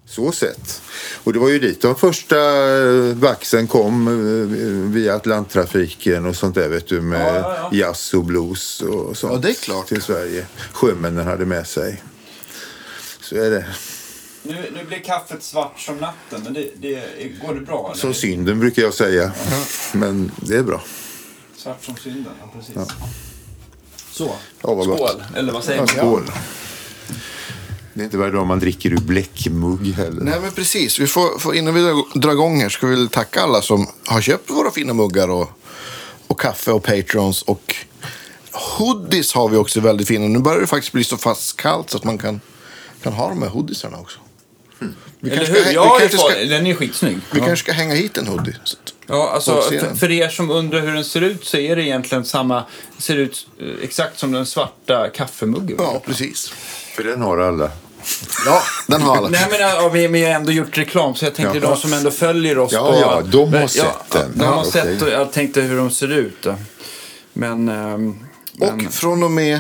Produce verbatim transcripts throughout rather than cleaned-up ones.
Så sett. Och det var ju dit de första vaxen kom via Atlanttrafiken och sånt där, vet du, med ja, ja, ja. jazz och blues och sånt. Ja, det är klart. Till Sverige. Sjömännen hade med sig. Så är det. Nu, nu blir kaffet svart som natten, men det, det, går det bra? Eller? Som synden brukar jag säga. Ja. Men det är bra. Svart som synden, ja precis. Ja. Så, ja, skål, gott. Eller vad säger ja, man? Skål. Det är inte varje dag man dricker ur bläckmugg heller. Nej, men precis. Vi får, får, innan vi drar igång här ska vi tacka alla som har köpt våra fina muggar och, och kaffe och patrons. Och hoodies har vi också väldigt fina. Nu börjar det faktiskt bli så fast kallt så att man kan, kan ha de här hoodiesarna också. Mm. Vi Eller hur? Ska, ja, vi ska, den är skitsnygg. Vi ja. kanske ska hänga hit en hoodie. Ja, alltså för, för er som undrar hur den ser ut så är det egentligen samma, ser ut exakt som den svarta kaffemuggen. Ja, precis. För den har alla. Ja, den har alla. Nej, men ja, vi, vi har ändå gjort reklam så jag tänkte ja. de som ändå följer oss. Ja, på, ja, de har men, sett ja, den. De har ja, sett okay. och jag tänkte hur de ser ut. Då. Men, ähm, och men... från och med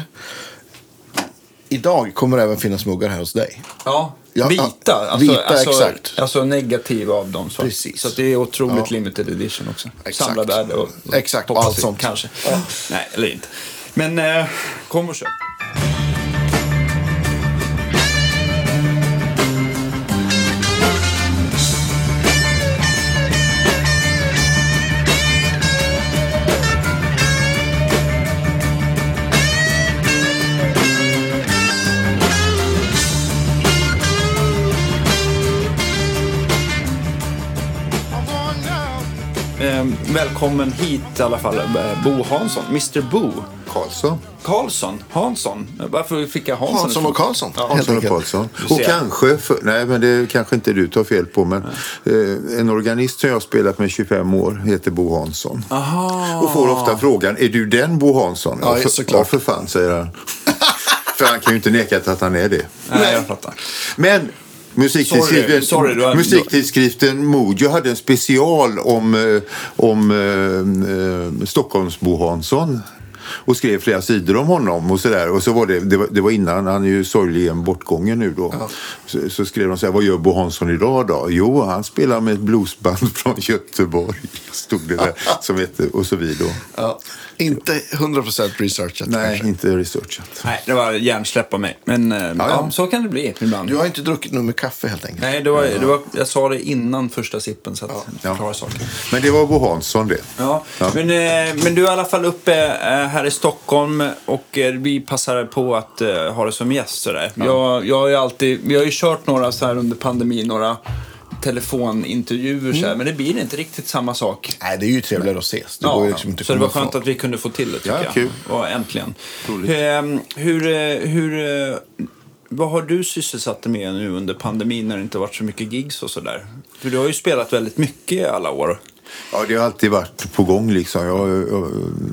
idag kommer det även finnas muggar här hos dig. Ja, ja vita. Alltså, vita, alltså, exakt. Alltså negativa av dem. Så, Precis. så det är otroligt ja. limited edition också. Exakt. Samla värde och, och exakt, och allt sånt. Kanske. Ja. Nej, eller inte. Men äh, kom och köp. Välkommen hit i alla fall, Bo Hansson, mister Bo. Karlsson. Karlsson, Hansson. Varför fick jag Hansson? Hansson och Karlsson. Ja, Hansson och Karlsson. Och kanske, för, nej men det kanske inte du tar fel på, men eh, en organist som jag har spelat med tjugofem år heter Bo Hansson. Aha. Och får ofta frågan, är du den Bo Hansson? Ja, för, såklart. Ja, för fan, säger han. För han kan ju inte neka att han är det. Nej, jag fattar. Men Musiktidskriften, sorry, sorry, musiktidskriften Mojo hade en special om, om eh, Stockholms Bo Hansson och skrev flera sidor om honom och sådär. Och så var det, det var, det var innan, han är ju sorgligen bortgången nu då. Ja. Så, så skrev de så här, vad gör Bo Hansson idag då? Jo, han spelar med ett bluesband från Göteborg, stod det där, som heter, och så vidare. Ja. Inte hundra procent researchat. Nej, kanske. inte researchat. Nej, det var hjärnsläpp av mig. Men ja, ja. Ja, så kan det bli ibland. Du har inte druckit något med kaffe helt enkelt. Nej, det var, det var, jag sa det innan första sippen så att ja. jag klarar saker. Men det var Bo Hansson det. Ja, ja. Men, eh, men du är i alla fall uppe eh, här i Stockholm och eh, vi passar på att eh, ha det som gäst. Sådär. Ja. Jag, jag har ju alltid, vi har ju kört några så här under pandemin, några telefonintervjuer mm. så här, men det blir inte riktigt samma sak. Nej, det är ju trevligare att ses. Det ja, går ju liksom inte så det var skönt att vi kunde få till det, tycker ja, jag. Kul. Och äntligen. Hur, hur, hur, vad har du sysselsatt dig med nu under pandemin när det inte varit så mycket gigs och sådär? För du har ju spelat väldigt mycket i alla år. Ja, det har alltid varit på gång liksom. Jag, jag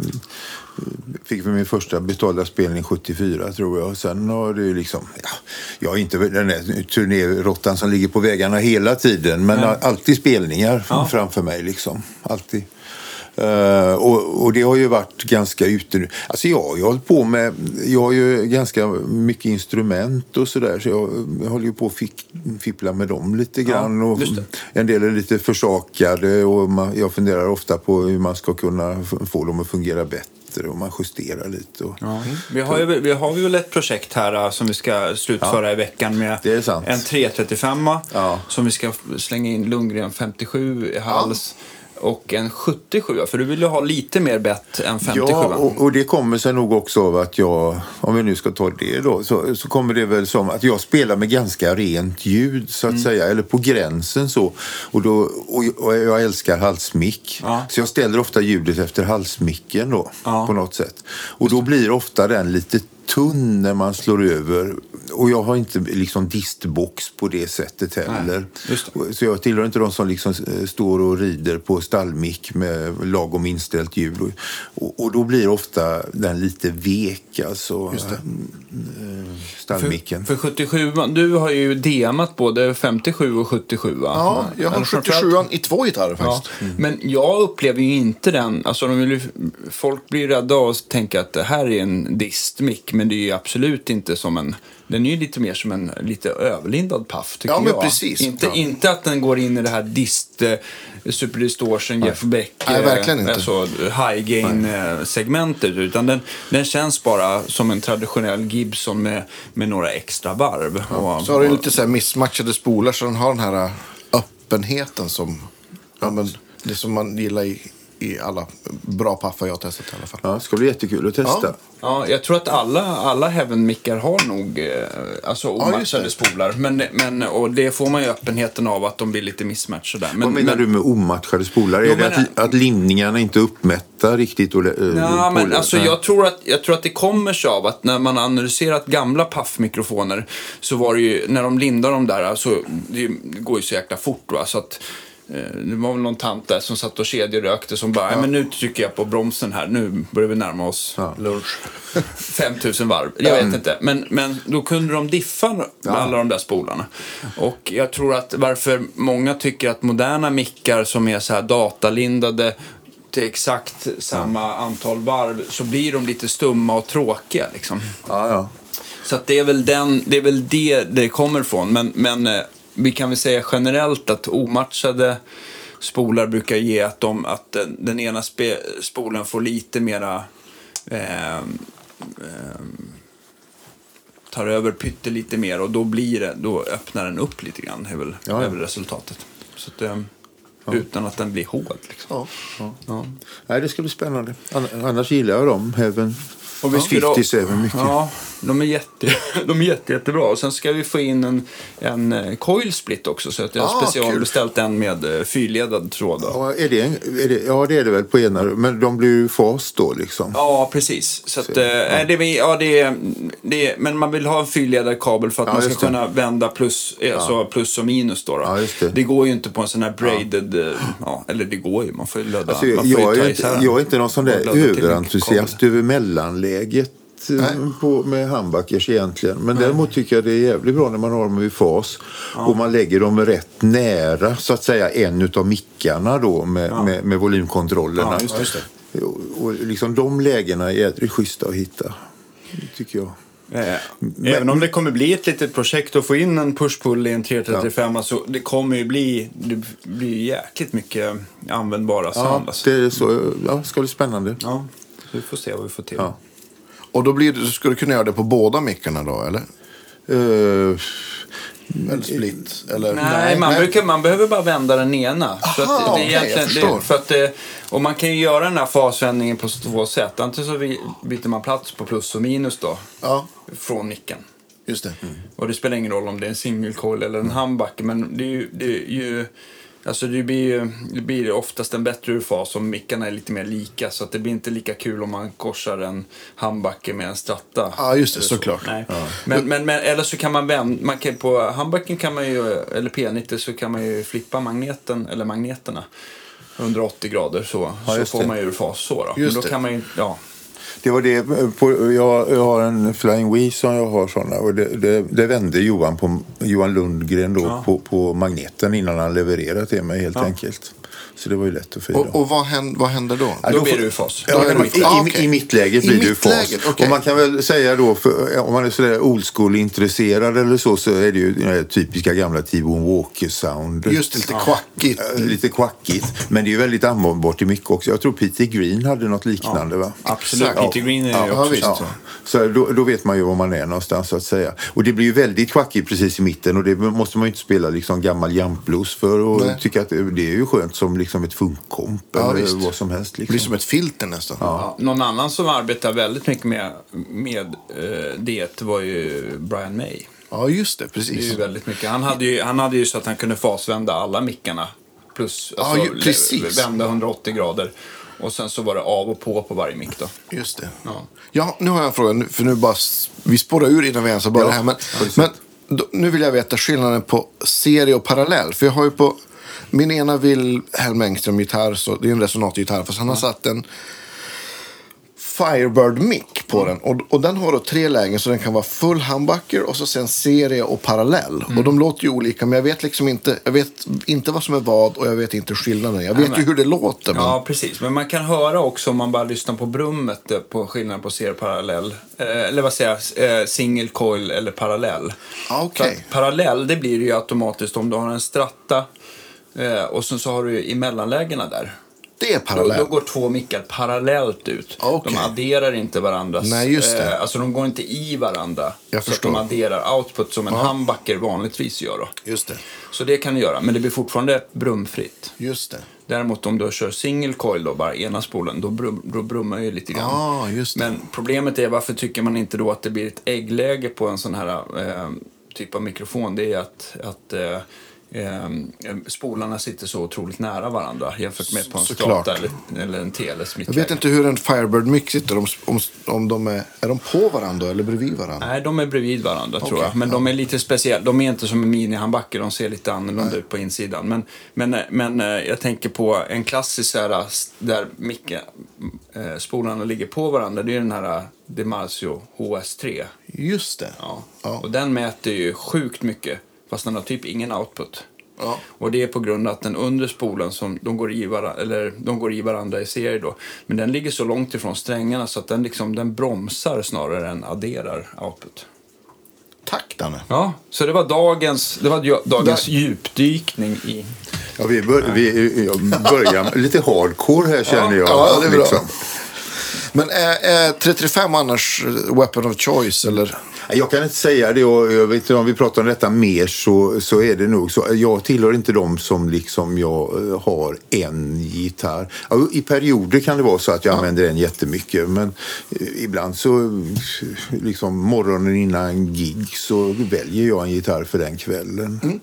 fick min första betalda spelning sjuttiofyra tror jag. Sen har det ju liksom, ja, jag är inte den där turnérottan som ligger på vägarna hela tiden. Men mm. alltid spelningar ja. framför mig liksom. Alltid. Uh, och, och det har ju varit ganska ute nu. Alltså jag, jag har hållit på med, jag har ju ganska mycket instrument och sådär. Så jag, jag håller ju på att fick, fippla med dem lite grann. Ja, och en del är lite försakade och man, jag funderar ofta på hur man ska kunna få dem att fungera bättre. Och man justerar lite. Och, ja. Vi har ju vi har ju väl ett projekt här som vi ska slutföra ja. i veckan med en tre trettiofem ja. som vi ska slänga in Lundgren femtiosju i hals. Ja. Och en sjuttiosju, för du vill ju ha lite mer bett än femtiosju. Ja, och, och det kommer sig nog också av att jag, om vi nu ska ta det då, så, så kommer det väl som att jag spelar med ganska rent ljud så att mm. säga, eller på gränsen så. Och, då, och, och jag älskar halsmick. Ja. Så jag ställer ofta ljudet efter halsmicken då, ja. på något sätt. Och då blir ofta den lite tunn när man slår över. Och jag har inte liksom distbox på det sättet heller. Nej, så jag tillhör inte de som liksom står och rider på stallmick med lagom inställt ljud. Och, och, och då blir ofta den lite vek, alltså. Just det. Stallmicken. För, för sjuttiosju, du har ju demat både femtiosju och sjuttiosju, va? Ja, jag har sjuttiosjuan i två gitarrer faktiskt. Ja. Mm. Men jag upplever ju inte den, alltså de vill, folk blir rädda och tänker att det här är en distmick, men det är ju absolut inte som en, den den är ju lite mer som en lite överlindad puff, tycker Ja, men jag. precis. Inte, Ja. inte att den går in i det här dist, eh, super distortion, Jeff Beck, Nej, verkligen inte. alltså high gain eh, segmentet, utan den, den känns bara som en traditionell Gibson med, med några extra varv. Ja. Och, Så har du och, lite så här missmatchade spolar så den har den här öppenheten som, ja, men det som man gillar i, i alla bra paffar jag har testat i alla fall. Ja, det ska bli jättekul att testa. Ja. Ja, jag tror att alla, alla Heaven-mickar har nog eh, alltså omatchade det. spolar. Men, men, och det får man ju öppenheten av att de blir lite mismatchade. Men, Vad menar men, du med omatchade spolar? Jo, är det men- att, att lindningarna inte är uppmätta riktigt? Och, äh, Ja, men alltså, jag, tror att, jag tror att det kommer sig av att när man analyserat gamla paffmikrofoner så var det ju, när de lindar dem där, alltså, det går ju så jäkla fort, va? Så att eh, det var väl någon tant där som satt och kedjerökte som bara, ja. men nu trycker jag på bromsen här, nu börjar vi närma oss Ja. lunch. femtusen varv, jag vet Mm. inte. Men, men då kunde de diffa med alla de där spolarna. Och jag tror att varför många tycker att moderna mickar som är så här datalindade till exakt samma antal varv, så blir de lite stumma och tråkiga liksom. Ja, ja. Så att det är väl den, det är väl det det kommer ifrån. Men, men eh, vi kan väl säga generellt att omatchade spolar brukar ge att, de, att den, den ena spe, spolen får lite mera eh, eh, tar över pytte lite mer, och då blir det, då öppnar den upp lite grann, är väl, Ja, ja. är väl resultatet. Så att, eh, utan att den blir hård liksom. Ja. Ja. Ja. Nej, det ska bli spännande. An- Annars gillar jag dem. Heaven Och vi ska då- femtiosju mycket. Ja, de är, jätte, de är jätte, jättebra. Och sen ska vi få in en, en eh, coil split också. Så att jag har Ah, specialbeställt en med eh, fyrledad tråd. Då. Ja, är det, en- är det, ja, det är det väl på ena. Men de blir ju fas då liksom. Ja, precis. Så att, Så, eh, ja. det, är- ja, det, är- det, är- men man vill ha en fyrledad kabel för att Ja, man ska just det. kunna vända plus, alltså plus och minus. Då, då. Ja, just det. går ju inte på en sån här braided, ja. Ja, eller det går ju, man får ju löda. Alltså, man får jag, ju är ta inte, isär den. jag är inte någon sån där Och löda till överentusiast över mellanläget eh, Nej. på, med handbackers egentligen. Men däremot tycker jag det är jävligt bra när man har dem vid fas. Och man lägger dem rätt nära, så att säga, en utav mickarna då med, med, med volymkontrollerna. Ja, just det. Just det. Och, och liksom de lägena är jädrigt schyssta att hitta, tycker jag. Eh, Även om det kommer bli ett litet projekt att få in en push-pull i en tre trettiofem, så det kommer ju bli, det blir jäkligt mycket användbara sound. Ja, Alltså. det är så, ja, ska bli spännande. Ja, så vi får se vad vi får till. Ja. Och då blir det, ska du kunna göra det på båda mickarna då, eller? Uh, Eller split? Eller? Nej, man, Brukar, man behöver bara vända den ena. Så Aha, att det, det är okej, jag egentligen, förstår. det, för att det, och man kan ju göra den här fasvändningen på två sätt. Antingen så vi- byter man plats på plus och minus då, Ja, från micken. just det. Och det spelar ingen roll om det är en single coil eller en humbucker, men det är ju, det är ju alltså det blir ju det blir oftast en bättre urfas om mickarna är lite mer lika, så att det blir inte lika kul om man korsar en humbucker med en stratta. Ja, just det, Eller så. såklart. Nej. Men, men, men eller så kan man vända, man kan på humbucken kan man ju, eller P nittio, så kan man ju flippa magneten eller magneterna hundraåttio grader, så Ja, så just får det. man ju urfas så då. Just Men då det. kan man ju, ja. Det var det, på, jag, jag har en Flying Wii som jag har sådana, och det, det, det vände Johan, på, Johan Lundgren då, Ja. på, på magneten innan han levererade till mig helt enkelt. Så det var ju lätt att fira. Och, och vad, händer, vad händer då? Ja, Då då blir får- det urfas. Ja, Då är det i, mitt- i, ah, okej. I mittläget I blir det ju fas. mittläget, okej. Och man kan väl säga då, för, om man är sådär old school-intresserad eller så, så är det ju den här typiska gamla T-Bone Walker-sound. Just det, lite kvackigt. Eh, Lite kvackigt. Men det är ju väldigt användbart i mycket också. Jag tror Peter Green hade något liknande, va? Absolut. Exakt. Peter Green är ju Ja, också visst. så. Ja, så då, då vet man ju var man är någonstans, så att säga. Och det blir ju väldigt kvackigt precis i mitten, och det måste man ju inte spela liksom gammal jampblues för, och Nej. tycka att det det är ju skönt som liksom ett funkkomp Ja, eller visst. vad som helst. Det Liksom. blir som ett filter nästan. Ja, någon annan som arbetar väldigt mycket med, med eh, det var ju Brian May. Ja, just det, Det är ju precis. väldigt mycket. Han hade ju, han hade ju så att han kunde fasvända alla mickarna. Plus Ja, alltså, ju- precis. le- vända hundraåttio grader. Och sen så var det av och på på varje mick då. Just det. Ja. Ja, nu har jag en fråga, nu- för nu bara, s- vi spårar ur innan vi ens har börjat Ja, här. Men, precis. men då, nu vill jag veta skillnaden på serie och parallell. För jag har ju på min ena Wilhelm Engström-gitarr, så det är en resonatgitarr, fast han har satt en Firebird mic på mm. den. Och, och den har då tre lägen, så den kan vara full humbucker och så sen serie och parallell. Mm. Och de låter ju olika, men jag vet liksom inte, jag vet inte vad som är vad och jag vet inte skillnaden. Jag vet Nej, ju hur det låter. Men... Ja, precis. Men man kan höra också om man bara lyssnar på brummet på skillnaden på serie och parallell. Eller vad säger jag? Single coil eller parallell. Okay. Parallell, det blir ju automatiskt om du har en stratta och sen så har du i mellanlägena där. Det är parallell. Då, då går två mickar parallellt ut. Okay. De adderar inte varandras. Nej, just det. Eh, alltså de går inte i varandra. Jag så förstår. att de adderar output som en ja. humbucker vanligtvis gör då. Just det. Så det kan du göra, men det blir fortfarande brumfritt. Just det. Däremot om du kör single coil då, bara ena spolen, då, brum, då brummar ju lite grann. Ah, just det. Men problemet är, varför tycker man inte då att det blir ett äggläge på en sån här eh, typ av mikrofon? Det är att... att eh, Eh, spolarna sitter så otroligt nära varandra jämfört med på en strata eller, eller en teles. Jag vet inte hur en Firebird mic sitter, om, om, om de är, är de på varandra eller bredvid varandra? Nej, de är bredvid varandra okay, tror jag. Men ja. de är lite speciella. De är inte som en mini-handbacker, de ser lite annorlunda Nej. ut på insidan. Men, men, men jag tänker på en klassisk här, där micken, eh, spolarna ligger på varandra. Det är den här Demarcio H S tre. Just det. Ja. Ja. Och den mäter ju sjukt mycket. Fast den har typ ingen output. Ja. Och det är på grund av att den undre spolen som de går i varandra, eller de går i varandra i serie då. Men den ligger så långt ifrån strängarna så att den liksom den bromsar snarare än adderar output. Tack Danne. Ja, så det var dagens det var dagens Där. djupdykning i. Ja, vi, bör, vi börjar lite hardcore här känner jag. Ja, det är bra. Liksom. Men är, är tre trettiofem annars weapon of choice eller? Jag kan inte säga det, och jag vet inte om vi pratar om detta mer så, så är det nog så. Jag tillhör inte de som liksom jag har en gitarr. I perioder kan det vara så att jag ja. använder den jättemycket, men ibland så liksom morgonen innan gig så väljer jag en gitarr för den kvällen. Mm.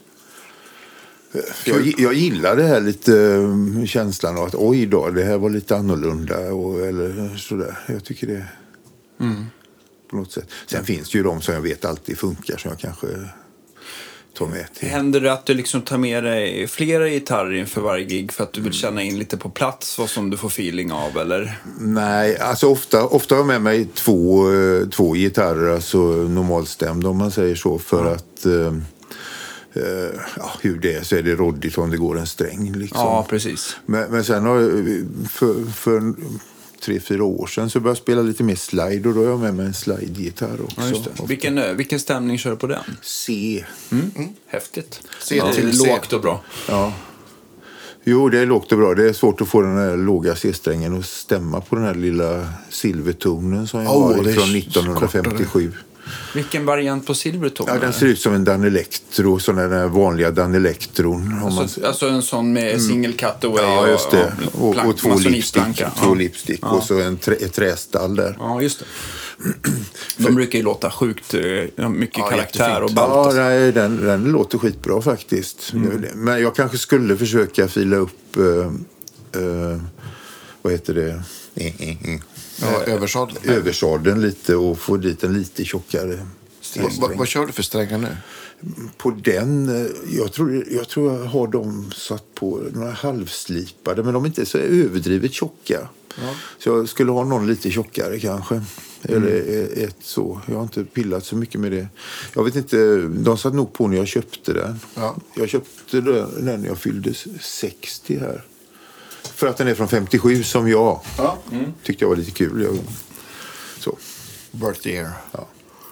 Jag, jag gillar det här lite um, känslan av att oj då, det här var lite annorlunda och, eller sådär. Jag tycker det mm. på något sätt. Sen mm. finns det ju de som jag vet alltid funkar som jag kanske tar med till. Händer det att du liksom tar med dig flera gitarrer inför varje gig för att du vill känna in lite på plats vad som du får feeling av eller? Nej, alltså ofta, ofta har jag med mig två, två gitarrer, alltså normalstämda om man säger så, för mm. att um, Uh, ja, hur det är så är det råddigt om det går en sträng liksom. Ja, precis. Men, men sen har jag, för, för tre, fyra år sedan så började jag spela lite mer slide och då har jag med mig en slide-gitarr också. Ja, just det. Vilken, vilken stämning kör du på den? C. Mm. Mm. Häftigt. C ja, till C. Lågt och bra. Ja. Jo, det är lågt och bra. Det är svårt att få den här låga C-strängen att stämma på den här lilla silvertonen som jag oh, har från nittonhundrafemtiosju. Vilken variant på Silverton? Ja, den ser ut som en Dan Electro, sån där vanliga Dan Electron. Alltså, man... alltså en sån med single cutaway ja, just det. och, och, och, och två lipstick, ja. två lipstick ja. och så en trä, ett trästall där. Ja, just det. De För... brukar ju låta sjukt mycket ja, karaktär och ballt. Ja, nej, den, den låter skitbra faktiskt. Mm. Men jag kanske skulle försöka fila upp, uh, uh, vad heter det? Mm. Ja, översadeln. översadeln lite och få dit en lite tjockare sträng. Vad, vad kör du för strängar nu? På den, jag tror, jag tror jag har dem satt på några halvslipade, men de är inte så överdrivet tjocka. Ja. Så jag skulle ha någon lite tjockare kanske. Mm. Eller ett så. Jag har inte pillat så mycket med det. Jag vet inte, de satt nog på när jag köpte den. Ja. Jag köpte den när jag fyllde sextio här. För att den är från femtiosju som jag. Ja. Mm. Tyckte jag var lite kul. Jag, så. Birth year. Ja.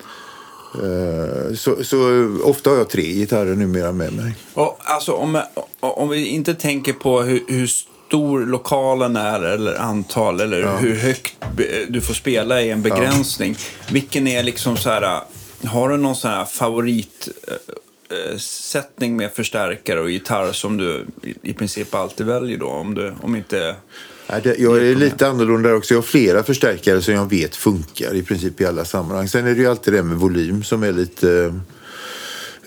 Uh, så, så ofta har jag tre gitarrer numera med mig. Och, alltså, om, om vi inte tänker på hur, hur stor lokalen är eller antal eller ja. hur högt du får spela i en begränsning. Ja. Vilken är liksom så här, har du någon sån här favorit sättning med förstärkare och gitarr som du i princip alltid väljer då om du om inte ja, det, jag är lite annorlunda också. Jag har flera förstärkare som jag vet funkar i princip i alla sammanhang. Sen är det ju alltid det med volym som är lite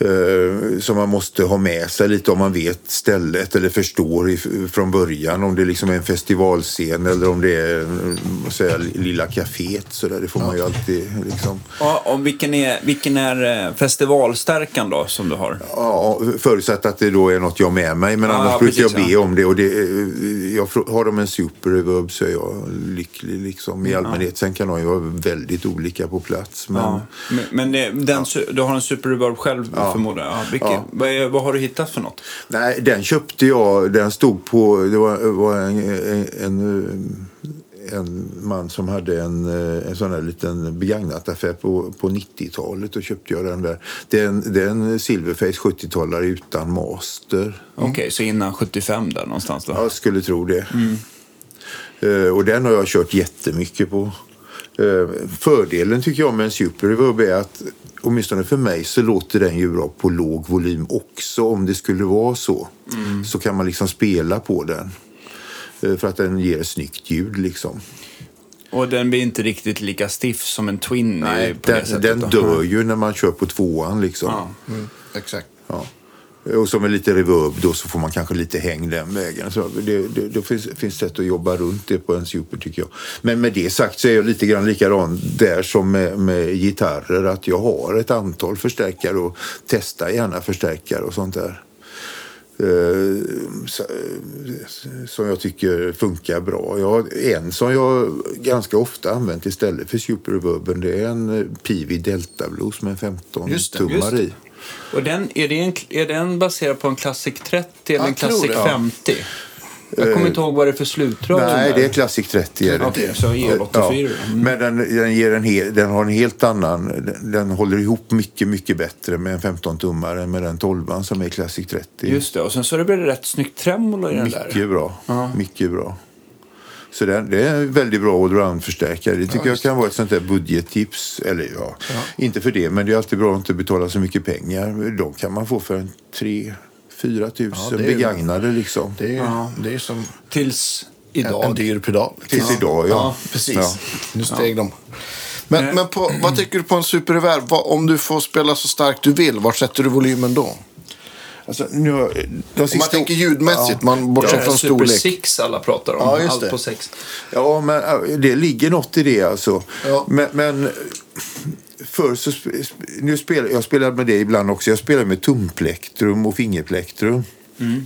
eh, som man måste ha med sig lite om man vet stället eller förstår i, från början om det liksom är en festivalscen eller om det är vad säger, lilla kaféet så där, det får man ju alltid liksom. Ja, och vilken är, vilken är festivalstärkan då som du har? Ja, förutsatt att det då är något jag har med mig men ja, annars ja, brukar precis, jag be ja. om det och det, jag har de en super reverb så är jag lycklig liksom i allmänhet. Ja. Sen kan de ju vara väldigt olika på plats. Men, ja. men, men det, den, ja. du har en super reverb själv ja. förmodar jag. Ja, vilket, ja. vad, är, vad har du hittat för något? Nej, den köpte jag, den stod på, det var, var en, en, en en man som hade en, en sån här liten begagnataffär på, på nittiotalet och köpte jag den där. Det är en, det är en Silverface sjuttiotalare utan master. Mm. Okej, okay, så innan sjuttiofem där någonstans då? Jag skulle tro det. Mm. Uh, och den har jag kört jättemycket på. Uh, fördelen tycker jag med en Super Reverb är att åtminstone för mig så låter den ju bra på låg volym också. Om det skulle vara så mm. så kan man liksom spela på den. För att den ger ett snyggt ljud liksom. Och den blir inte riktigt lika stiff som en Twin. Nej, på den, den dör ju när man kör på tvåan liksom. Ja. Mm, exakt. Ja. Och som är lite reverb då så får man kanske lite häng den vägen. Så det, det, det finns, finns sätt att jobba runt det på en super tycker jag. Men med det sagt så är jag lite grann likadan där som med, med gitarrer. Att jag har ett antal förstärkare och testar gärna förstärkare och sånt där. Som jag tycker funkar bra. Jag har en som jag ganska ofta använt istället för Super Reverben. Det är en P V Delta Blues med femton tummar i. Och den, är, det en, är den baserad på en Classic trettio eller en Classic det, ja. femtio? Jag kommer inte ihåg vad det är för slutrör. Nej, det är Classic trettio. Okej, okay, så E åttiofyra. Ja. Men den, den, ger en hel, den har en helt annan... Den, den håller ihop mycket, mycket bättre med en femton tummare än med den tolvan som är Classic trettio. Just det, och sen så det blir det rätt snyggt tremolo i den mycket där. Bra, uh-huh. mycket bra. Så den, det är en väldigt bra allround-förstärkare. Det tycker ja, jag kan vara ett sånt där budgettips. Eller ja, ja, inte för det, men det är alltid bra att inte betala så mycket pengar. De kan man få för en tre fyra tusen ja, begagnade liksom. Det är, ja. det är som... Tills idag. En, en dyr pedal. Tills ja. idag, ja. ja precis. Ja. Nu steg ja. de. Men, mm. men på, vad tycker du på en Super Reverb? Om du får spela så starkt du vill, var sätter du volymen då? Alltså, nu, om man tänker ljudmässigt, ja. man bortser ja, från storlek. Super sex alla pratar om. Ja, just allt det. på sex. Ja, men det ligger något i det alltså. Ja. Men... men för så nu spelar jag spelar med det ibland också. Jag spelar med tumplektrum och fingerplektrum. Mm.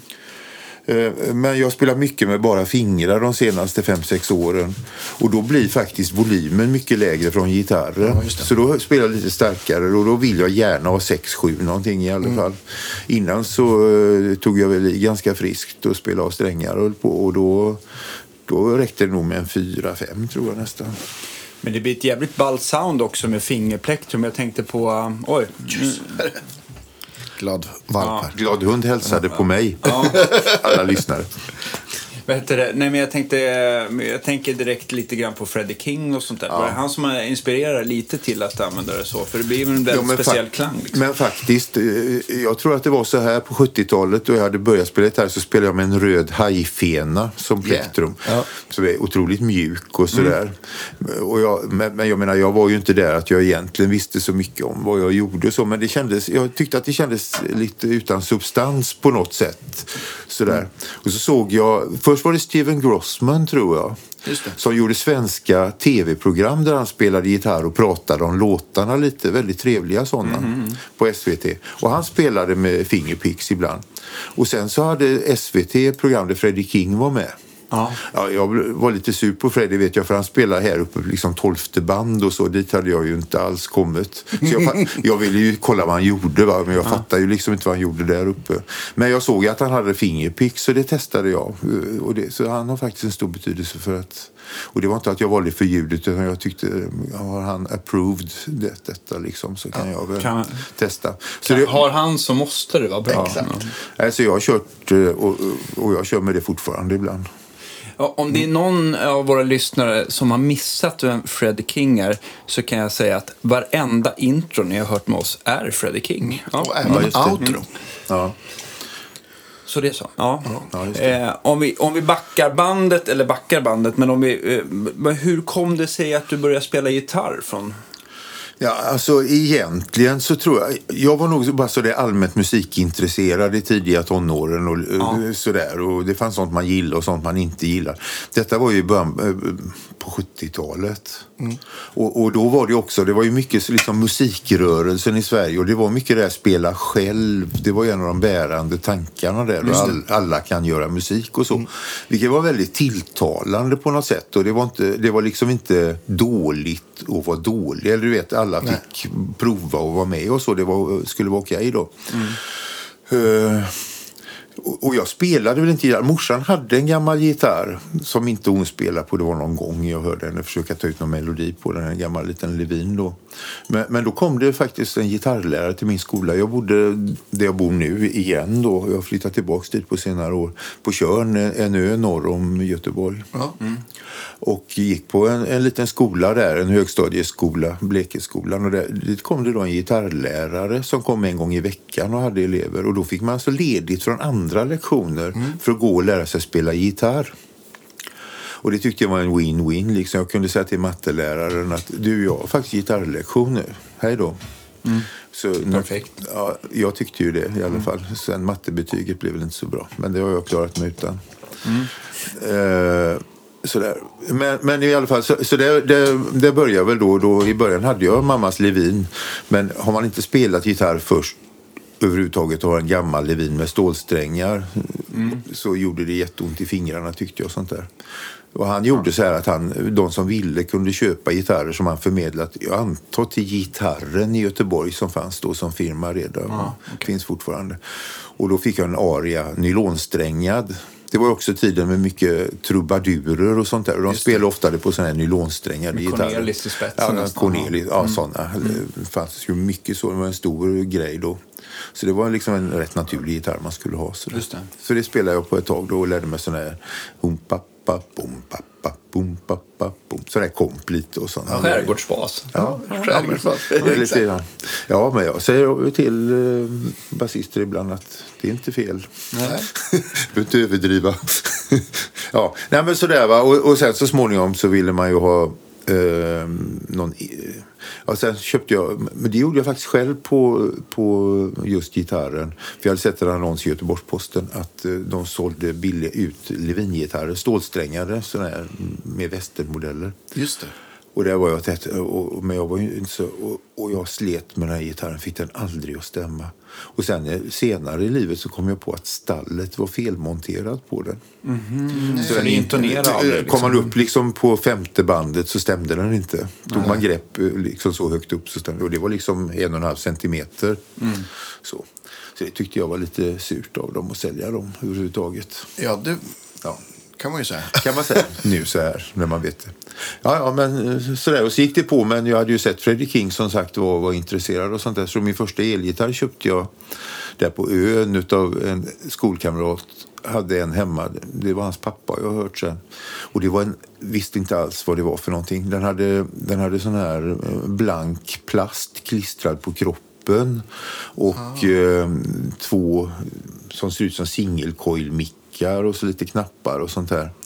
Men jag spelar mycket med bara fingrar de senaste fem sex åren. Och då blir faktiskt volymen mycket lägre från gitarren. Ja, så då spelar jag lite starkare och då vill jag gärna ha sex sju någonting i alla mm. fall. Innan så uh, tog jag väl i ganska friskt och spelade av strängar och, på, och då, då räckte det nog med en fyra fem tror jag nästan. Men det blir ett jävligt ball sound också med fingerplektrum. Jag tänkte på... Um, oj. Just. Glad valp här. Ja. Glad hund hälsade ja. på mig. Ja. Alla lyssnare. Vad heter det? Nej, men jag tänkte... Jag tänker direkt lite grann på Freddie King och sånt där. Ja. Var det han som har inspirerat lite till att använda det så? För det blir ju en väldigt ja, speciell fa- klang. Liksom. Men faktiskt, jag tror att det var så här på sjuttiotalet då jag hade börjat spela här så spelade jag med en röd hajfena som plektrum. Yeah. Ja. Så det är otroligt mjuk och sådär. Mm. Och jag, men, men jag menar, jag var ju inte där att jag egentligen visste så mycket om vad jag gjorde så. Men det kändes, jag tyckte att det kändes lite utan substans på något sätt. Sådär. Mm. Och så såg jag, först var det Steven Grossman tror jag. Som gjorde svenska tv-program där han spelade gitarr och pratade om låtarna lite, väldigt trevliga sådana mm. på S V T. Och han spelade med fingerpicks ibland. Och sen så hade S V T ett program där Freddie King var med. Ja. Ja, jag var lite sur på Freddie vet jag för han spelade här uppe liksom tolfte band och så, dit hade jag ju inte alls kommit. Så jag, jag ville ju kolla vad han gjorde va? Men jag ja. fattade ju liksom inte vad han gjorde där uppe. Men jag såg att han hade fingerpicks så det testade jag. Och det, så han har faktiskt en stor betydelse för att, och det var inte att jag valde för ljudet utan jag tyckte, har han approved det, detta liksom så kan ja. jag väl kan, testa. Så kan, det, har han så måste det vara bra. Ja. Alltså jag har kört och, och jag kör med det fortfarande ibland. Ja, om det är någon av våra lyssnare som har missat vem Freddie King är så kan jag säga att varenda intro ni har hört med oss är Freddie King. Ja, och även ja, outro. Mm. Ja. Så det är så. Ja. Ja, eh, om, vi, om vi backar bandet, eller backar bandet, men om vi, eh, hur kom det sig att du började spela gitarr från... Ja, alltså egentligen så tror jag... Jag var nog bara så där allmänt musikintresserad i tidiga tonåren och ja. sådär. Och det fanns sånt man gillade och sånt man inte gillade. Detta var ju början på sjuttiotalet. Mm. Och, och då var det också... Det var ju mycket liksom musikrörelsen i Sverige. Och det var mycket det att spela själv. Det var ju en av de bärande tankarna där. Och all, alla kan göra musik och så. Mm. Vilket var väldigt tilltalande på något sätt. Och det var, inte, det var liksom inte dåligt att vara dålig. Eller du vet, alla fick Nej. prova och vara med och så. Det var, skulle vara okej då. Mm. Uh, och jag spelade väl inte gitarr. Morsan hade en gammal gitarr som inte hon spelade på. Det var någon gång jag hörde henne försöka ta ut någon melodi på den, en gammal liten Levin då. Men, men då kom det faktiskt en gitarrlärare till min skola. Jag bodde där jag bor nu igen då. Jag har flyttat tillbaka dit på senare år. På Tjörn, en ö norr om Göteborg. Mm. Och gick på en, en liten skola där, en högstadieskola, Blekeskolan. Och där, dit kom det då en gitarrlärare som kom en gång i veckan och hade elever. Och då fick man alltså ledigt från andra lektioner mm. för att gå och lära sig spela gitarr. Och det tyckte jag var en win-win. Liksom. Jag kunde säga till matteläraren att du, jag har faktiskt gitarrlektion nu. Hej då. Mm. Så, Perfekt. Ja, jag tyckte ju det i alla fall. Sen mattebetyget blev väl inte så bra. Men det har jag klarat mig utan. Mm. Uh, Sådär. Men, men i alla fall så, så det, det, det började väl då, då i början hade jag mammas Levin, men har man inte spelat gitarr först överhuvudtaget och har en gammal Levin med stålsträngar mm. så gjorde det jätteont i fingrarna tyckte jag sånt där. Och han gjorde så här att han, de som ville kunde köpa gitarrer som han förmedlat, jag antar till Gitarren i Göteborg som fanns då som firma redan, ja, okay. finns fortfarande. Och då fick jag en Aria nylonsträngad. Det var också tiden med mycket trubadurer och sånt där. Och de spelade ofta på sådana här nylonsträngade gitarrer. Cornelis i spetsen. Ja, Cornelis, ja, mm. sådana. Mm. Det fanns ju mycket så. Det var en stor grej då. Så det var liksom en rätt naturlig gitarr man skulle ha. Så det, Just det. Så det spelade jag på ett tag då och lärde mig sådana här hum pappa, bom pappa, bom pappa, bom. Så det kom lite och sånt. Ja, skärgårdsbas. Ja, skärgårdsbas. Ja, ja, men jag säger till eh, basister ibland att det är inte fel. Nej. Du inte överdriva. Ja, nej men sådär va. Och, och sen så småningom så ville man ju ha eh, någon... Ja, sen köpte jag, men det gjorde jag faktiskt själv på, på just gitarren. För jag hade sett en annons i Göteborgs-Posten att de sålde billiga ut Levin-gitarrer, stålsträngade sådana här med västermodeller. Just det. Och där var jag tätt, och, men jag var ju inte så, och, och jag slet med den här gitarren, fick den aldrig att stämma. Och sen senare i livet så kom jag på att stallet var felmonterat på den. Mm-hmm. Så, så den intonerade aldrig? Liksom. Kom man upp liksom på femte bandet så stämde den inte. Tog Nej. man grepp liksom så högt upp så stämde. Och det var liksom en och en halv centimeter. Mm. Så. så det tyckte jag var lite surt av dem att sälja dem överhuvudtaget. Ja, det... Ja. Kan man ju säga. Kan man säga nu så här när man vet det. Ja, ja men sådär. Och så gick det på, men jag hade ju sett Freddie King som sagt var, var intresserad och sånt där. Så min första elgitarr köpte jag där på ön utav en skolkamrat. Hade en hemma. Det var hans pappa, jag har hört sen. Och det var en, visste inte alls vad det var för någonting. Den hade, den hade sån här blank plast klistrad på kroppen. Och ah. eh, två som ser ut som singelcoil-mick och så lite knappar och sånt här.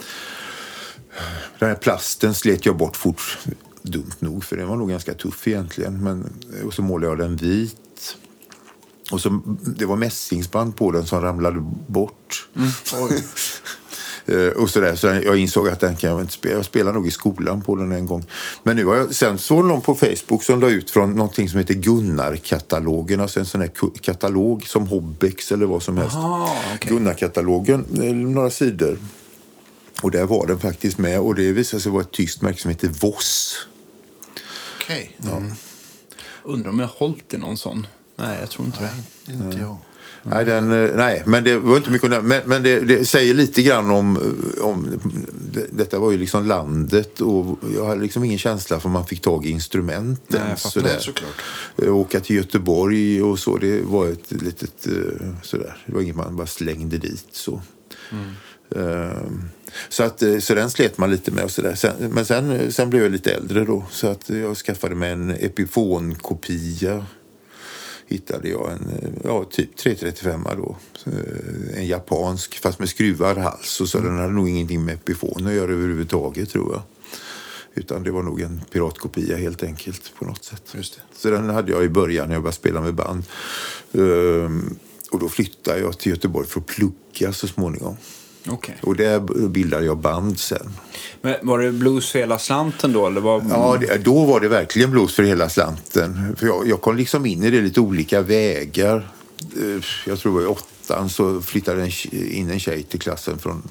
Den här plasten slet jag bort fort, dumt nog, för den var nog ganska tuff egentligen. Men, och så målade jag den vit. Och så, det var mässingsband på den som ramlade bort. Mm. Oj. och så där, så jag insåg att den kan jag inte spela. Jag spelade nog i skolan på den en gång. Men nu var jag, sen såg någon på Facebook som la ut från någonting som heter Gunnar-katalogen. Alltså en sån här katalog som Hobbex eller vad som helst. Aha, okay. Gunnar-katalogen, några sidor. Och där var den faktiskt med. Och det visade sig vara ett tyskt märke som heter Voss. Okej. Okay. Mm. Undrar om jag har hållit i någon sån. Nej, jag tror inte nej, det. Inte jag. Nej, den, nej, men det var inte mycket. Men, men det, det säger lite grann om, om det, detta var ju liksom landet och jag hade liksom ingen känsla för man fick tag i instrumenten. Nej, sådär. Såklart. Åka till Göteborg och så, det var ett litet sådär. Det var inget man bara slängde dit så. Mm. Så, att, så den slet man lite med och sådär. Sen, men sen, sen blev jag lite äldre då så att jag skaffade mig en Epiphone-kopia. Hittade jag en, ja, typ tre trettiofem då. En japansk, fast med skruvad hals. Och så mm. den hade nog ingenting med Epiphone att göra överhuvudtaget, tror jag. Utan det var nog en piratkopia helt enkelt på något sätt. Just det. Så den hade jag i början när jag började spela med band. Um, och då flyttade jag till Göteborg för att plugga så småningom. Okay. Och där bildade jag band sen. Men var det blues för hela slanten då? Eller var... Ja, det, då var det verkligen blues för hela slanten. För jag, jag kom liksom in i det lite olika vägar. Jag tror det var i åttan så flyttade en, in en tjej till klassen från,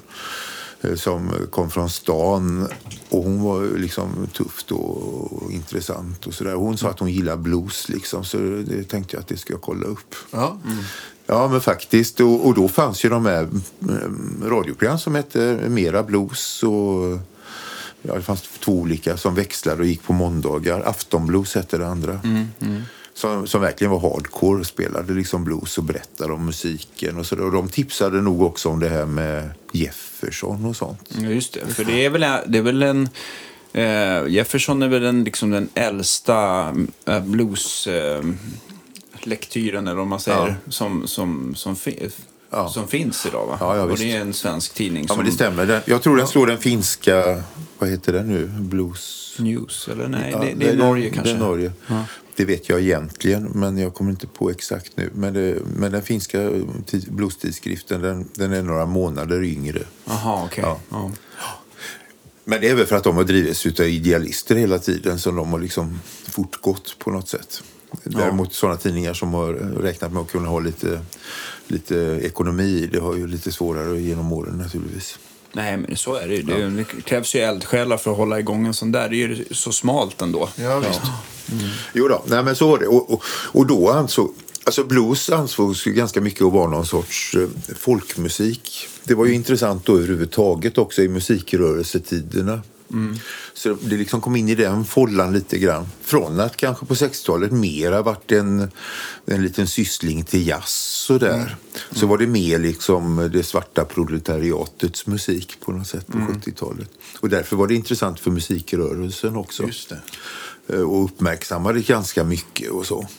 som kom från stan. Och hon var liksom tufft och intressant och sådär. Hon sa att hon gillar blues liksom, så det tänkte jag att det ska jag kolla upp. Ja. Mm. Ja, men faktiskt. Och, och då fanns ju de här radioprogram som hette Mera Blues. Och ja, det fanns två olika som växlade och gick på måndagar. Aftonblues hette det andra. Mm, mm. Som, som verkligen var hardcore. Spelade liksom blues och berättade om musiken. Och, så där. Och de tipsade nog också om det här med Jefferson och sånt. Ja, just det. För det är väl, det är väl en... Eh, Jefferson är väl den, liksom den äldsta eh, blues... Eh, lektyren eller om man säger ja. som, som, som, fi- ja. som finns idag va? Ja, ja, och visst. det är en svensk tidning Ja, som... men det stämmer. Den, jag tror den slår den finska, vad heter den nu? Blues... News, eller nej, ja, det, det är det, Norge det, kanske. Det är Norge. Ja. Det vet jag egentligen, men jag kommer inte på exakt nu. Men, det, men den finska blues-tidskriften, den, den är några månader yngre. Jaha, okej. Okay. Ja. Ja. Men det är väl för att de har drivits utav idealister hela tiden som de har liksom fortgått på något sätt. Däremot ja. Sådana tidningar som har räknat med att kunna ha lite, lite ekonomi, det har ju lite svårare genom åren naturligtvis. Nej, men så är det ju. Det, ja. det krävs ju eldsjälar för att hålla igång en sån där. Det är ju så smalt ändå. Ja, visst. Ja. Mm. Jo då, nej men så var det. Och, och, och då ansåg, alltså blues ansågs ju ganska mycket att vara någon sorts eh, folkmusik. Det var ju intressant då överhuvudtaget också i musikrörelsetiderna. Mm. Så det liksom kom in i den follan lite grann. Från att kanske på sextiotalet mera varit en, en liten syssling till jazz sådär. Mm. Mm. Så var det mer liksom det svarta proletariatets musik på något sätt på mm. sjuttiotalet. Och därför var det intressant för musikrörelsen också. Just det. Och uppmärksammade ganska mycket och så.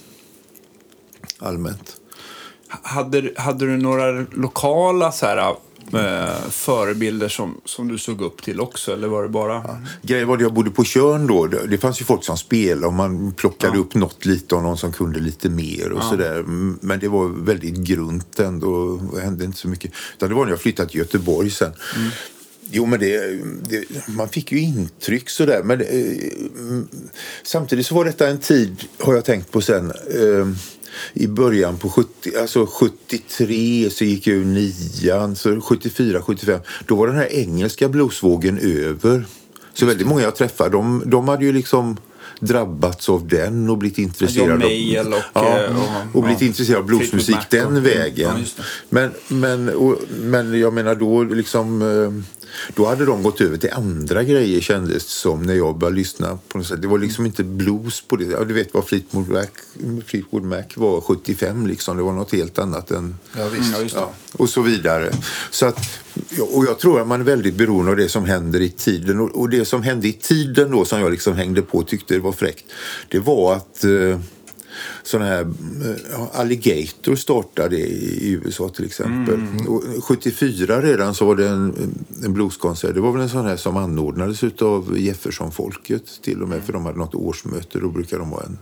Allmänt. Hade, hade du några lokala så här... Eh, förebilder som, som du såg upp till också, eller var det bara... Ja. Grejen var det, jag bodde på Tjörn då, det, det fanns ju folk som spelade och man plockade ja. upp något lite och någon som kunde lite mer och ja. sådär, men det var väldigt grunt ändå, det hände inte så mycket, utan det var när jag flyttade till Göteborg sen. Mm. Jo, men det, det, man fick ju intryck sådär, men det, samtidigt så var detta en tid, har jag tänkt på sen, eh, i början på sjuttio, alltså sjuttiotre så gick jag ur nian, så sjuttiofyra sjuttiofem, då var den här engelska bluesvågen över. Så väldigt många jag träffade, de, de hade ju liksom drabbats av den och blivit intresserade John Mayall och, ja, och, och blivit ja, intresserade av bluesmusik den och, vägen. Ja, men, men, och, men jag menar då liksom... Då hade de gått över till andra grejer kändes som när jag började lyssna på något sätt. Det var liksom inte blues på det. Ja, du vet vad Fleetwood Mac, Fleetwood Mac var sjuttiofem liksom. Det var något helt annat än... Ja, visst. Ja, just det. Ja, och så vidare. Så att, och jag tror att man är väldigt beroende av det som händer i tiden. Och, och det som hände i tiden då som jag liksom hängde på och tyckte det var fräckt. Det var att... Eh, sådana här ja, Alligator startade i U S A till exempel. Mm. Och sjuttiofyra redan så var det en, en blueskonsert. Det var väl en sån här som anordnades av Jefferson-folket till och med, för de hade något årsmöte. Då brukar de vara en...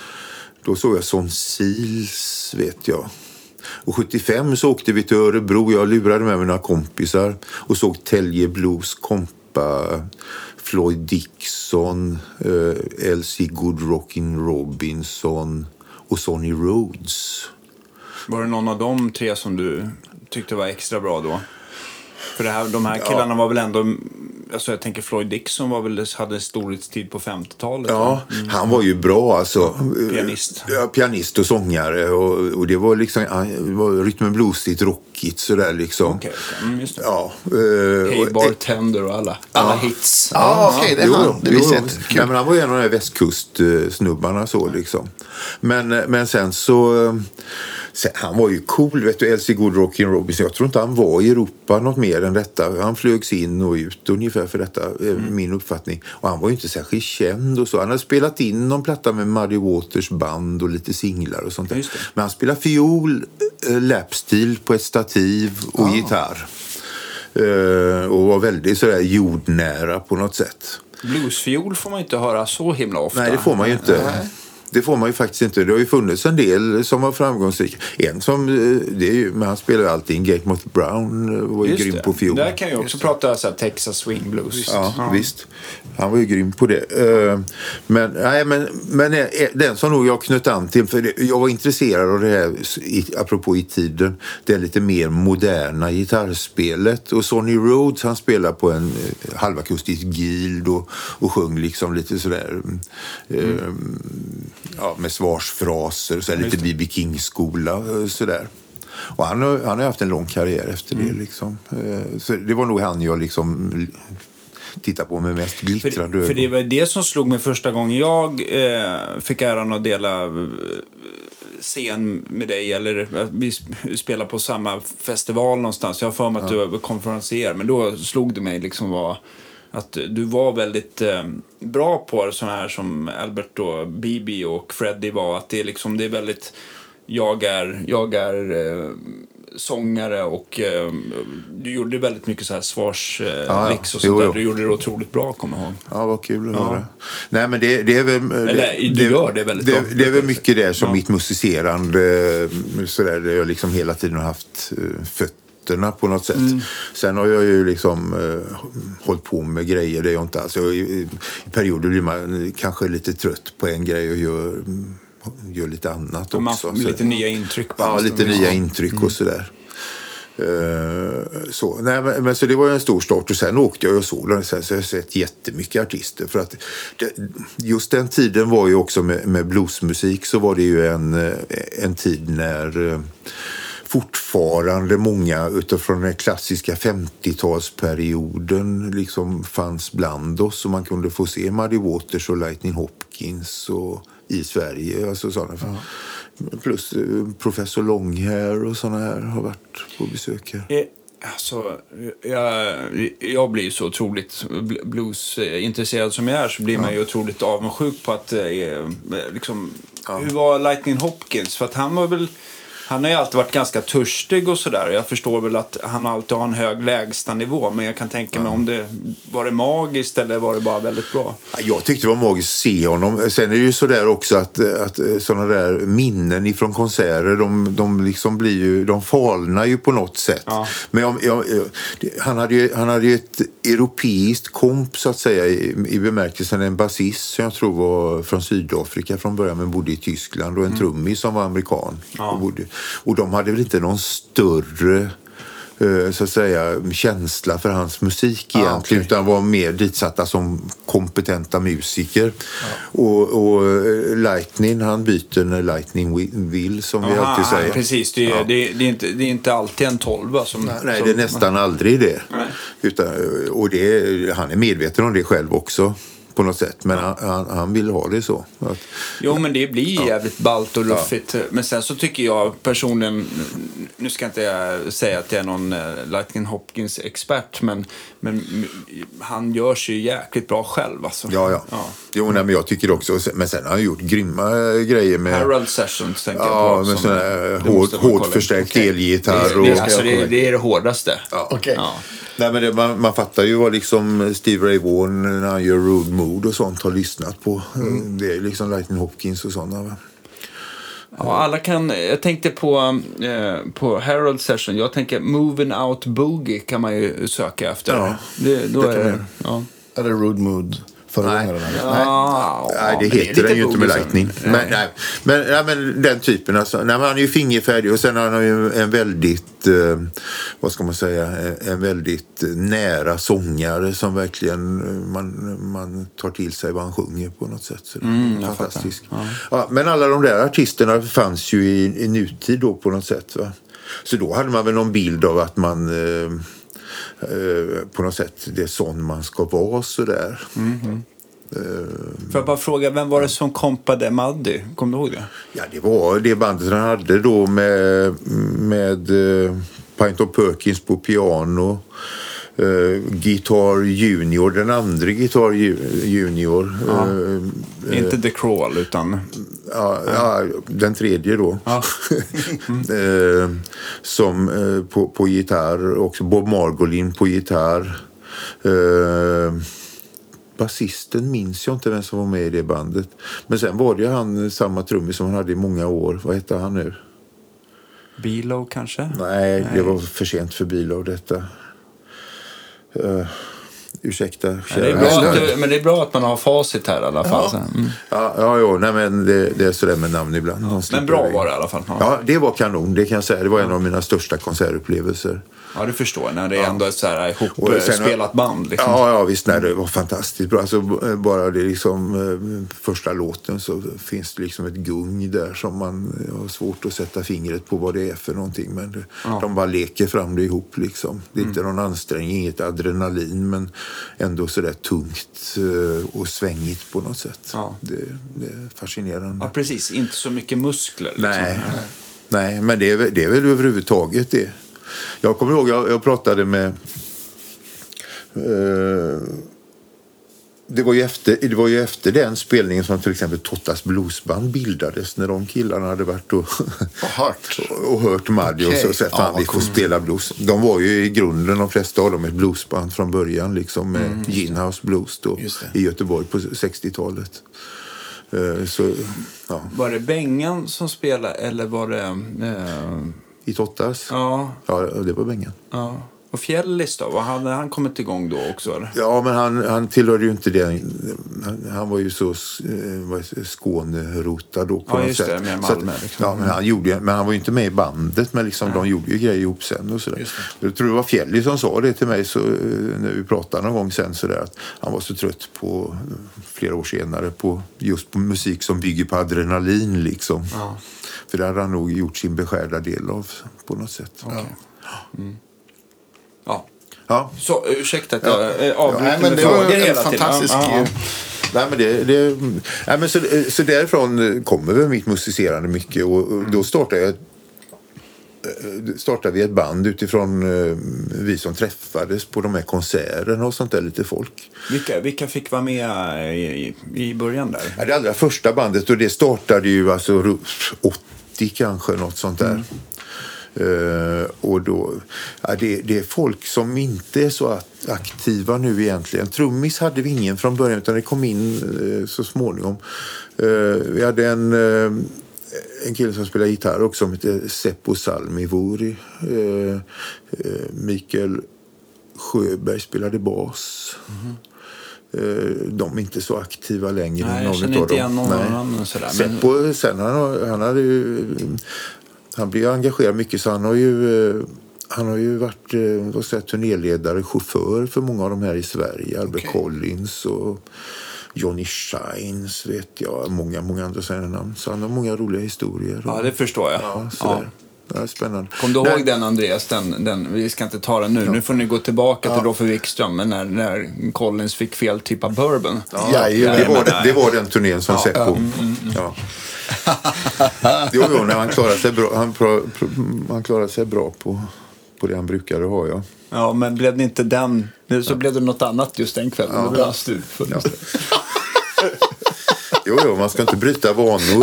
Då såg jag Son Seals, vet jag. Och sjuttiofem så åkte vi till Örebro. Jag lurade med mina kompisar och såg Telge Blues kompa Floyd Dixon, uh, L C Goodrockin Robinson och Sonny Rhodes. Var det någon av de tre som du tyckte var extra bra då? För det här, de här killarna ja. var väl ändå... Alltså jag tänker Floyd Dixon var väl, hade storhetstid på femtiotalet. Ja, mm. han var ju bra alltså. Pianist. Ja, pianist och sångare. Och, och det var liksom det var rytmen bluesigt, rockigt sådär liksom. Okej, okay, mm, just det. Ja. Uh, Hey Bartender och alla, alla ja. hits. Ja, ja okej, okay, det är han. Det visste inte. Nej, men han var ju en av de här västkustsnubbarna så liksom. Men, men sen så... Sen, han var ju cool, vet du, L C Goodrockin Robinson. Jag tror inte han var i Europa något mer än detta. Han flögs in och ut ungefär för detta, mm. min uppfattning. Och han var ju inte särskilt känd och så. Han hade spelat in någon platta med Muddy Waters band och lite singlar och sånt där. Men han spelade fiol, äh, lapstil på ett stativ och ah. gitarr. Uh, och var väldigt sådär jordnära på något sätt. Bluesfiol får man inte höra så himla ofta. Nej, det får man ju inte. Nej. Det får man ju faktiskt inte. Det har ju funnits en del som var framgångsrika. En som, det är ju, men han spelar ju alltid. Gatemouth Brown var ju Just grym det. på fiol. Där kan jag också prata så här, Texas Swing Blues. Ja, ja, visst. Han var ju grym på det. Men, nej, men, men den som nog jag knöt an till, för jag var intresserad av det här, apropå i tiden, det är lite mer moderna gitarrspelet. Och Sonny Rhodes, han spelar på en halvakustisk guild och, och sjöng liksom lite sådär... Mm. Ja, med svarsfraser, så här, lite B B King-skola sådär. Och han har, han har haft en lång karriär efter det. Mm. Liksom. Så det var nog han jag liksom tittade på med mest glittrande ögon. För det var det som slog mig första gången jag eh, fick äran att dela scen med dig, eller vi spelade på samma festival någonstans. Jag har för mig att ja. du var konferenser, men då slog det mig liksom var... att du var väldigt eh, bra på det, sådana här som Albert och Bibi och Freddie var, att det är liksom, det är väldigt, jag är jag är eh, sångare och eh, du gjorde väldigt mycket så här svars eh, ja, licks och sånt där. Du gjorde det otroligt bra, kommer jag ihåg. Ja, vad kul att höra. Nej, men det, det är väl Eller, det, du gör det väldigt det, bra. Det är väl mycket där som ja. mitt musicerande sådär, där jag liksom hela tiden har haft uh, fött på något sätt. Mm. Sen har jag ju liksom eh, hållit på med grejer där jag inte alls. I, i perioder blir man kanske lite trött på en grej och gör, gör lite annat man, också. Lite så. Nya intryck. Ja, lite nya ja. intryck mm. och sådär. Uh, så. Nej, men, men så det var en stor start och sen åkte jag och såg den, så jag har sett jättemycket artister för att det, just den tiden var ju också med, med bluesmusik, så var det ju en, en tid när uh, fortfarande många utifrån den klassiska femtiotalsperioden liksom fanns bland oss, och man kunde få se Muddy Waters och Lightning Hopkins och i Sverige, alltså sådana. Ja. Plus professor Longhair och sådana här har varit på besök här. Eh, alltså, jag, jag blir så otroligt bluesintresserad som jag är, så blir ja. man ju otroligt avundsjuk på att eh, liksom, ja. hur var Lightning Hopkins? För att han var väl Han har ju alltid varit ganska törstig och sådär. Jag förstår väl att han alltid har en hög lägsta nivå. Men jag kan tänka mig om det var det magiskt eller var det bara väldigt bra. Jag tyckte det var magiskt att se honom. Sen är det ju sådär också att, att sådana där minnen ifrån konserter, de, de liksom blir ju, de falnar ju på något sätt. Ja. Men jag, jag, han, hade ju, han hade ju ett europeiskt komp så att säga i, i bemärkelsen, en basist som jag tror var från Sydafrika från början men bodde i Tyskland, och en mm. trummis som var amerikan. Ja. Och bodde Och de hade väl inte någon större så att säga känsla för hans musik egentligen, ah, okay. utan var mer ditsatta som kompetenta musiker. Ah. Och, och Lightning, han byter när Lightning vill, som Aha, vi alltid säger. Precis, det är, ja. det, det, är inte, det är inte alltid en tolva som... Nej, nej som, det är nästan man... aldrig det. Utan, och det, han är medveten om det själv också. På något sätt, men han, han, han vill ha det så. Att, jo, men det blir jävligt ja. ballt och luffigt. Ja. Men sen så tycker jag personligen, nu ska inte jag säga att jag är någon Lightning Hopkins-expert, men, men han gör sig ju jäkligt bra själv. Alltså. Ja, ja. ja. Jo, nej, men jag tycker också, men sen har han gjort grymma grejer med... Herald Sessions, tänker ja, jag på. Ja, med sån här hårt, hårt förstärkt okay. elgitarr. Det, det, alltså, det, det är det hårdaste. Ja. Okay. Ja. Nej, men det, man, man fattar ju vad liksom Steve Ray Vaughan när han gör Rude Mood och sånt har lyssnat på. Mm. Det är liksom Lightning Hopkins och sådana. Va? Ja, alla kan, jag tänkte på, eh, på Herald Session, jag tänker Moving Out Boogie kan man ju söka efter. Ja, det, då det är det, ja. Är det Rude Mood? Nej. Ja, nej. nej, det heter det den ju inte med Lightning. Men, nej. Men, nej, men den typen, alltså, nej, men han är ju fingerfärdig, och sen har han ju en väldigt, eh, vad ska man säga, en väldigt nära sångare som verkligen man, man tar till sig vad han sjunger på något sätt. Så mm, fantastiskt. Ja. Ja, men alla de där artisterna fanns ju i, i nutid då på något sätt. Va? Så då hade man väl någon bild av att man... Eh, på något sätt det är sån man ska vara sådär. Mm-hmm. Uh, Får jag bara fråga, vem var det som kompade Muddy? Kommer du ihåg det? Ja, det var det bandet han hade då med, med uh, Pint of Perkins på piano, uh, Guitar Junior, den andra Guitar Junior. Ja. Uh, Inte The Crawl utan... Ja, ja, den tredje då. Ja. Mm. eh, som eh, på, på gitarr, också Bob Margolin på gitarr. Eh, basisten minns jag inte vem som var med i det bandet. Men sen var det han, samma trummis som han hade i många år. Vad heter han nu? Bilo kanske? Nej, Nej. det var för sent för Bilo detta. Uh, ursäkta. Men det, är bra att du, men det är bra att man har facit här i alla fall. Ja, mm. ja, ja, ja nej, men det, det är sådär med namn ibland. Ja, men bra var det i alla fall. Ja. ja, det var kanon, det kan jag säga. Det var en av mina största konsertupplevelser. Ja, du förstår. När det är ändå ett så här ihopspelat band. Liksom. Ja, ja, visst. Nej, det var fantastiskt bra. Alltså, bara det liksom, första låten så finns det liksom ett gung där som man har svårt att sätta fingret på vad det är för någonting. Men det, ja. de bara leker fram det ihop liksom. Det är mm. inte någon ansträngning, inget adrenalin, men ändå så där tungt och svängigt på något sätt. Ja. Det, det är fascinerande. Ja, precis. Inte så mycket muskler. Liksom. Nej. Nej, men det är, det är väl överhuvudtaget det. Jag kommer ihåg, jag, jag pratade med eh, det, var ju efter, det var ju efter den spelningen som till exempel Tottas bluesband bildades, när de killarna hade varit och, och hört och hört Maddy okay. och så, så att fan, ja, vi får spela blues. De var ju i grunden, de flesta av dem, ett bluesband från början liksom, med mm, Ginhouse Blues då, i Göteborg på sextiotalet. Eh, så, ja. Var det Bengan som spelade eller var det... Eh... I Tottas? Ja. Ja, det var Bengan. Ja. Och Fjällis då? Vad hade han kommit igång då också? Eller? Ja, men han, han tillhörde ju inte det. Han, han var ju så eh, Skånerotad då på ja, något just sätt. Det, med Malmö, att, liksom. Ja, men han, gjorde, men han var ju inte med i bandet, men liksom, de gjorde ju grejer ihop sen och sådär. Jag tror det var Fjällis som sa det till mig så, när vi pratade någon gång sen sådär, att han var så trött på flera år senare på just på musik som bygger på adrenalin liksom. Ja. För det hade han nog gjort sin beskärda del av på något sätt. Okay. Mm. Ja. Ja. Så ursäkta att jag ja. avbryter ja, men det var en fantastisk... Ja, ja. Nej, men det, det, nej, men så, så därifrån kommer väl mitt musicerande mycket. Och, och då startade jag startade vi ett band utifrån uh, vi som träffades på de här konserterna och sånt där, lite folk. Vilka, vilka fick vara med i, i, i början där? Ja, det allra första bandet, och det startade ju alltså åttio kanske, något sånt där. Mm. Uh, och då, ja, det, det är folk som inte är så aktiva nu egentligen. Trummis hade vi ingen från början, utan det kom in uh, så småningom. Uh, vi hade en... Uh, En kille som spelar gitarr också, som heter Seppo Salmivori. Eh, eh, Mikael Sjöberg spelade bas. Mm. Eh, de är inte så aktiva längre. Nej, jag känner inte igen någon annan. Seppo, men... sen han, han hade ju... Han blev engagerad mycket, så han har ju... Han har ju varit vad ska jag, turnéledare, chaufför för många av de här i Sverige. Albert okay. Collins och... Johnny Shines, vet jag, många, många andra sådana namn. Så han har många roliga historier. Ja, det förstår jag. Ja, sådär. Ja. Det är spännande. Kom du ihåg Nej. den, Andreas? Den, den, vi ska inte ta den nu. Ja. Nu får ni gå tillbaka ja. till Roffe Wikström. Men när, när Collins fick fel typ av bourbon. Ja, ja, ja, det, var, det, det var den turnén som ja. Seppo. Ja. Mm, mm, mm. Ja. jo, jo, när han klarade sig bra, han, pro, pro, han klarade sig bra på, på det han brukade ha, ja. Ja, men blev det inte den... Så ja. blev det något annat just den kvällen. Ja. Det var slut för ja. Jo, jo, man ska inte bryta vanor.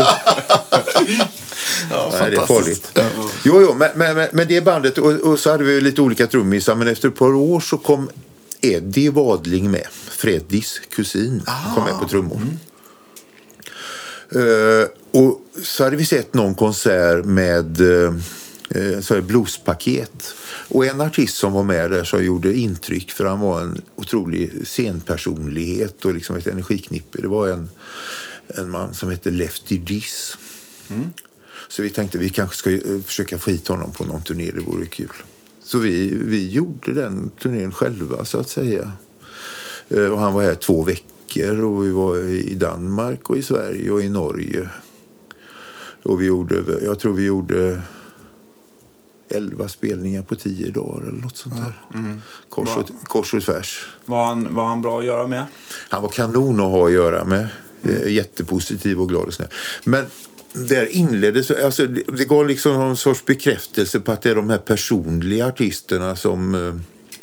Ja, nej, det är farligt. Ja. Jo, jo, men, men, men det bandet, och, och så hade vi lite olika trummisar, men efter ett par år så kom Eddie Wadling med. Freddys kusin ah. kom med på trummor. Mm. Uh, och så hade vi sett någon konsert med uh, så här bluespaket. Och en artist som var med där så gjorde intryck, för han var en otrolig scenpersonlighet och liksom ett energiknippe. Det var en, en man som hette Lefty Diss. Mm. Så vi tänkte vi kanske ska försöka få hit honom på någon turné, det vore kul. Så vi, vi gjorde den turnén själva så att säga. Och han var här två veckor och vi var i Danmark och i Sverige och i Norge. Och vi gjorde, jag tror vi gjorde... elva spelningar på tio dagar eller något sånt där. Mm. Kors, och, kors och tvärs. Var han, var han bra att göra med? Han var kanon att ha att göra med. Mm. Jättepositiv och glad och sådär. Men där inleddes, alltså, det gav liksom någon sorts bekräftelse på att det är de här personliga artisterna som,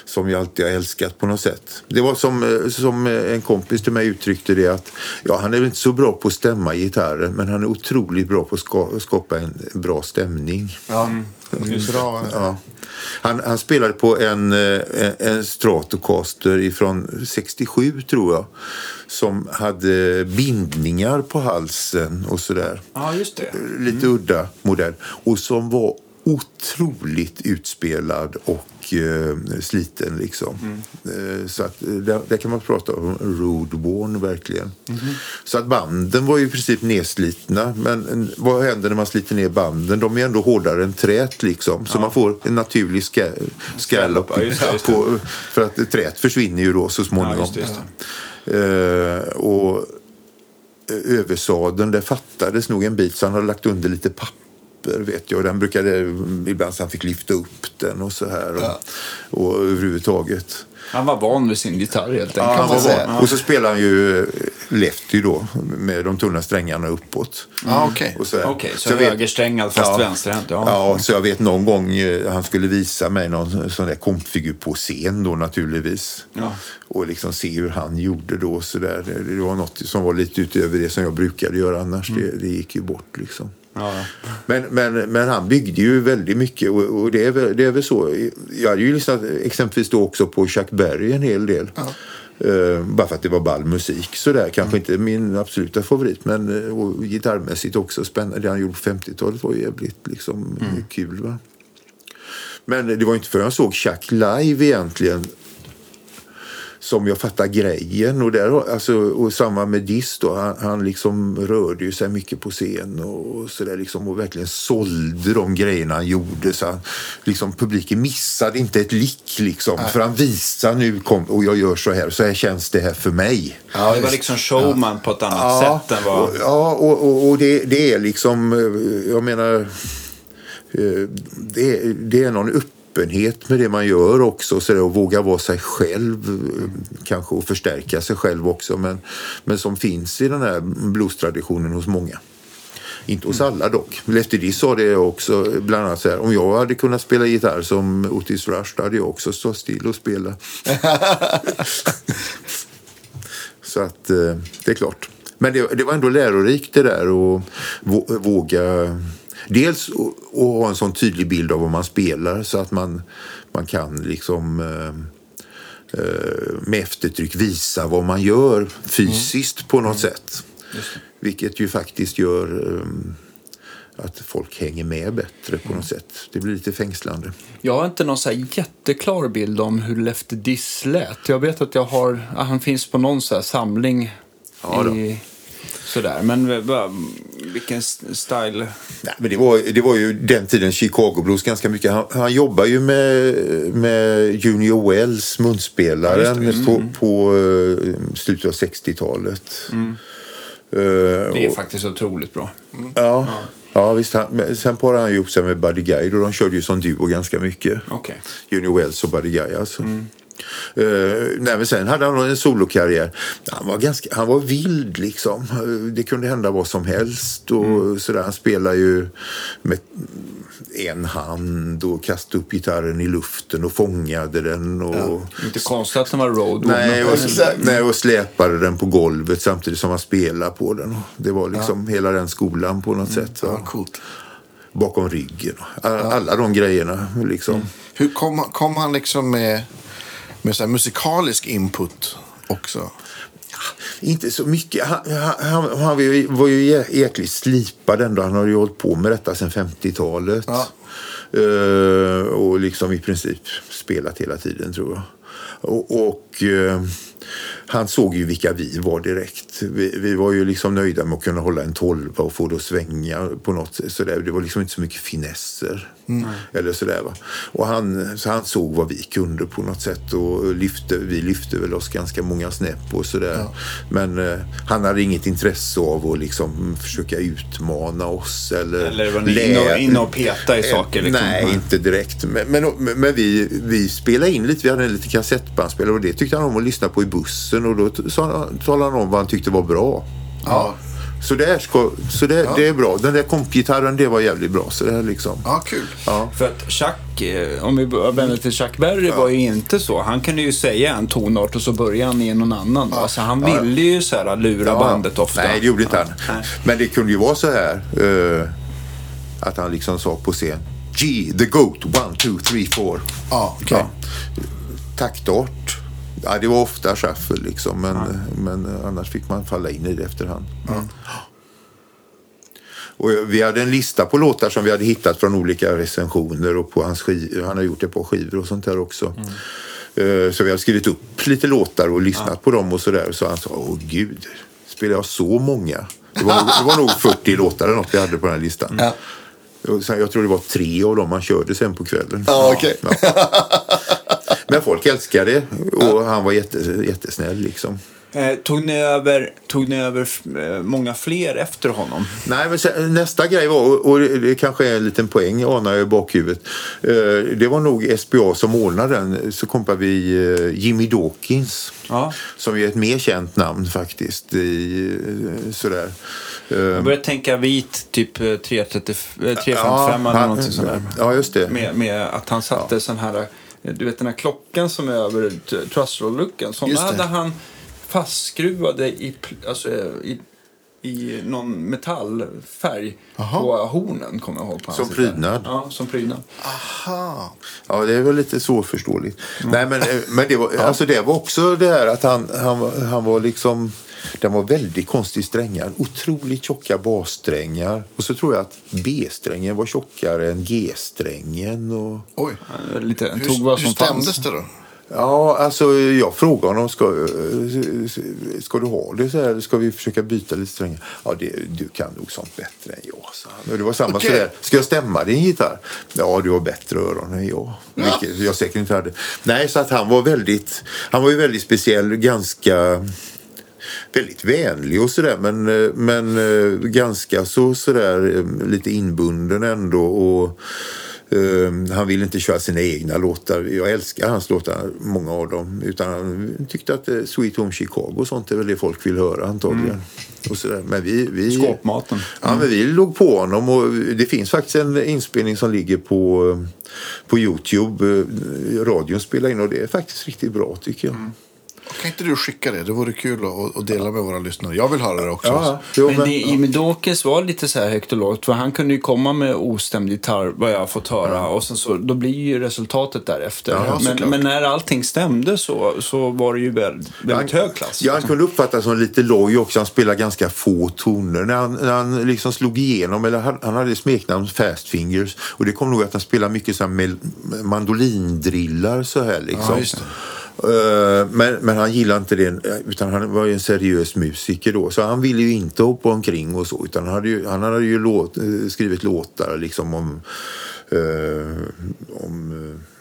som jag alltid har älskat på något sätt. Det var som, som en kompis till mig uttryckte det att ja, han är inte så bra på att stämma gitarren, men han är otroligt bra på att ska, skapa en bra stämning. Ja, mm. bra. Ja. Han, han spelade på en, en, en Stratocaster ifrån sextiosju tror jag, som hade bindningar på halsen och sådär. Ja, just det. Lite mm. udda modell. Och som var otroligt utspelad och eh, sliten liksom. Mm. Eh, så att där, där kan man prata om roadworn verkligen. Mm. Så att banden var ju i princip nedslitna, men vad händer när man sliter ner banden? De är ändå hårdare än trät liksom. Så ja. man får en naturlig ska, scallop ja, just det, just det. På, för att trät försvinner ju då så småningom. Ja, just det, just det. Eh, och översadeln, där fattades nog en bit, så han hade lagt under lite papper, vet jag, och den brukade ibland så han fick lyfta upp den och så här och, ja. och överhuvudtaget. Han var van vid sin gitarr helt enkelt. Ja, han var van. Och så spelade han ju lefty då med de tunna strängarna uppåt. Ja, okej. Okay. Så, okay, så, så högersträngad fast ja, vänsterhänt. Ja. ja, så jag vet någon gång han skulle visa mig någon sån där kompfigur på scen då naturligtvis. Ja. Och liksom se hur han gjorde då så där. Det var något som var lite utöver det som jag brukade göra annars. Mm. Det, det gick ju bort liksom. Ja. Men, men, men han byggde ju väldigt mycket och, och det, är väl, det är väl så. Jag hade ju lyssnat exempelvis då också på Chuck Berry en hel del. Ja. Uh, bara för att det var ball musik så där. Kanske mm. inte min absoluta favorit, men och gitarrmässigt också spännande. Det han gjorde på femtiotalet var ju jävligt liksom, mm. kul va. Men det var inte för jag såg Chuck live egentligen som jag fattar grejen och där alltså och samma med Diss då, han, han liksom rörde ju sig mycket på scen och så där liksom och verkligen sålde de grejerna han gjorde så han, liksom publiken missade inte ett lick liksom. Nej. För han visade nu kom och jag gör så här så här känns det här för mig. Ja, det var liksom showman ja. på ett annat ja, sätt än vad... och, ja och, och, och det, det är liksom jag menar det, det är någon upp öppenhet med det man gör också så där, och våga vara sig själv mm. kanske och förstärka sig själv också men, men som finns i den här bluestraditionen hos många. Inte hos alla dock. Lefty Diss sa det också bland annat så här, om jag hade kunnat spela gitarr som Otis Rush hade jag också stått still och spela. Så att det är klart. Men det, det var ändå lärorikt det där och våga dels att ha en sån tydlig bild av vad man spelar så att man, man kan liksom eh, med eftertryck visa vad man gör fysiskt mm. på något mm. sätt. Vilket ju faktiskt gör eh, att folk hänger med bättre på mm. något sätt. Det blir lite fängslande. Jag har inte någon så här jätteklar bild om hur Lefty Diss lät. Jag vet att jag har, han finns på någon så här samling ja, i... Sådär, men vilken style? Nej, men det var, det var ju den tiden Chicago Blues ganska mycket. Han, han jobbar ju med, med Junior Wells, munspelaren, ja, mm. på, på uh, slutet av sextiotalet. Mm. Uh, det är och, faktiskt otroligt bra. Mm. Ja, ja. ja, visst. Han, sen parade han ihop sig med Buddy Guy och de körde ju som duo ganska mycket. Okay. Junior Wells och Buddy Guy alltså. Mm. Uh, nej, men sen hade han en solokarriär. Han var ganska, han var vild liksom. Det kunde hända vad som helst och mm. sådär. Han spelar ju med en hand och kastade upp gitarren i luften och fångade den och ja, inte konstigt att den var road. Nej, och, nej, och släpade den på golvet samtidigt som han spelade på den. Det var liksom ja. hela den skolan på något mm. sätt. Ja, coolt. Bakom ryggen. Alla, ja. alla de grejerna liksom. Mm. Hur kom, kom han liksom med med så här musikalisk input också? Inte så mycket. Han, han, han var ju, var ju jäkligt slipad ändå. Han har ju hållit på med detta sedan femtiotalet. Ja. Uh, och liksom i princip spelat hela tiden tror jag. Och, och uh, han såg ju vilka vi var direkt. Vi, vi var ju liksom nöjda med att kunna hålla en tolva och få det att svänga på något sätt. Så där. Det var liksom inte så mycket finesser. Mm. Eller sådär va. Och han, så han såg vad vi kunde på något sätt. Och lyfte, vi lyfte väl oss ganska många snäpp och sådär. Ja. Men eh, han hade inget intresse av att liksom försöka utmana oss. Eller, eller var ni lä- in, och, in och peta i saker? Liksom. Nej, inte direkt. Men, men, men vi, vi spelade in lite. Vi hade en lite kassettbandspelare och det tyckte han om att lyssna på i bussen. Och då talade han om vad han tyckte var bra. Ja. Så, det är, så det, ja. det är bra. Den där kompgitarren, det var jävligt bra. Så det är liksom... Ja, kul. Ja. För att Chuck Chuck, om vi vänder till Chuck Berry, ja. var ju inte så. Han kunde ju säga en tonart och så började han i någon annan. Ja. Alltså han ja. ville ju så här lura ja. bandet ofta. Nej, det gjorde inte ja. han. Nej. Men det kunde ju vara så här uh, att han liksom sa på scen G, the goat, one, two, three, four. Ja, okej. Okay. Ja. Taktart. Ja, det var ofta shuffle liksom, men, ja. men annars fick man falla in i det efterhand. Mm. Och vi hade en lista på låtar som vi hade hittat från olika recensioner och på hans skiv, han har gjort det på skivor och sånt där också. Mm. Så vi har skrivit upp lite låtar och lyssnat ja. på dem och sådär. Så han sa, åh gud, spelar jag så många? Det var, det var nog fyrtio låtar eller något vi hade på den här listan. Ja. Jag tror det var tre av dem man körde sen på kvällen. Ja, okej. Okay. Ja. Men folk älskade det och han var jätte, jättesnäll liksom. Eh, tog, ni över, tog ni över eh, många fler efter honom? Nej, men sen, nästa grej var, och det, det kanske är en liten poäng, anar jag i bakhuvudet. Eh, det var nog S B A som ordnade den. Så kompade vi eh, Jimmy Dawkins. Ja. Som är ett mer känt namn faktiskt. I, eh, sådär. Eh, jag började tänka vit, typ tre femtiofem ja, eller han, någonting sådär. Ja, just det. Med, med att han satte ja. sån här, du vet den här klockan som är över trussroll-luckan. Sån hade han fastskruvade i, alltså, i, i någon metallfärg Aha. på hornen, kommer jag ihåg. På som prydnad? Ja, som prydnad. Aha. Ja, det är väl lite svårförståeligt. Mm. Nej, men, men det, var, ja. alltså, det var också det här att han, han, han var liksom... Den var väldigt konstig strängar. Otroligt tjocka bassträngar. Och så tror jag att B-strängen var tjockare än G-strängen. Och... Oj, lite, hur, tog vad som hur stämdes det då? Ja, alltså jag frågade honom, ska, ska du ha det så här? Ska vi försöka byta lite strängar? Ja, det, du kan nog sånt bättre än jag, sa han. Och det var samma okay. sådär, ska jag stämma din gitarr? Ja, du har bättre öron än jag. Ja. Vilket jag säkert inte hade. Nej, så att han var väldigt, han var ju väldigt speciell, ganska... väldigt vänlig och sådär, men, men ganska så sådär lite inbunden ändå och uh, han ville inte köra sina egna låtar. Jag älskar hans låtar, många av dem, utan han tyckte att uh, Sweet Home Chicago och sånt är väl det folk vill höra antagligen. Mm. Och sådär. Men vi, vi, skåpmaten. Mm. Ja, men vi låg på honom och det finns faktiskt en inspelning som ligger på, på YouTube. Radion spelar in och det är faktiskt riktigt bra tycker jag. Mm. Kan inte du skicka det? Det vore kul att, att dela med våra lyssnare. Jag vill höra det också. Ja, jo, men det, ja. med Dawkins var lite så här högt och lågt. För han kunde ju komma med ostämd gitarr, vad jag har fått höra. Ja. Och sen så, då blir ju resultatet därefter. Ja, men, men när allting stämde så, så var det ju väldigt, väldigt hög klass. Ja, han kunde uppfattas som lite loj också. Han spelade ganska få toner. När han, när han liksom slog igenom, eller han, han hade smeknamn Fast Fingers. Och det kom nog att han spelade mycket så här mandolindrillar så här liksom. Ja, just det. Men, men han gillade inte det, utan han var ju en seriös musiker då, så han ville ju inte hoppa omkring och så, utan han hade ju, han hade ju låt, skrivit låtar liksom om eh, om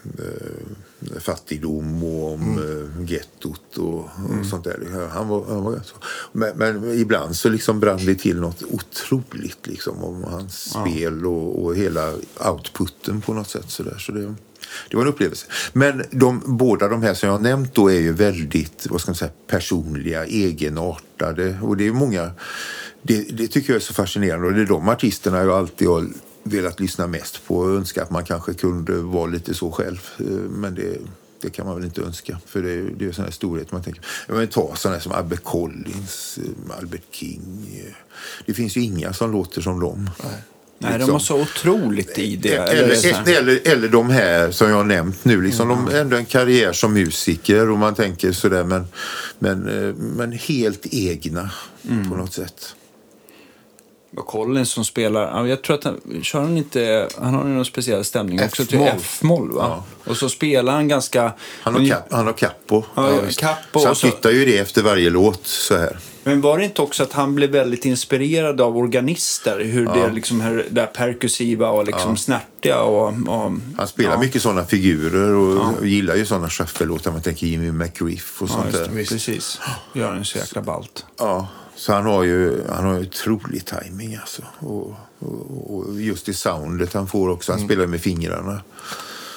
eh, fattigdom och om mm. eh, gettot och, och mm. sånt där. Han var, han var så. Men, men ibland så liksom brann det till något otroligt liksom om hans ja. spel och, och hela outputen på något sätt så där, så det Det var en upplevelse. Men de, båda de här som jag har nämnt då är ju väldigt, vad ska man säga, personliga, egenartade. Och det är många, det, det tycker jag är så fascinerande. Och det är de artisterna jag alltid har velat lyssna mest på och önska att man kanske kunde vara lite så själv. Men det, det kan man väl inte önska. För det, det är sån här storhet man tänker. Jag vill ta sådana som Albert Collins, Albert King. Det finns ju inga som låter som dem. Nej. Nej, de var så otroligt i det. Eller, eller, eller, eller de här som jag har nämnt nu. Liksom, mm. De har ändå en karriär som musiker och man tänker sådär, men, men, men helt egna mm. på något sätt. Och Collins som spelar, jag tror att han kör han inte, han har någon speciell stämning också till F-moll, va? Ja. Och så spelar han ganska... Han har, cap, han har capo. Ja, capo. Så han flyttar ju det efter varje låt så här. Men var det inte också att han blev väldigt inspirerad av organister? Hur ja. det liksom här, det perkussiva och liksom ja. snärtiga och, och... Han spelar ja. mycket sådana figurer och, ja. och gillar ju sådana shuffle-låtar. Man tänker Jimmy McGriff och ja, sånt där. Precis. Gör en så jäkla ballt. Ja. Så han har ju han har ju otrolig timing alltså. Och, och, och just i soundet han får också. Han mm. spelar med fingrarna.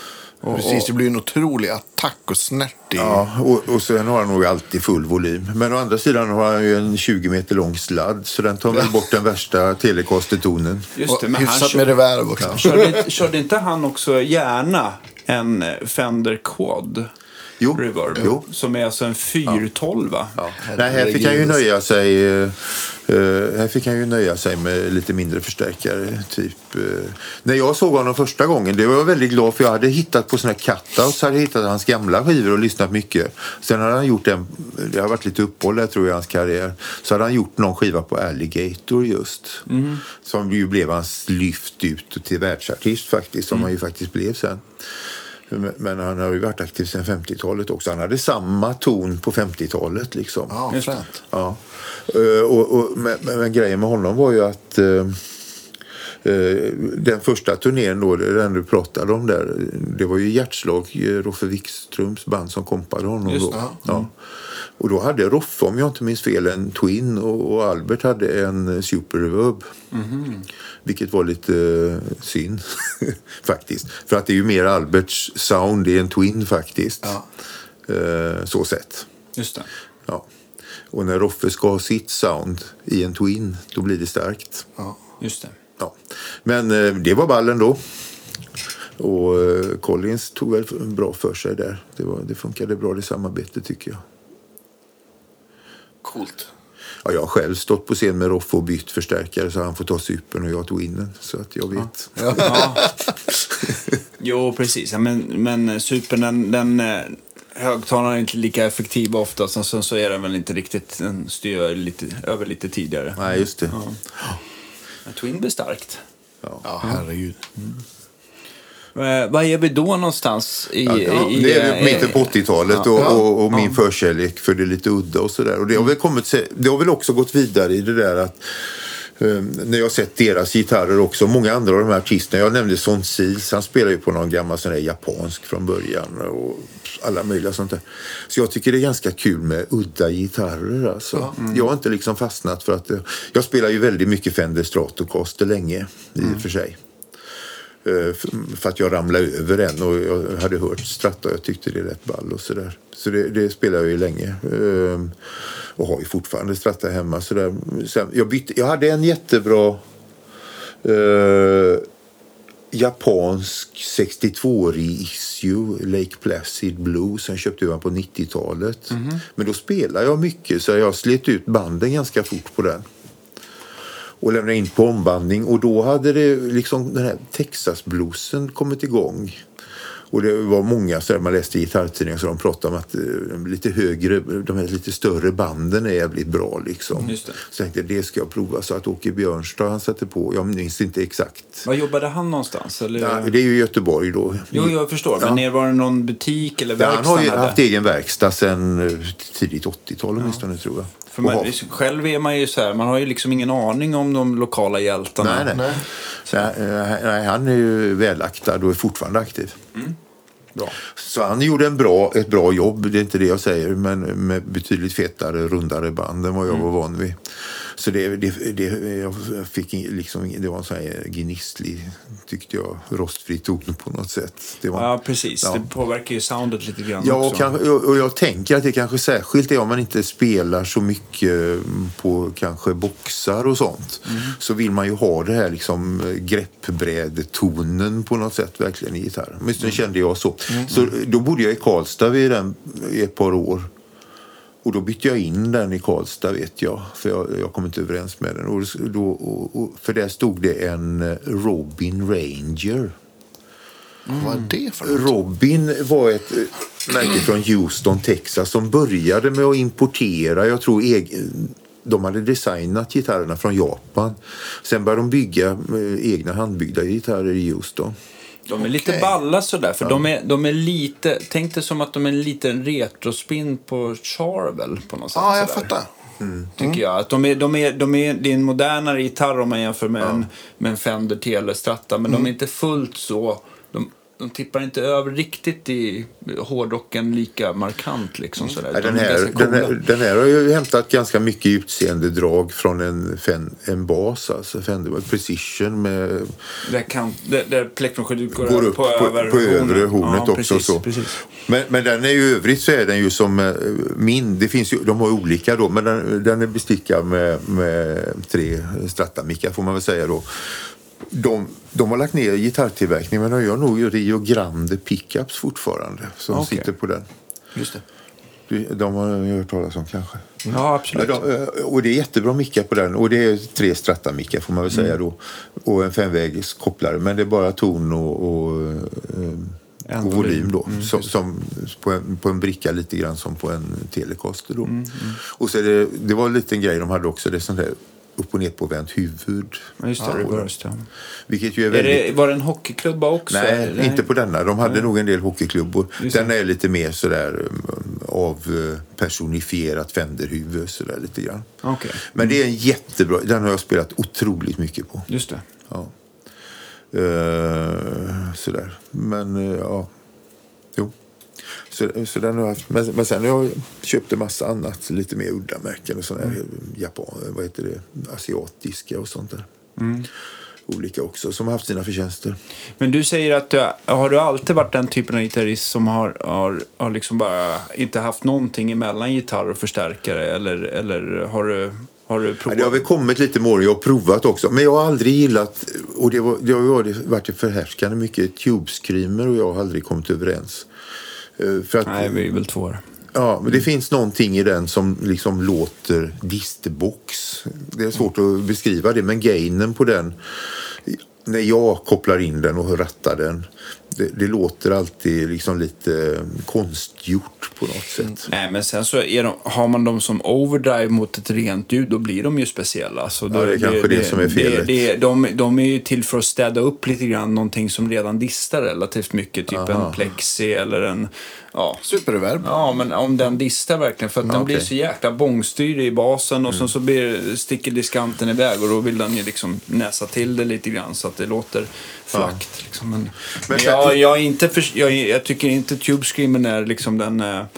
Och, Precis, det blir en otrolig attack och snärtig. Ja, och, och sen har han nog alltid full volym. Men å andra sidan har han ju en tjugo meter lång sladd, så den tar väl bort den värsta Telecaster-tonen. Just det, Och men hyfsat han kör, med reverb också. körde, körde inte han också gärna en Fender Quad Jo, Reverb? jo. Som är alltså en fyrtolv, va? Ja. Nej, här fick han ju nöja sig uh, här fick han ju nöja sig med lite mindre förstärkare typ. Uh, när jag såg honom första gången, det var jag väldigt glad för jag hade hittat på såna här cutouts, hade hittat hans gamla skivor och lyssnat mycket. Sen hade han gjort en, det har varit lite uppehåll där tror jag i hans karriär, så hade han gjort någon skiva på Alligator just. Mm. Som ju blev hans lyft ut till världsartist faktiskt, som mm. han ju faktiskt blev sen. Men han har ju varit aktiv sedan femtiotalet också. Han hade samma ton på femtiotalet liksom. Ja, fränt. Ja. Och, och, men, men grejen med honom var ju att uh, uh, den första turnén då, den du pratade om där, det var ju Hjärtslag, Roffe Wikströms band som kompade honom. Just, då. ja. Ja. Mm. Och då hade Roffe, om jag inte minns fel, en Twin och, och Albert hade en Super Reverb. Mm. Vilket var lite uh, synd faktiskt. För att det är ju mer Alberts sound i en Twin faktiskt. Ja. Uh, så sett. Just det. Ja. Och när Roffe ska ha sitt sound i en Twin, då blir det starkt. Ja. Just det. Ja. Men uh, det var ballen då. Och uh, Collins tog väl bra för sig där. Det, var, det funkade bra, det samarbetet tycker jag. Coolt. Ja, jag har själv stått på scen med Roffe och bytt förstärkare, så han får ta supern och jag tog in den. Så att jag vet. Ja. Ja. Jo, precis. Ja, men, men supern, den, den högtalaren är inte lika effektiv ofta. Sen så, så är den väl inte riktigt, den styr lite, över lite tidigare. Nej, just det. Ja. Ja. Twin blir starkt. Ja, ja herregud. Mm. Eh, vad är vi då någonstans i, ja, ja. i, det är i, mitten på åttiotalet ja, och, och, och min ja. förkärlek för det lite udda och sådär. Och det har väl kommit, det har väl också gått vidare i det där att um, när jag har sett deras gitarrer också, många andra av de här artisterna, jag nämnde Son Seals, han spelar ju på någon gammal sån där japansk från början och alla möjliga sånt där. Så jag tycker det är ganska kul med udda gitarrer alltså. Ja. Mm. Jag har inte liksom fastnat för att jag spelar ju väldigt mycket Fender Stratocaster länge i och mm. för sig. För att jag ramlade över en och jag hade hört Strata och jag tyckte det är rätt ball och sådär. Så det, det spelar jag ju länge. Och har ju fortfarande Strata hemma. Sådär. Sen, jag, bytte, jag hade en jättebra eh, japansk sextiotvå-rig issue, Lake Placid Blue, som köpte jag på nittiotalet. Mm-hmm. Men då spelade jag mycket så jag slet ut banden ganska fort på den. Och lämnade in på ombandning. Och då hade det liksom den här Texas bluesen kommit igång. Och det var många så där man läste i gitarrtidningar så de pratade om att uh, lite högre, de här lite större banden är jävligt bra liksom. Just det. Så jag tänkte det ska jag prova. Så att Åke Björnstad han satte på, jag minns inte exakt. Var jobbade han någonstans? Eller? Ja, det är ju Göteborg då. Jo, jag förstår. Men ja. Var det någon butik eller verkstad? Ja, han har ju haft egen verkstad sedan tidigt åttiotal åtminstone ja. tror jag. För man, själv är man ju så här, man har ju liksom ingen aning om de lokala hjältarna. Nej, nej. nej. nej han är ju välaktad och är fortfarande aktiv. Mm. Bra. Så han gjorde en bra, ett bra jobb, det är inte det jag säger, men med betydligt fetare, rundare band än vad jag mm. var van vid. Så det, det, det, jag fick liksom, det var en sån här gnistlig, tyckte jag, rostfri ton på något sätt. Det var, ja, precis. Ja. Det påverkar ju soundet lite grann ja, också. Och, kanske, och jag tänker att det kanske särskilt är om man inte spelar så mycket på kanske boxar och sånt. Mm. Så vill man ju ha det här liksom greppbrädtonen på något sätt verkligen i gitarren. Men mm. kände jag så. Mm. Så då bodde jag i Karlstad vid den i ett par år. Och då bytte jag in den i Karlstad, vet jag. För jag, jag kom inte överens med den. Och då, och, och, för där stod det en Robin Ranger. Mm. Vad är det för något? Robin var ett märke från Houston, Texas som började med att importera. Jag tror egen, de hade designat gitarrerna från Japan. Sen började de bygga egna handbyggda gitarrer i Houston. De är lite okay. balla sådär, för ja. de, är, de är lite, tänk dig som att de är en liten retrospin på Charvel på något sätt. Ja, jag fattar. Mm. Tycker jag. Att de är, de är, de är, det är en modernare gitarr om man jämför med, ja. en, med en Fender Tele Strata, men mm. de är inte fullt så, de, de tippar inte över riktigt i hårdrocken lika markant liksom sådär. Ja, den, De är här, ganska den, coola. här, den här har ju hämtat ganska mycket utseendedrag från en, en, en bas, alltså Fender Precision med... Där, kan, där, där plektrumskyddet går, går upp på, på, över på övre hornet ja, också. precis, Så. Precis. Men, men den är ju i övrigt så är den ju som eh, min, det finns ju, de har ju olika då, men den, den är bestickad med, med tre Strata-mickar får man väl säga då. De, de har lagt ner gitarrtillverkning, men de gör nog Rio Grande pickups fortfarande som Okay. sitter på den. Just det. De, de har jag hört talas om kanske. Ja, absolut. Ja, de, och det är jättebra mickar på den. Och det är tre Strata-mickar får man väl säga då. Och en femvägs kopplare. Men det är bara ton och, och, och volym då. Mm, som, som på, en, på en bricka lite grann som på en Telecaster då. Mm, mm. Och så är det, det var en liten grej de hade också. Det är sånt där upp och ner på vänt huvud. Ja, just det, ja, reverse, ja. Vilket ju är är väldigt... det, var det en hockeyklubba också? Nej, eller? inte på denna. De hade Nej. nog en del hockeyklubbor. Just den det. är lite mer sådär av personifierat Fenderhuvud sådär lite grann. Okay. Men det är en jättebra. Den har jag spelat otroligt mycket på. Just det. Ja. Uh, sådär. Men uh, ja. Jo. Så, så den har jag haft. Men, men sen har jag köpt en massa annat. Lite mer udda märken och sådär. Mm. Japan, vad heter det? Asiatiska och sånt där. Mm. Olika också, som har haft sina förtjänster. Men du säger att du, har du alltid varit den typen av gitarrist som har, har, har liksom bara inte haft någonting emellan gitarr och förstärkare? Eller, eller har du... Har du provat? Ja, det har väl kommit lite mer, jag har provat också. Men jag har aldrig gillat, och det, var, det har ju varit förhärskande mycket Tube Screamer och jag har aldrig kommit överens. För att, Nej, vi är väl två. Ja, men det finns någonting i den som liksom låter distbox. Det är svårt att beskriva det, men gainen på den, när jag kopplar in den och rattar den, det, det låter alltid liksom lite konstgjort på något sätt. Nej, men sen så är de, har man dem som overdrive mot ett rent ljud, då blir de ju speciella. Så då, ja, det är kanske det, det som är felet. Det, det, de, de är ju till för att städa upp lite grann någonting som redan distar relativt mycket. Typ Aha. en plexi eller en... Ja. Superreverb. Ja, men om den distar verkligen. För att ja, den okay. blir så jäkla bångstyrig i basen. Och mm. sen så blir, sticker diskanten iväg. Och då vill den ju liksom näsa till det lite grann. Så att det låter flackt. Ja. Liksom. Men, men, men jag, jag, är inte för, jag, jag tycker inte Tube Screamer är liksom den...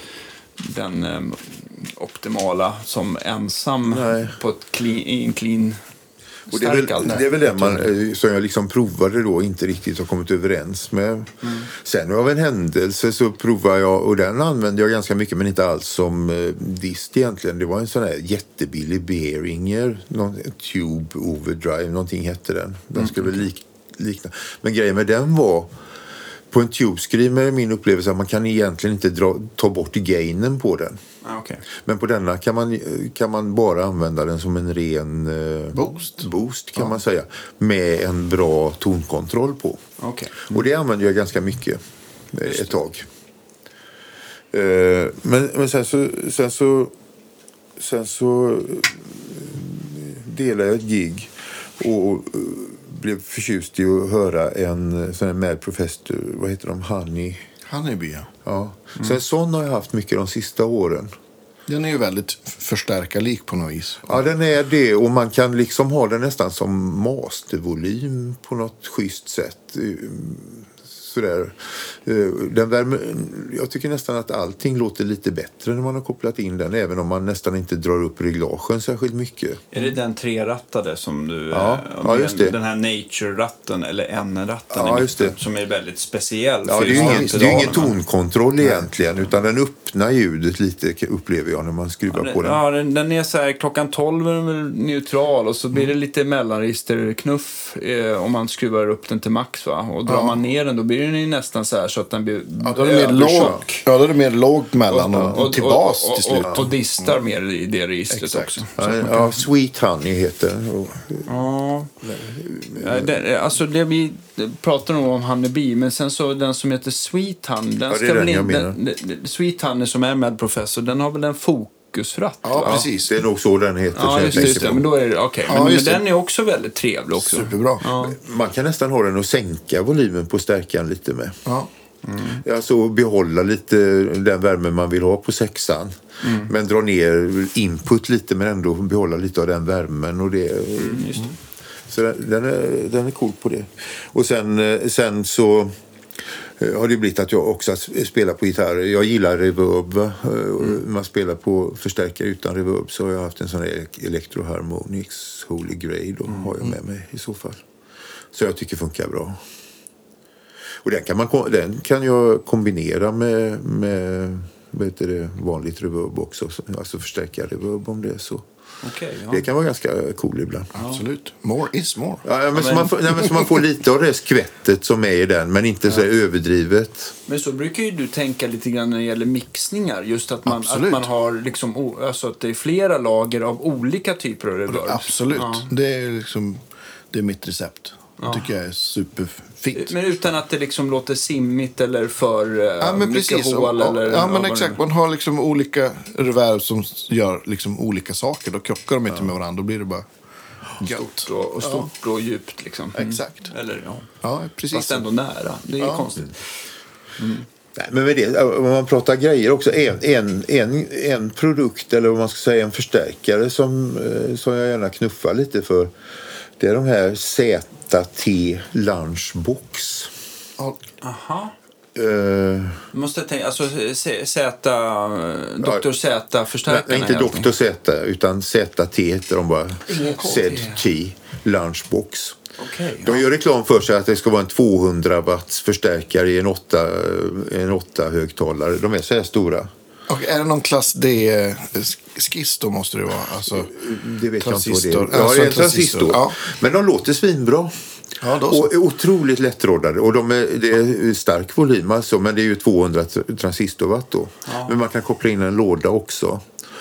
den um, optimala som ensam Nej. på ett clean, en clean och det är, väl, det är väl det man, som jag liksom provade då inte riktigt har kommit överens med. Mm. Sen av en händelse så provade jag, och den använde jag ganska mycket men inte alls som eh, dist egentligen. Det var en sån här jättebillig Behringer, någon Tube Overdrive, någonting hette den. Den mm. skulle väl lik, likna. Men grejen med den var på en Tube Screamer är min upplevelse att man kan egentligen inte dra, ta bort gainen på den. Ah, okay. Men på denna kan man, kan man bara använda den som en ren eh, boost, boost kan ja. man säga. Med en bra tonkontroll på. Okay. Mm. Och det använder jag ganska mycket eh, ett tag. Eh, men, men sen så, sen så sen så delade jag ett gig och blev förtjust i att höra en sån här Mad Professor, vad heter de? Honey. Honeybee, ja. Ja. Mm. Så en sån har jag haft mycket de sista åren. Den är ju väldigt förstärkarlik på något vis. Ja, den är det. Och man kan liksom ha den nästan som mastervolym på något schysst sätt. Sådär. Den värme, jag tycker nästan att allting låter lite bättre när man har kopplat in den. Även om man nästan inte drar upp reglagen särskilt mycket. Är det den trerattade som du... Ja, ja just det. Den här Nature-ratten eller N-ratten ja, just det. Som är väldigt speciell. Ja, det är ju ingen, det är ingen tonkontroll egentligen. Utan den öppnar ljudet lite, upplever jag, när man skruvar ja, den, på den. Ja, den, den är så här, klockan tolv är den neutral. Och så blir det lite mellanregisterknuff eh, om man skruvar upp den till max. Va? Och drar ja. man ner den, då blir den ju nästan så här så att den blir ja, då är det mer lågt. Ja, då är det mer lågt mellan och, och, och till bas och, och, till slut. Och, och distar mer i det registret Exakt. också. Ja, ja, Sweet Honey heter den. Ja. ja det, alltså det vi pratar nog om Honeybee, men sen så den som heter Sweet Honey, den ja, ska väl den in, den, den, Sweet Honey som är med Professor, den har väl en fokusratt. Ja, va? Precis. Det är nog så den heter. Ja, just, just det. Men då är det okej. Okay. Ja, men, men den är också väldigt trevlig också. Superbra. Ja. Man kan nästan ha den och sänka volymen på stärkan lite med. Ja. Mm. Alltså behålla lite den värme man vill ha på sexan. Mm. Men dra ner input lite men ändå behålla lite av den värmen. Och det, mm, just det. Så den är, den är cool på det. Och sen, sen så har det blivit att jag också spelar på gitarr. Jag gillar reverb. Va? Mm. Man spelar på förstärkare utan reverb, så har jag haft en sån här Electro Harmonix Holy Grail, då mm. har jag med mig i så fall. Så jag tycker funkar bra. Och den kan, man, den kan jag kombinera med, med vad heter det, vanligt reverb också. Alltså förstärka reverb om det är så. Okay, ja. Det kan vara ganska cool ibland. Ja. Absolut. More is more. Ja, men, ja, men... Så, man får, nej, men så man får lite av det skvättet som är i den, men inte så ja. överdrivet. Men så brukar ju du tänka lite grann när det gäller mixningar. Just att man, att man har liksom, alltså att det är flera lager av olika typer av reverb. Absolut. Ja. Det är liksom, det är mitt recept. Det tycker jag är superfint. Men utan att det liksom låter simmigt eller för ja, men precis. Hål, eller, ja, men exakt. Man har liksom olika reverb som gör liksom olika saker. Då krockar de inte ja. med varandra. Då blir det bara stort och, och, stort ja. och djupt. Liksom. Mm. Exakt. Eller, ja. Ja, precis. Fast ändå nära. Det är ja. konstigt. Mm. Nej, men med det, om man pratar grejer också, en, en, en, en produkt eller vad man ska säga, en förstärkare som, som jag gärna knuffar lite för, det är de här Z T Lunchbox. Aha. Uh, måste jag tänka, alltså Z, doktor Z förstärkarna. Nej, inte doktor Z, utan Z T heter de bara. Z T Lunchbox. Okay, de ja. gör reklam för sig att det ska vara en tvåhundra watts förstärkare i en åtta, en åtta högtalare. De är så här stora. Och är det någon klass D-skiss då måste det vara? Alltså, det vet transistor. Jag inte vad det är. Ja, det är en transistor. Ja. Men de låter svinbra. Ja, och är otroligt lättrådade. Och de är, det är stark volym alltså, men det är ju tvåhundra transistorwatt då. Ja. Men man kan koppla in en låda också.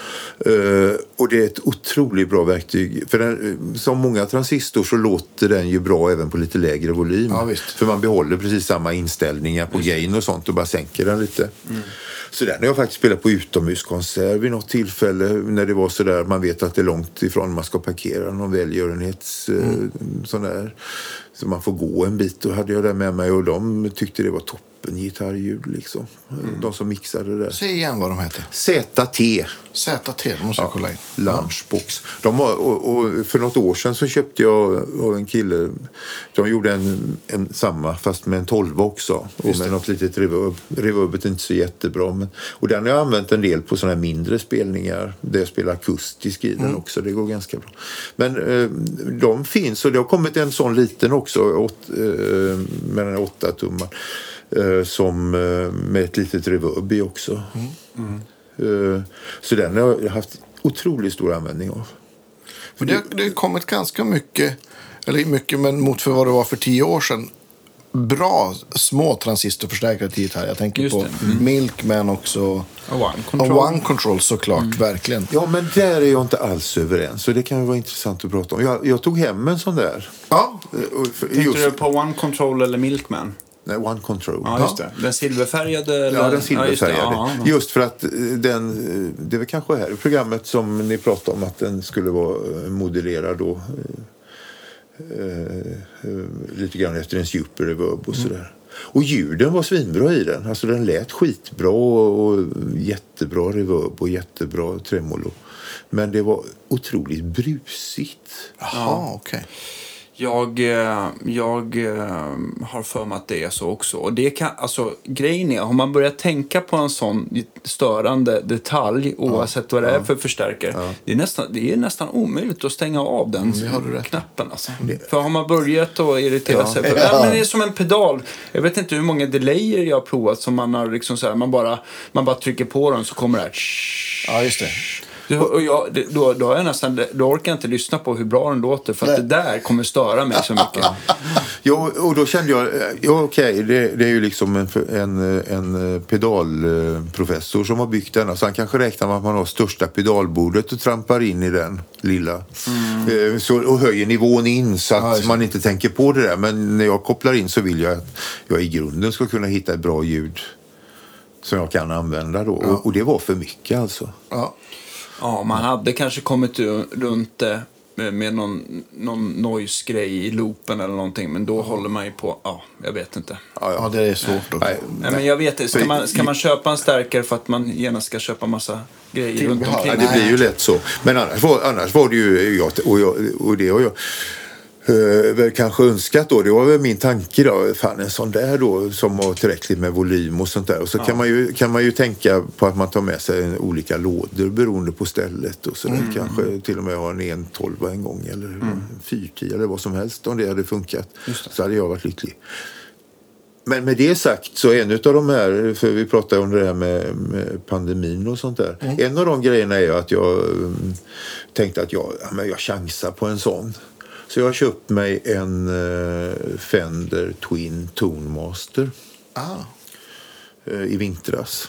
Uh, och det är ett otroligt bra verktyg. För den, som många transistor så låter den ju bra även på lite lägre volym. Ja, visst. För man behåller precis samma inställningar på gain och sånt och bara sänker den lite. Mm. Så där, när jag faktiskt spelat på utomhuskonsert vid något tillfälle när det var så där, man vet att det är långt ifrån man ska parkera någon välgörenhets mm. sån där, så man får gå en bit, och hade jag det med mig och de tyckte det var toppen gitarrljud liksom. Mm. De som mixade det där. Säg igen vad de heter. Z T. Z T, de måste jag kolla in. Lunchbox. De var, och, och för något år sedan så köpte jag av en kille, de gjorde en, en samma fast med en tolva också. Och med något litet reverb. Reverbet är inte så jättebra. Men, och den har jag använt en del på sådana här mindre spelningar. Där jag spelar akustisk i den mm. också. Det går ganska bra. Men eh, de finns, och det har kommit en sån liten också åt, eh, med en åtta tummar. Eh, som eh, med ett litet reverb i också. Mm. Mm. Uh, så den har jag haft otroligt stor användning av. För det, det har kommit ganska mycket, eller mycket, men mot för vad det var för tio år sedan, bra små transistorförstärkare till här. Jag tänker Just på mm. Milkman också. Och One Control. Och One Control såklart, mm. verkligen. Ja, men där är jag inte alls överens. Så det kan ju vara intressant att prata om. Jag, jag tog hem en sån där. Ja. Tänkte just... du på One Control eller Milkman? Nej, One Control. Ja, just det. Den silverfärgade? Eller? Ja, den silverfärgade. Ja, just, ja, just för att den, det är väl kanske här i programmet som ni pratade om att den skulle vara modellerad då. Eh, lite grann efter en super reverb och sådär. Mm. Och ljuden var svinbra i den. Alltså den lät skitbra och jättebra reverb och jättebra tremolo. Men det var otroligt brusigt. Jaha, okej. Okay. Jag, jag har för mig att det är så också. Och det kan, alltså, grejen är, om man börjar tänka på en sån störande detalj, oavsett ja, vad det är ja. för förstärkare, ja. det, är nästan, det är nästan omöjligt att stänga av den mm, knappen. Alltså. Det. För har man börjat att irritera ja. sig, för, ja. men det är som en pedal. Jag vet inte hur många delayer jag har provat som man har liksom så här, man bara, man bara trycker på den så kommer det här. Ja, just det. Och jag, då, då, är jag nästan, då orkar jag inte lyssna på hur bra den låter, för att det där kommer störa mig så mycket. Ja, och då kände jag, ja okej, okay, det, det är ju liksom en, en, en pedalprofessor som har byggt den. Så han kanske räknar med att man har största pedalbordet och trampar in i den lilla. Mm. Så, och höjer nivån in så att ja, man inte tänker på det där. Men när jag kopplar in så vill jag att jag i grunden ska kunna hitta ett bra ljud som jag kan använda då. Ja. Och, och det var för mycket alltså. Ja. Ja, man hade kanske kommit runt det med någon, någon noise-grej i loopen eller någonting, men då håller man ju på, ja, jag vet inte. Ja, ja det är svårt också. Nej, nej, men jag vet, ska man, ska man köpa en stärkare för att man genast ska köpa massa grejer till, runt omkring? Ja, det blir ju lätt så. Men annars var, annars var det ju, jag, och, jag, och det har jag, Uh, väl kanske önskat då, det var väl min tanke då, fan en sån där då som har tillräckligt med volym och sånt där. Och så ja. kan, man ju, kan man ju tänka på att man tar med sig olika lådor beroende på stället och så där. Mm. Kanske till och med ha en en tolv en gång eller mm. en fyrtio eller vad som helst om det hade funkat. Så hade jag varit lycklig. Men med det sagt så en av de här, för vi pratade om det här med, med pandemin och sånt där. Mm. En av de grejerna är att jag um, tänkte att jag, ja, men jag chansar på en sån. Så jag har köpt mig en uh, Fender Twin Tone Master ah. uh, i vintras.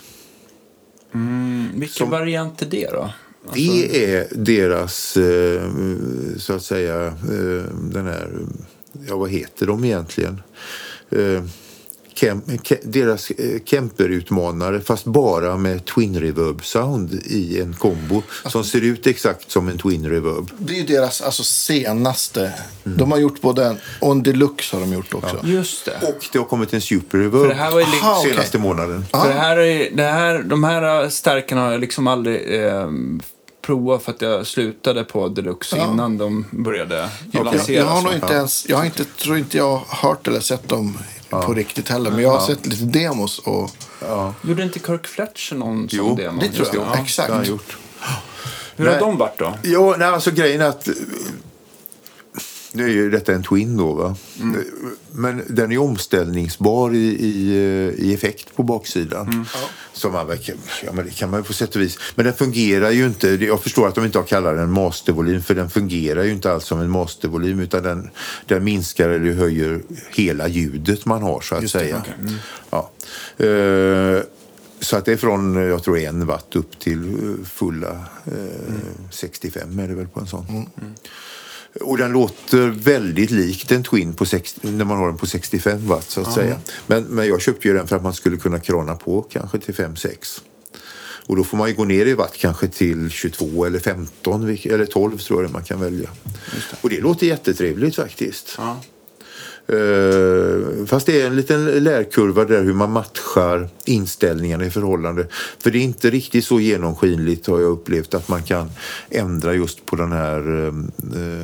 Mm, vilken Som, variant är det då? Alltså... Det är deras, uh, så att säga, uh, den här, ja vad heter de egentligen? Uh, Kem, ke, deras eh, Kemper-utmanare fast bara med Twin Reverb sound i en kombo alltså, som ser ut exakt som en Twin Reverb. Det är ju deras alltså, senaste. Mm. De har gjort både en och en Deluxe har de gjort också. Ja. Just det. Och det har kommit en Super Reverb det här var li- Aha, senaste okay. månaden. För det här är, det här, de här stärkarna har jag liksom aldrig... Eh, prova för att jag slutade på Deluxe ja. innan de började lanseras. Jag, jag har nog inte ens, jag har inte, tror inte jag har hört eller sett dem ja. på riktigt heller. Men jag har ja. sett lite demos. Och... Ja. Gjorde inte Kirk Fletcher någon jo, sån demo? Det tror jag, ja. exakt. Det har gjort. Hur nej. har de varit då? Jo, nej, alltså grejen är att nu är ju detta en Twin då va? Mm. Men den är omställningsbar i, i, i effekt på baksidan. Mm. Ja. Som man, ja, men det kan man ju på sätt och vis. Men den fungerar ju inte, jag förstår att de inte har kallat den mastervolym för den fungerar ju inte alls som en mastervolym utan den, den minskar eller höjer hela ljudet man har så att Just säga. Det, okay. mm. ja. uh, Så att det är från, jag tror en watt upp till fulla uh, mm. sextiofem är det väl på en sån. Mm. Mm. Och den låter väldigt likt en Twin på sextio, när man har den på sextiofem watt så att mm. säga. Men, men jag köpte ju den för att man skulle kunna krana på kanske till fem sex. Och då får man ju gå ner i watt kanske till tjugotvå eller femton eller tolv tror jag man kan välja. Det. Och det låter jättetrevligt faktiskt. Mm. Uh, fast det är en liten lärkurva där hur man matchar inställningarna i förhållande. För det är inte riktigt så genomskinligt har jag upplevt att man kan ändra just på den här uh,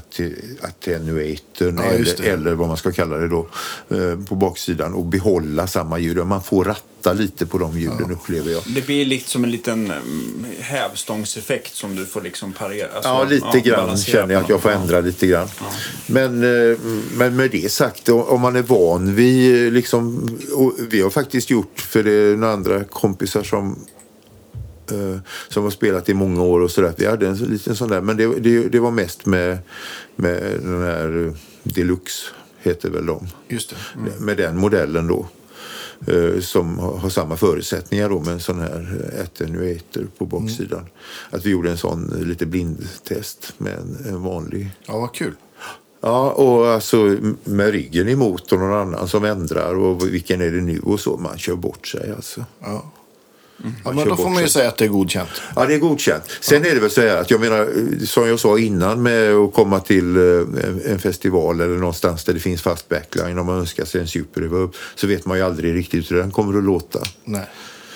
attenuatorn ja, eller, eller vad man ska kalla det då uh, på baksidan och behålla samma ljud. Man får ratta lite på de ljuden ja. upplever jag. Det blir lite som en liten um, hävstångseffekt som du får liksom parera. Alltså, ja, lite ja, grann känner jag att jag får ändra lite grann. Ja. Men, uh, men med det sagt, om man är van vid liksom, och vi har faktiskt gjort för det är några andra kompisar som uh, som har spelat i många år och sådär, vi hade en liten sån där, men det, det, det var mest med, med den här Deluxe heter väl de. Just det. Mm. Med den modellen då uh, som har, har samma förutsättningar då med en sån här attenuator på baksidan. Mm. Att vi gjorde en sån lite blindtest med en, en vanlig. Ja, vad kul. Ja, och alltså med ryggen emot och någon annan som ändrar och vilken är det nu och så, man kör bort sig alltså. Ja. Mm. Ja, men då får man ju sig. säga att det är godkänt. Ja, det är godkänt. Sen ja. är det väl så här att jag menar, som jag sa innan med att komma till en festival eller någonstans där det finns fast backline om man önskar sig en Super Reverb så vet man ju aldrig riktigt hur den kommer att låta. Nej.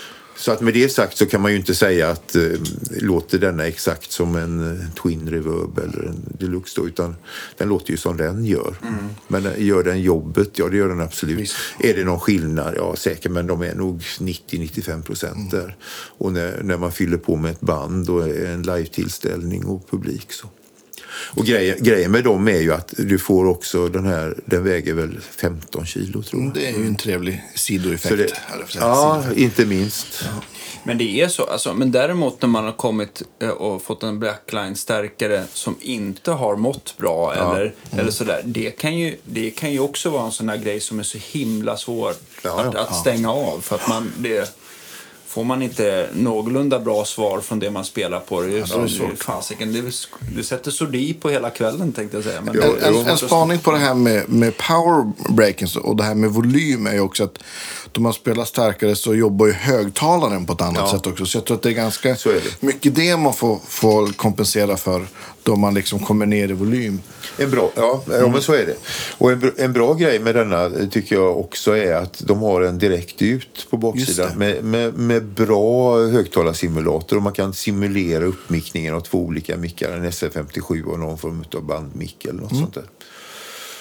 Så att med det sagt så kan man ju inte säga att eh, låter denna exakt som en eh, Twin Reverb eller en Deluxe då, utan den låter ju som den gör. Mm. Men eh, gör den jobbet? Ja, det gör den absolut. Visst. Är det någon skillnad? Ja, säkert, men de är nog nittio till nittiofem procent där. Mm. Och när, när man fyller på med ett band och en live-tillställning och publik så. Och grejen, grejen med dem är ju att du får också den här, den väger väl femton kilo tror jag. Det är ju en trevlig sidoeffekt. Det, ja, sidoeffekt. Inte minst. Ja. Men det är så, alltså, men däremot när man har kommit och fått en blackline-stärkare som inte har mått bra ja. eller, mm. eller sådär, det kan, ju, det kan ju också vara en sån här grej som är så himla svår ja, att, ja. att stänga av för att man, det får man inte någorlunda bra svar från det man spelar på det. Ja, så, det, är så, fasiken, det, det sätter sordi på hela kvällen tänkte jag säga. Men en, en, en spaning på det här med, med powerbreaking och det här med volym är ju också att då man spelar starkare så jobbar ju högtalaren på ett annat ja. sätt också. Så jag tror att det är ganska är det. mycket det man får, får kompensera för då man liksom kommer ner i volym. En bra, ja, mm. ja men så är det. Och en, en bra grej med denna tycker jag också är att de har en direkt ut på baksidan med, med, med bra högtalarsimulator och man kan simulera uppmickningen av två olika mickar, en S F femtiosju och någon form av bandmick eller något mm. sånt där.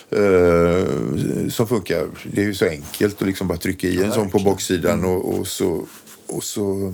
Uh, som funkar. Det är ju så enkelt att liksom bara trycka i en ja, sån på baksidan mm. och, och så och så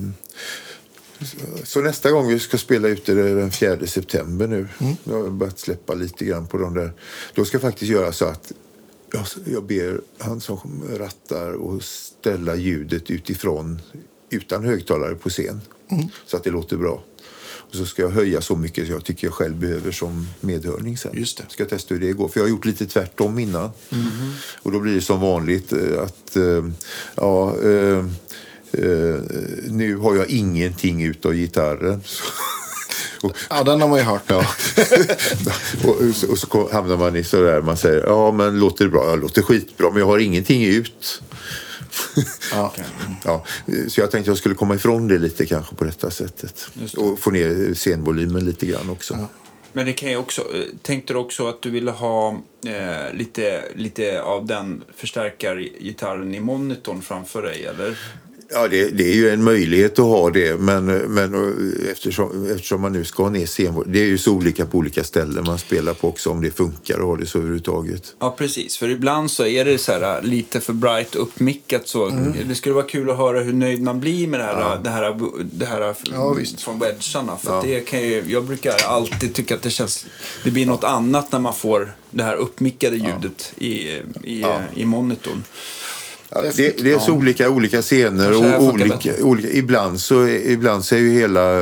så nästa gång vi ska spela ut det den fjärde september nu. Mm. Jag har börjat släppa lite grann på de där. Då ska jag faktiskt göra så att jag, jag ber han som rattar och ställa ljudet utifrån utan högtalare på scen mm. så att det låter bra. Och så ska jag höja så mycket så jag tycker jag själv behöver som medhörning sen. Just det. Ska jag testa hur det går. För jag har gjort lite tvärtom innan. Mm. Och då blir det som vanligt att ja, äh, äh, nu har jag ingenting ut av gitarren. och, ja, den har man ju hört. Ja. och, och, så, och så hamnar man i så där man säger, ja men låter det bra? Jag låter skitbra men jag har ingenting ut. Ja. Okay. Ja, så jag tänkte att jag skulle komma ifrån det lite kanske på detta sättet. Och få ner scenvolymen lite grann också. Ja. Men det kan ju också, tänkte du också att du ville ha eh, lite, lite av den förstärkargitarren i monitorn framför dig, eller? Ja, det, det är ju en möjlighet att ha det, men, men eftersom, eftersom man nu ska ha ner scen, det är ju så olika på olika ställen man spelar på också, om det funkar och har det så överhuvudtaget. Ja, precis. För ibland så är det så här lite för bright uppmickat så. Mm. Det skulle vara kul att höra hur nöjd man blir med det här, ja. det här, det här ja, från wedgarna. För ja. det kan ju, jag brukar alltid tycka att det känns, det blir något annat när man får det här uppmickade ljudet ja. i, i, ja. i monitorn. Ja, det, det är så ja. olika, olika scener och olika, olika, ibland så, ibland så är ju hela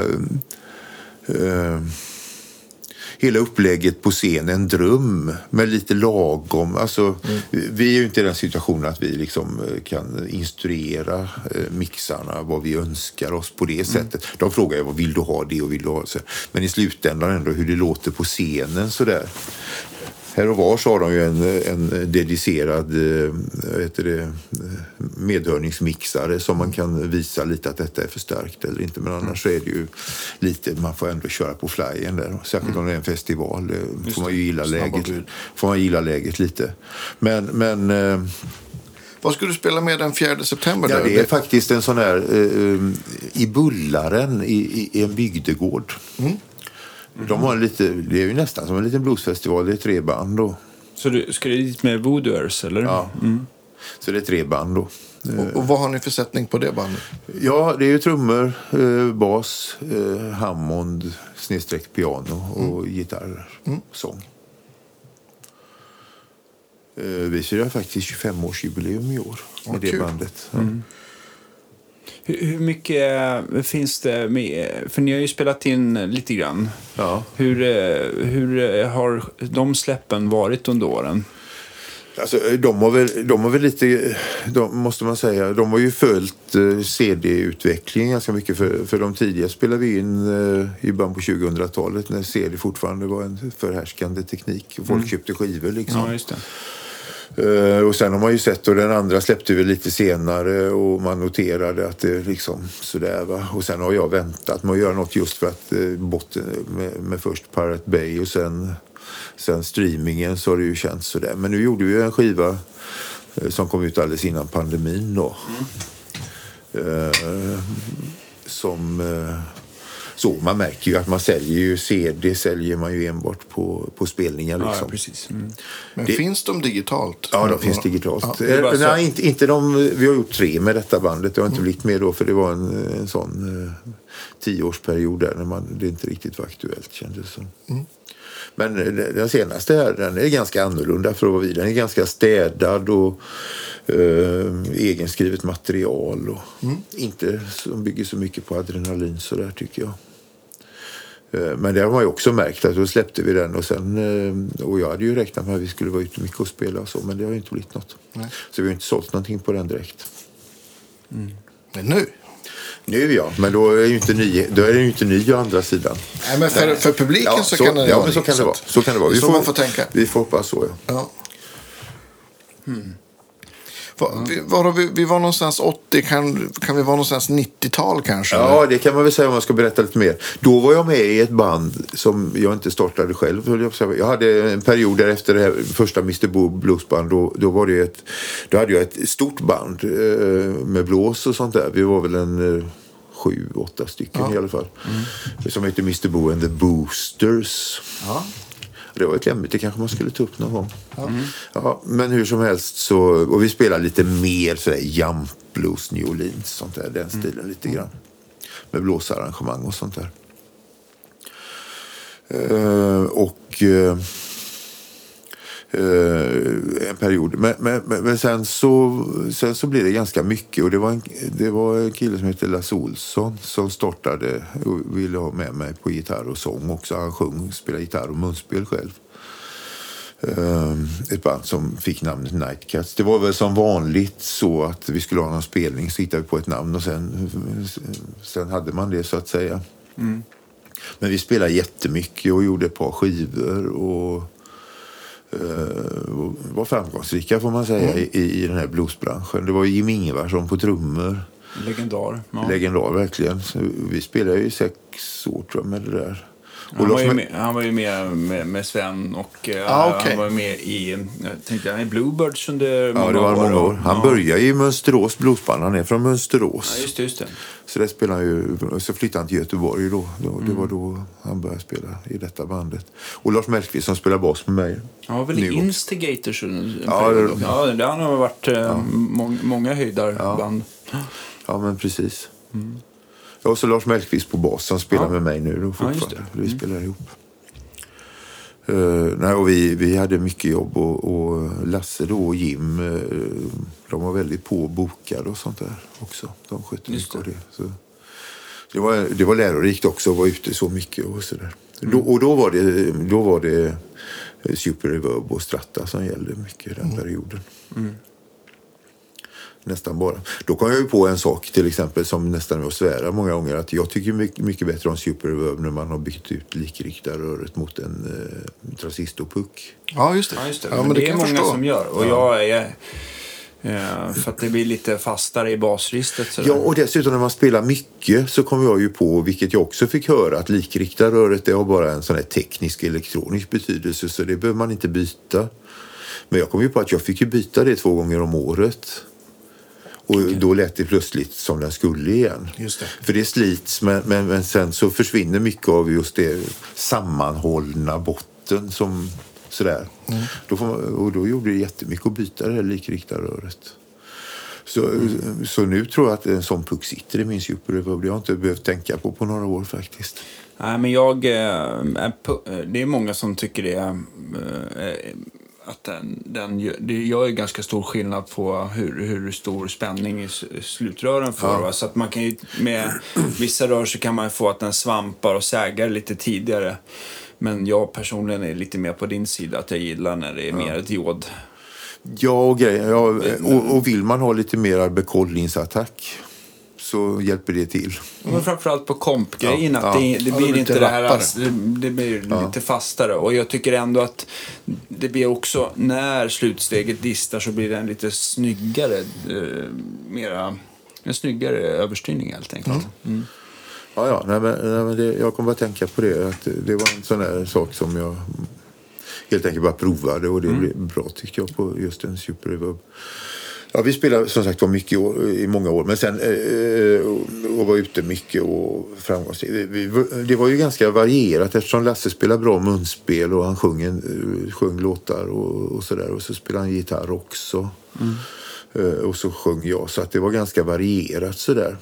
uh, hela upplägget på scenen en dröm med lite lagom. Alltså, mm. vi är ju inte i den situationen att vi liksom kan instruera uh, mixarna vad vi önskar oss på det mm. sättet. De frågar ju vad vill du ha det och vill du ha det. Men i slutändan ändå hur det låter på scenen så där. Här och var så har de ju en, en dedicerad vet det, medhörningsmixare som man kan visa lite att detta är för starkt eller inte. Men annars så är det ju lite, man får ändå köra på flyen där. Särskilt om det är en festival får man ju gilla läget, får man gilla läget lite. Men... men vad ska du spela med den fjärde september? Ja, det är faktiskt en sån här uh, i Bullaren i, i, i en bygdegård. Mm. Mm. De har lite, det är ju nästan som en liten bluesfestival, det är tre band då. Så du ska du dit med Voodooers, eller? Ja, mm. Så det är tre band då. Och, och vad har ni för sättning på det bandet? Ja, det är ju trummor, eh, bas, eh, Hammond, snedsträck piano och mm. gitarr, mm. sång. Eh, vi firar faktiskt tjugofem-årsjubileum i år med oh, det kul. bandet. Ja. Mm. Hur, hur mycket finns det med? För ni har ju spelat in lite grann. Ja. Hur, hur har de släppen varit under åren? Alltså, de har väl, de har väl lite, de, måste man säga, de har ju följt uh, C D-utvecklingen ganska mycket. För, för de tidiga spelade vi in uh, i början på tjugohundratalet när C D fortfarande var en förhärskande teknik. Och folk mm. köpte skivor liksom. Ja, just det. Uh, och sen har man ju sett, och den andra släppte vi lite senare och man noterade att det liksom sådär va. Och sen har jag väntat med att göra något just för att uh, botten, med, med först Pirate Bay och sen, sen streamingen så har det ju känts sådär. Men nu gjorde vi en skiva uh, som kom ut alldeles innan pandemin då. Mm. Uh, som... Uh, Så man märker ju att man säljer ju C D, säljer man ju enbart på, på spelningar liksom. Ja, precis. Mm. Men det, finns de digitalt? Ja, de finns digitalt. Ja, eh, nej, inte, inte de, vi har gjort tre med detta bandet. Det har inte mm. blivit mer då för det var en, en sån eh, tioårsperiod där när man, det inte riktigt var aktuellt kändes som. Mm. Men den senaste här, den är ganska annorlunda för att vara vid. Den är ganska städad och eh, egenskrivet material och mm. inte som bygger så mycket på adrenalin så där tycker jag. Eh, men det har man ju också märkt att då släppte vi den och sen eh, och jag hade ju räknat med att vi skulle vara ute mycket och spela och så, men det har ju inte blivit något. Nej. Så vi har inte sålt någonting på den direkt. Mm. Men nu? Nu ja, men då är ju inte ny, då är det ju inte ny å andra sidan. Nej, men för, för publiken ja, så, så kan det ja, vara. Men så kan det vara. Så kan det vara. Vi så får, man får tänka. Vi får hoppas så, ja. ja. Hmm. Var, vi, var vi, vi var någonstans åttio, kan, kan vi vara någonstans nittiotal kanske? Ja, eller? Det kan man väl säga om man ska berätta lite mer. Då var jag med i ett band som jag inte startade själv. Jag hade en period där efter det här första mister Bo bluesband, då, då, var det ett, då hade jag ett stort band eh, med blås och sånt där. Vi var väl en... Eh, sju, åtta stycken ja. i alla fall. Mm. Som heter mister Bo and the Boosters. Ja. Det var ett ämne, det kanske man skulle ta upp någon gång. Mm. Ja, men hur som helst så, och vi spelar lite mer sådär jump blues, New Orleans, sånt där, den stilen mm. lite grann. Med blåsarrangemang och sånt där. Uh, och uh, uh, en period. Men, men, men sen, så, sen så blev det ganska mycket. Och det var en, det var en kille som heter Lasse Olsson som startade och ville ha med mig på gitarr och sång också. Han sjöng, spelade gitarr och munspel själv. Uh, ett band som fick namnet Nightcats. Det var väl som vanligt så att vi skulle ha någon spelning, så hittade vi på ett namn och sen, sen hade man det så att säga. Mm. Men vi spelade jättemycket och gjorde ett par skivor och, uh, och var framgångsrika får man säga mm. i, i den här bluesbranschen. Det var Jim Ingvarsson på trummor. Legendar. Ja. Legendar verkligen. Så vi spelade ju sex år tror jag med det där. Han var, ju med, han var ju med med, med Sven och ah, okay. han var med i, jag tänkte, han är Bluebirds under många år. Ja, det var många år. Han ja. började i Mönsterås bluesband, han är från Mönsterås. Ja, just det, just det. Så det spelade ju, så flyttade han till Göteborg då. då mm. Det var då han började spela i detta bandet. Och Lars Mellqvist som spelar bas med mig. Ja, väl i Instigators en ja, det, ja, det har nog varit ja. må, många höjdarband. Ja. ja, men precis. Mm. Och så Lars Mellqvist på bas som spelar ja. med mig nu då fortfarande. Ja, vi mm. spelar ihop. Uh, nej, och vi, vi hade mycket jobb och, och Lasse då och Jim uh, de var väldigt påbokade och sånt där också. De skötte mycket av det. Så det, var, det var lärorikt också att vara ute så mycket och sådär. Mm. Då, och då var det, då var det Super Reverb och Strata som gällde mycket den mm. perioden. Mm. Nästan bara. Då kom jag ju på en sak till exempel som nästan är att svära många gånger, att jag tycker mycket, mycket bättre om Super Reverb när man har byggt ut likriktarröret mot en eh, transistorpuck. Ja, just det. Ja, just det. Ja, men, men det, det är många förstå. som gör. Och ja. jag är... Ja, för att det blir lite fastare i basristet. Sådär. Ja, och dessutom när man spelar mycket så kommer jag ju på, vilket jag också fick höra, att likriktarröret det har bara en sån här teknisk elektronisk betydelse, så det behöver man inte byta. Men jag kom ju på att jag fick ju byta det två gånger om året. Och okay. då lät det plötsligt som den skulle igen. Just det. För det slits, men, men, men sen så försvinner mycket av just det sammanhållna botten som sådär. Mm. Då får man, och då gjorde det jättemycket att byta det här likriktarröret. Så, mm. så nu tror jag att en sån puck sitter i min Super Reverb. Jag har inte behövt tänka på på några år faktiskt. Nej, men jag... Det är många som tycker det är... Att den, den, det gör ju ganska stor skillnad på hur, hur stor spänning i slutrören får. Ja. Så att man kan ju, med vissa rör så kan man få att den svampar och sägar lite tidigare. Men jag personligen är lite mer på din sida, att jag gillar när det är ja. mer diod. Ja, och, grejer, ja och, och vill man ha lite mer bekollningsattack så hjälper det till. Mm. Men framförallt på kompgrejen, ja. att det, det blir ja, inte det här, alltså, det, det blir ja. lite fastare. Och jag tycker ändå att det blir också, när slutsteget distar så blir det en lite snyggare, eh, mera, en snyggare överstyrning helt enkelt. Mm. Mm. Ja, ja, nej, men, nej, men det, jag kommer bara tänka på det, att det var en sån där sak som jag helt enkelt bara provade och det mm. blev bra tyckte jag på just en Super Reverb. Ja, vi spelade som sagt var mycket år, i många år, men sen eh, och var ute mycket och framgångsrikt. Det var ju ganska varierat eftersom Lasse spelade bra munspel och han sjöng, en, sjöng låtar och, och sådär, och så spelade han gitarr också. Mm. Eh, och så sjöng jag, så att det var ganska varierat sådär.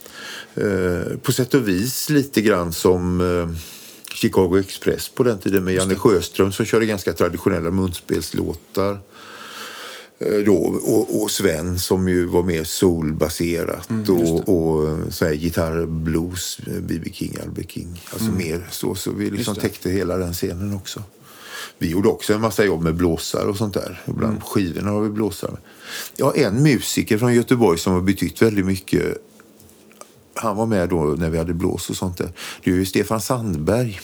Eh, på sätt och vis lite grann som eh, Chicago Express på den tiden med Janne Sjöström som körde ganska traditionella munspelslåtar. Då, och, och Sven som ju var mer soulbaserat mm, och, och så här, gitarr, blues, B B King, Albert King. Alltså mm. mer så, så vi liksom täckte hela den scenen också. Vi gjorde också en massa jobb med blåsar och sånt där. Bland mm. skivorna har vi blåsar med. Ja, en musiker från Göteborg som har betytt väldigt mycket. Han var med då när vi hade blås och sånt där. Det är ju Stefan Sandberg.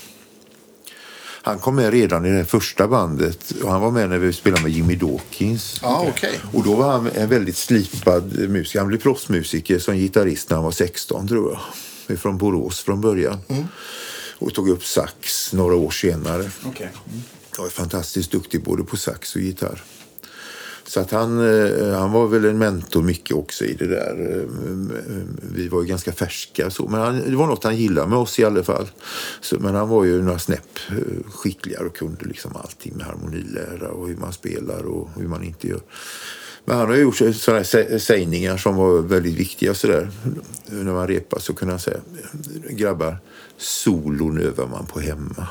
Han kom med redan i det första bandet och han var med när vi spelade med Jimmy Dawkins. Ah, okay. Och då var han en väldigt slipad musiker. Han blev proffsmusiker som gitarrist när han var sexton tror jag. Från Borås från början. Mm. Och tog upp sax några år senare. Okay. Mm. Jag är fantastiskt duktig både på sax och gitarr. Så att han, han var väl en mentor mycket också i det där. Vi var ju ganska färska så, men han, det var något han gillade med oss i alla fall. Så, men han var ju några snäpp skickligare och kunde liksom allting med harmonilära och hur man spelar och hur man inte gör. Men han har gjort sådana här sägningar som var väldigt viktiga så där. När man repar så kunde han säga: grabbar, solon övar man på hemma.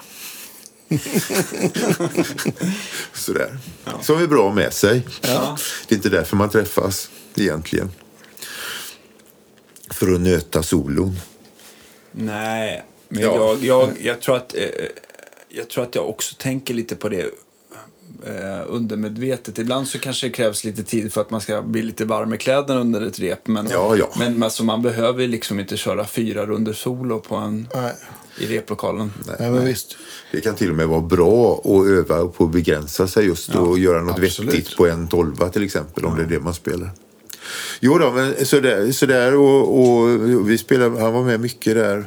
Sådär. Ja. Som är bra med sig. Ja. Det är inte därför man träffas egentligen. För att nöta solon. Nej, men ja. jag, jag, jag, tror att, eh, jag tror att jag också tänker lite på det eh, undermedvetet. Ibland så kanske det krävs lite tid för att man ska bli lite varm i kläderna under ett rep. Men, ja, ja. men alltså, man behöver liksom inte köra fyra runder solo på en... Nej. I replokalen. Nej, Nej, men visst. Det kan till och med vara bra att öva på att begränsa sig just ja, och göra något absolut. vettigt på en tolva till exempel, om ja. det är det man spelar. Jo då, men sådär, sådär och, och vi spelade, han var med mycket där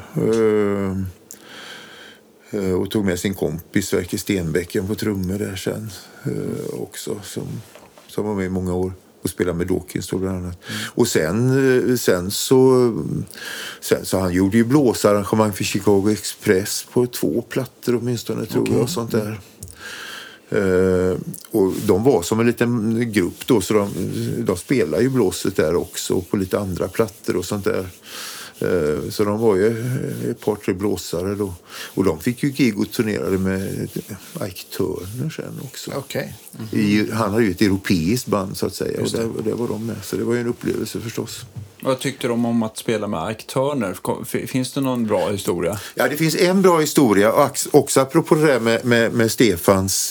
uh, och tog med sin kompis Sverker Stenbäcken på trummor där sen uh, också, som, som var med i många år. Och spela med Dawkins och bland annat. Mm. Och sen, sen så sen så han gjorde ju blåsarrangemang för Chicago Express på två plattor åtminstone, tror okay. jag, och sånt där. Uh, och de var som en liten grupp då, så de, de spelade ju blåset där också och på lite andra plattor och sånt där. Uh, så de var ju ett par tre blåsare då. Och de fick ju gig och turnerade med Ike Turner sen också. Okay. Mm-hmm. I, han hade ju ett europeiskt band så att säga. Och där, och där var de med. Så det var ju en upplevelse förstås. Vad tyckte de om att spela med Ike Turner? Finns det någon bra historia? Ja, det finns en bra historia. Också apropå det där med, med, med Stefans...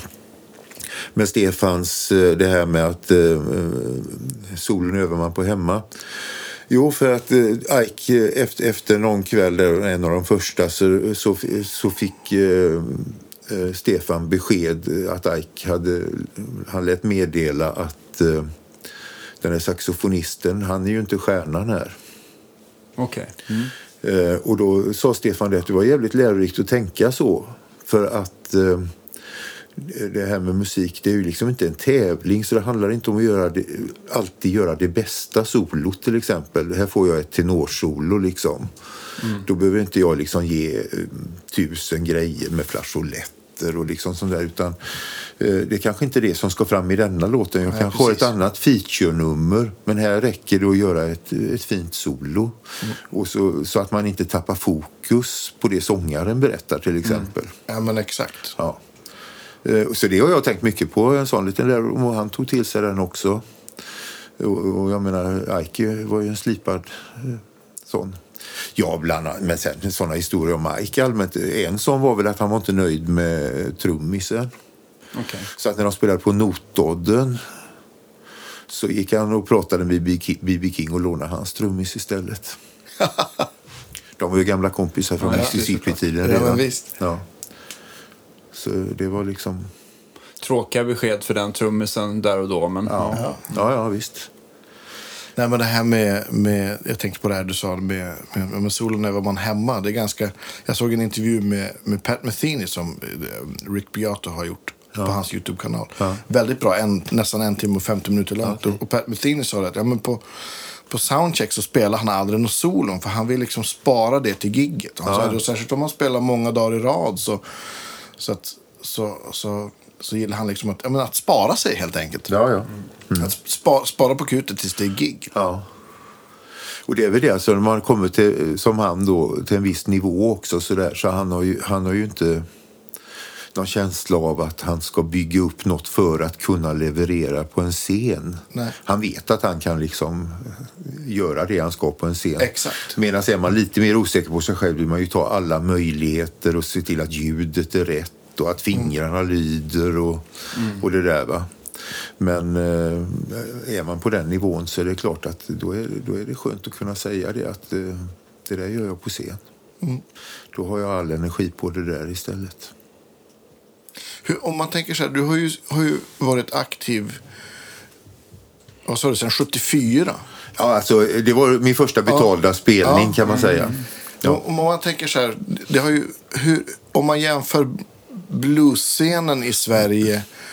Med Stefans det här med att uh, solen övar man på hemma. Jo, för att eh, Ike efter, efter någon kväll, där, en av de första, så, så, så fick eh, Stefan besked att Ike hade, han lät meddela att eh, den här saxofonisten, han är ju inte stjärnan här. Okej. Okay. Mm. Eh, och då sa Stefan det att det var jävligt lärorikt att tänka så, för att eh, det här med musik, det är ju liksom inte en tävling, så det handlar inte om att göra det, alltid göra det bästa solot till exempel. Här får jag ett tenorsolo liksom. Mm. Då behöver inte jag liksom ge tusen grejer med flageoletter och liksom sånt där, utan eh, det är kanske inte det som ska fram i denna låten. Jag Nej, kanske precis. har ett annat feature-nummer, men här räcker det att göra ett, ett fint solo. Mm. Och så, så att man inte tappar fokus på det sångaren berättar till exempel. Mm. Ja, men exakt. Ja. Så det har jag tänkt mycket på, en sån liten lärdom, och han tog till sig den också. Och jag menar, Ike var ju en slipad sån. Ja, bland annat, men sen sådana historier om Ike allmänt. En sån var väl att han var inte nöjd med trummisen. Okay. Så att när de spelade på Notodden så gick han och pratade med B B King och lånade hans trummis istället. De var ju gamla kompisar från ja, Mississippi-tiden. Ja, men visst. Ja. Så det var liksom... Tråkiga besked för den trummisen där och då, men... Ja, ja, ja, ja visst. Nej, men det här med... med jag tänkte på det här du sa med, med, med solen över man hemma. Det är ganska... Jag såg en intervju med, med Pat Metheny som Rick Beato har gjort ja. på hans YouTube-kanal. Ja. Väldigt bra, en, nästan en timme och femtio minuter långt. Ja, okay. Och Pat Metheny sa att ja, men på... På soundcheck så spelar han aldrig någon solon, för han vill liksom spara det till gigget. Han ja. sa, särskilt om man spelar många dagar i rad så... Så, att, så, så, så gillar han liksom att, menar, att spara sig helt enkelt. Ja, ja. Mm. Att spara, spara på kutet tills det är gig. Ja. Och det är väl det, alltså, när man kommer till, som han då, till en viss nivå också så där, så han har ju, han har ju inte någon känsla av att han ska bygga upp något för att kunna leverera på en scen. Nej. Han vet att han kan liksom göra det han ska på en scen. Exakt. Medan är man lite mer osäker på sig själv vill man ju ta alla möjligheter och se till att ljudet är rätt och att fingrarna mm. lyder och, mm. och det där va. Men eh, är man på den nivån så är det klart att då är, då är det skönt att kunna säga det att eh, det där gör jag på scen. Mm. Då har jag all energi på det där istället. Hur, om man tänker så här, du har ju, har ju varit aktiv, vad sa du, sedan sjuttiofyra? Ja, alltså det var min första betalda ja. spelning ja. kan man säga. Mm. Ja. Om man tänker så här, det har ju, hur, om man jämför bluesscenen i Sverige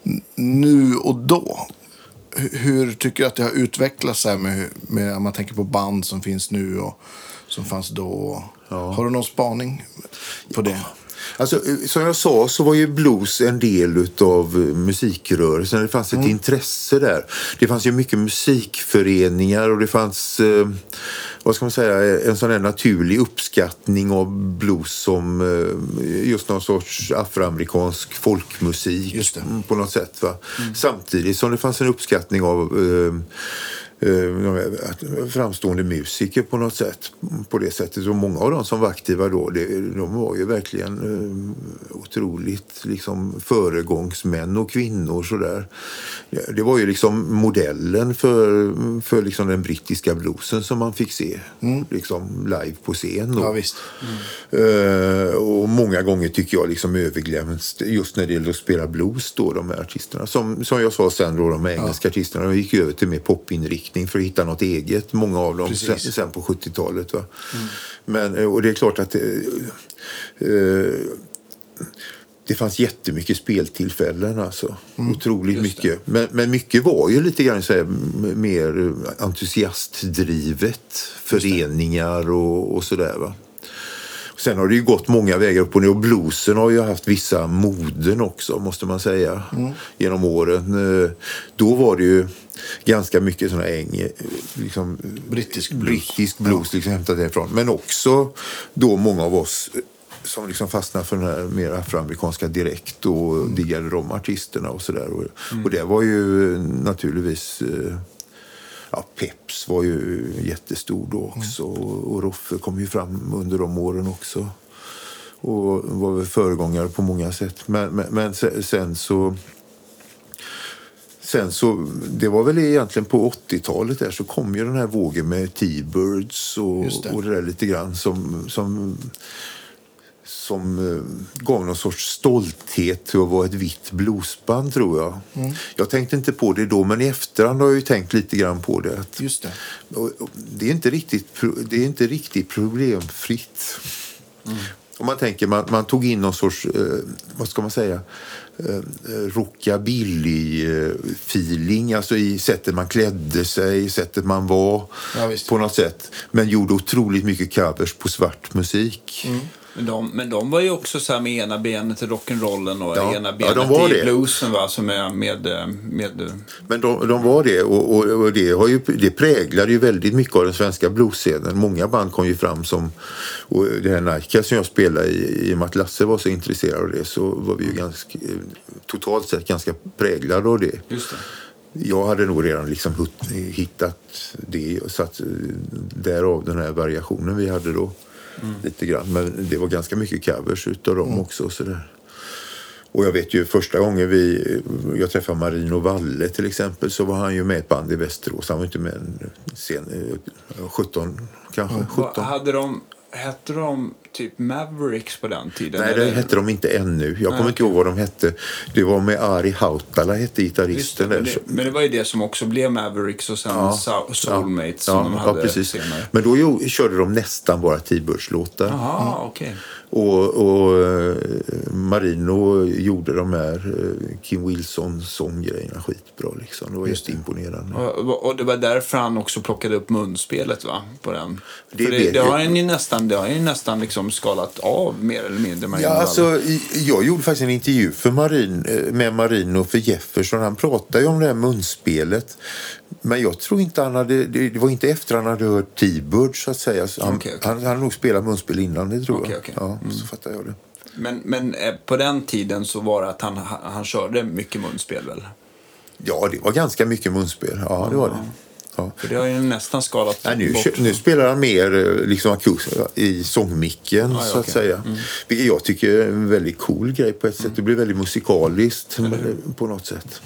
nu och då. Hur tycker du att det har utvecklats här med, med om man tänker på band som finns nu och som fanns då? Ja. Har du någon spaning på det? Alltså, som jag sa så var ju blues en del av musikrörelsen. Det fanns ett mm. intresse där. Det fanns ju mycket musikföreningar och det fanns, eh, vad ska man säga, en sån här naturlig uppskattning av blues som eh, just någon sorts afroamerikansk folkmusik just det. På något sätt. Va? Mm. Samtidigt som det fanns en uppskattning av eh, framstående musiker på något sätt på det sättet, och många av dem som var aktiva då det, de var ju verkligen uh, otroligt liksom föregångsmän och kvinnor så där. Det, det var ju liksom modellen för, för liksom den brittiska bluesen som man fick se mm. liksom live på scen då. Ja, visst. Mm. Uh, och många gånger tycker jag liksom överglöms just när det gäller att spela blues då, de här artisterna som, som jag sa sen då, de här engelska ja. artisterna, de gick över till mer popinriktning för att hitta något eget, många av dem sen, sen på sjuttiotalet. Va? Mm. Men, och det är klart att det, eh, det fanns jättemycket speltillfällen alltså. Mm. Otroligt mycket. Men, men mycket var ju lite grann så här, mer entusiastdrivet, föreningar och, och sådär va. Sen har det ju gått många vägar upp och ner, och bluesen har ju haft vissa moden också, måste man säga, mm. genom åren. Då var det ju ganska mycket såna äng, liksom, brittisk blues, brittisk blues liksom, hämtat därifrån. Men också då många av oss som liksom fastnade för den här mer afroamerikanska direkt och mm. diggade de artisterna och sådär. Och, mm. och det var ju naturligtvis... Ja, Peps var ju jättestor då också mm. och, och Roffe kom ju fram under de åren också och var väl föregångare på många sätt, men, men, men sen så sen så det var väl egentligen på åttiotalet där så kom ju den här vågen med T-Birds och det. och det där lite grann som som som eh, gav någon sorts stolthet till att vara ett vitt bluesband, tror jag. Mm. Jag tänkte inte på det då, men i efterhand har jag ju tänkt lite grann på det. Att, Just det. Och, och, det är inte riktigt, det är inte riktigt problemfritt. Mm. Om man tänker, man, man tog in någon sorts, eh, vad ska man säga, eh, rockabilly-feeling, alltså i sättet man klädde sig, sättet man var ja, på något sätt. Men gjorde otroligt mycket covers på svart musik. Mm. Men de, men de var ju också så här med ena benet till rock'n'rollen och ja, ena benet ja, de var till det. bluesen, va, som är med, med... Men de, de var det, och, och, och det, har ju, det präglade ju väldigt mycket av den svenska bluesscenen. Många band kom ju fram som, och det här Nike som jag spelade i, i och med att Lasse var så intresserad av det, så var vi ju ganska, totalt sett ganska präglade av det. Just det. Jag hade nog redan liksom hittat det, så att därav den här variationen vi hade då. Mm. Lite grann, men det var ganska mycket covers utav dem mm. också så där. Och jag vet ju första gången vi jag träffade Marino Valle till exempel, så var han ju med ett band i Västerås. Han var inte med sen sjutton kanske mm. sjutton. Hade de hette de typ Mavericks på den tiden? Nej, det eller? hette de inte ännu. Jag kommer Nej, inte ihåg vad de hette. Det var med Ari Hautala, hette gitarristen. Men det, men det var ju det som också blev Mavericks och sen ja, Soulmates ja, som ja, de hade ja, precis. senare. Men då jo, körde de nästan bara T-Birds-låtar. Jaha, mm. okej. Okay. Och, och Marino gjorde de här Kim Wilson-sånggrejerna skitbra liksom. Det var just imponerande. Och, och det var därför han också plockade upp munspelet, va? På den. Det, För det, det har han ju nästan, det har ju nästan liksom skalat av mer eller mindre. Ja, alltså, jag gjorde faktiskt en intervju för Marin, med Marino för Jefferson. Han pratade ju om det här munspelet. Men jag tror inte han hade, det var inte efter han hade hört T-Bird så att säga. Han, okay, okay. han, han hade nog spelat munspel innan, det tror okay, jag. Okay. Ja, mm. så fattar jag det. Men, men på den tiden så var det att han, han körde mycket munspel väl? Ja, det var ganska mycket munspel. Ja, mm. det var det. Ja. För det har ju nästan skalat Nej, nu, bort. Nu spelar han mer liksom akustiskt i sångmicken, ah, ja, så att okay. säga. Mm. Vilket jag tycker är en väldigt cool grej på ett sätt. Det blir väldigt musikaliskt mm. på något sätt.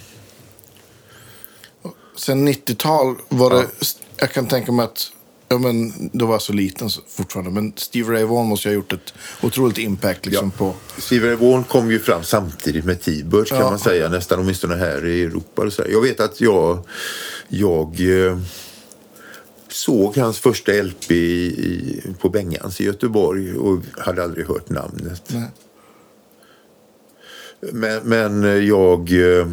Sen nittiotal var det, ja. Jag kan tänka mig att, ja men då var jag så liten fortfarande, men Stevie Ray Vaughan måste ha gjort ett otroligt impact liksom ja. på... Stevie Ray Vaughan kom ju fram samtidigt med T-Birds kan ja. man säga, nästan åtminstone här i Europa. Och så. Jag vet att jag, jag eh, såg hans första L P i, i, på Bengans i Göteborg och hade aldrig hört namnet. Nej. Men, men jag eh,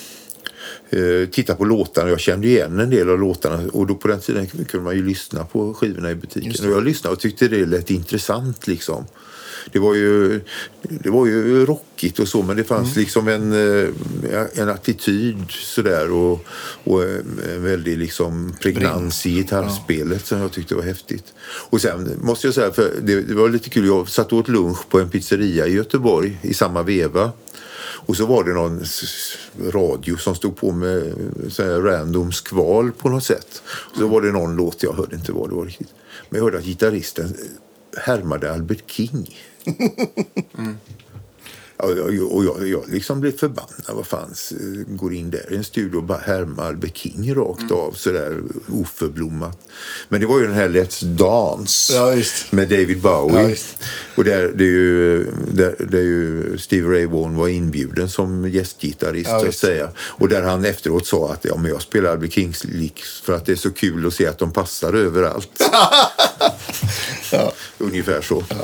tittade på låtarna. Jag kände igen en del av låtarna. Och då på den tiden kunde man ju lyssna på skivorna i butiken. Och jag lyssnade och tyckte det lät intressant liksom. Det var ju, det var ju rockigt och så, men det fanns mm. liksom en, en attityd sådär och, och en väldigt liksom pregnans i gitarrspelet som jag tyckte var häftigt. Och sen måste jag säga, för det, det var lite kul, jag satt åt lunch på en pizzeria i Göteborg i samma veva. Och så var det någon radio som stod på med så här random skval på något sätt. Och så var det någon låt, jag hörde inte vad det var riktigt. Men jag hörde att gitarristen härmade Albert King. Mm. Och jag, och jag, jag liksom blev förbannad. Vad fan går in där i en studio och bara härmar Albert King rakt mm. av sådär oförblommat. Men det var ju den här Let's Dance ja, just. Med David Bowie. Ja, och där, det är ju, där, det är ju Steve Ray Vaughan var inbjuden som gästgitarrist ja, att säga. Och där han efteråt sa att ja, men jag spelar Albert Kings licks för att det är så kul att se att de passar överallt. ja. Ungefär så. Ja.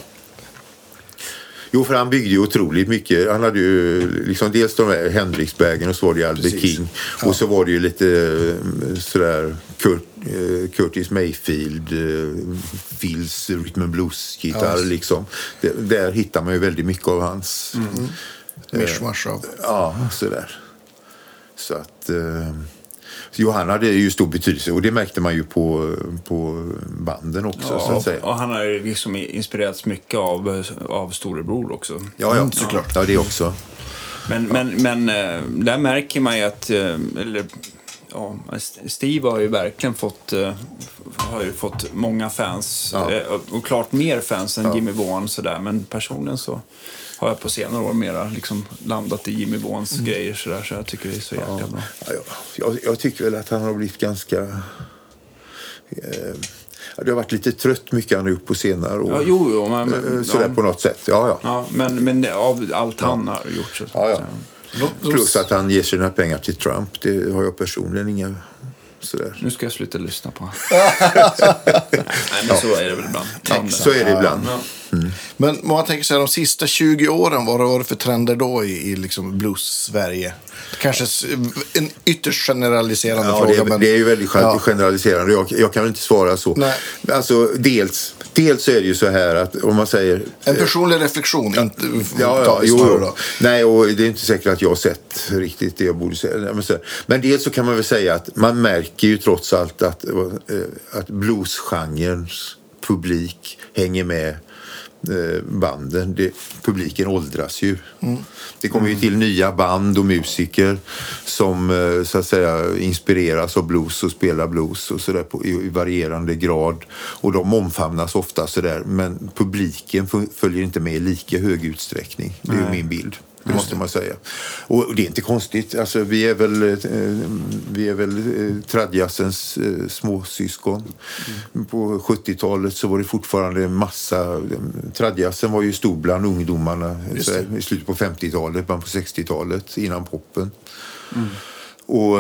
Jo, för han byggde ju otroligt mycket. Han hade ju liksom dels de här Hendrixbergen och så var det Albert Precis. King. Ja. Och så var det ju lite sådär Kurt, uh, Curtis Mayfield, uh, Phils Rhythm and Blues-gitarr ja, liksom. Det, där hittar man ju väldigt mycket av hans... Mm. Uh, Mishmash av. Ja, sådär. Så att... Uh, Jo, han hade ju stor betydelse och det märkte man ju på, på banden också ja, så att säga. Och han har ju liksom inspirerats mycket av, av Storebror också. Ja, ja, såklart. Ja, det också. Men, men, men där märker man ju att eller, ja, Steve har ju verkligen fått, har ju fått många fans ja. och klart mer fans än ja. Jimmy Vaughan sådär, men personligen så har jag på senare år mera liksom landat i Jimmy Vaughans mm. grejer sådär, så jag tycker det är så jäkla ja. bra. Ja, jag, jag tycker väl att han har blivit ganska... Eh, det har varit lite trött mycket han har gjort på senare år. Ja, jo, jo, men, sådär ja. på något sätt. Ja, ja. ja men, men av allt ja. han har gjort så. Ja, ja. Så. Plus att han ger sina pengar till Trump, det har jag personligen inga... Sådär. Nu ska jag sluta lyssna på. Nej, men så är det väl ibland. Ja, så är det ibland. Ja. Mm. Men om man tänker sig de sista tjugo åren, vad var det för trender då i, i liksom blues-Sverige? Kanske en ytterst generaliserande ja, fråga. Det är, men... det är ju väldigt ja. generaliserande. Jag, jag kan väl inte svara så. Nej. Alltså, dels, dels är det ju så här att om man säger... En personlig reflektion, ja, inte ja, ja, jo, då. Nej, och det är inte säkert att jag har sett riktigt det jag borde säga. Men dels så kan man väl säga att man märker ju trots allt att, att bluesgenrens publik hänger med banden. Det, publiken åldras ju. Mm. Det kommer ju till nya band och musiker som så att säga inspireras av blues och spelar blues och så där på, i varierande grad, och de omfamnas ofta så där, men publiken följer inte med i lika hög utsträckning. Det är ju min bild. Det måste man säga. Och det är inte konstigt. Alltså, vi är väl, eh, vi är väl eh, tradjazzens eh, småsyskon. Mm. På sjuttiotalet så var det fortfarande en massa... Tradjazzen var ju stor bland ungdomarna såhär, i slutet på femtiotalet, bland på sextiotalet, innan poppen. Mm. Och,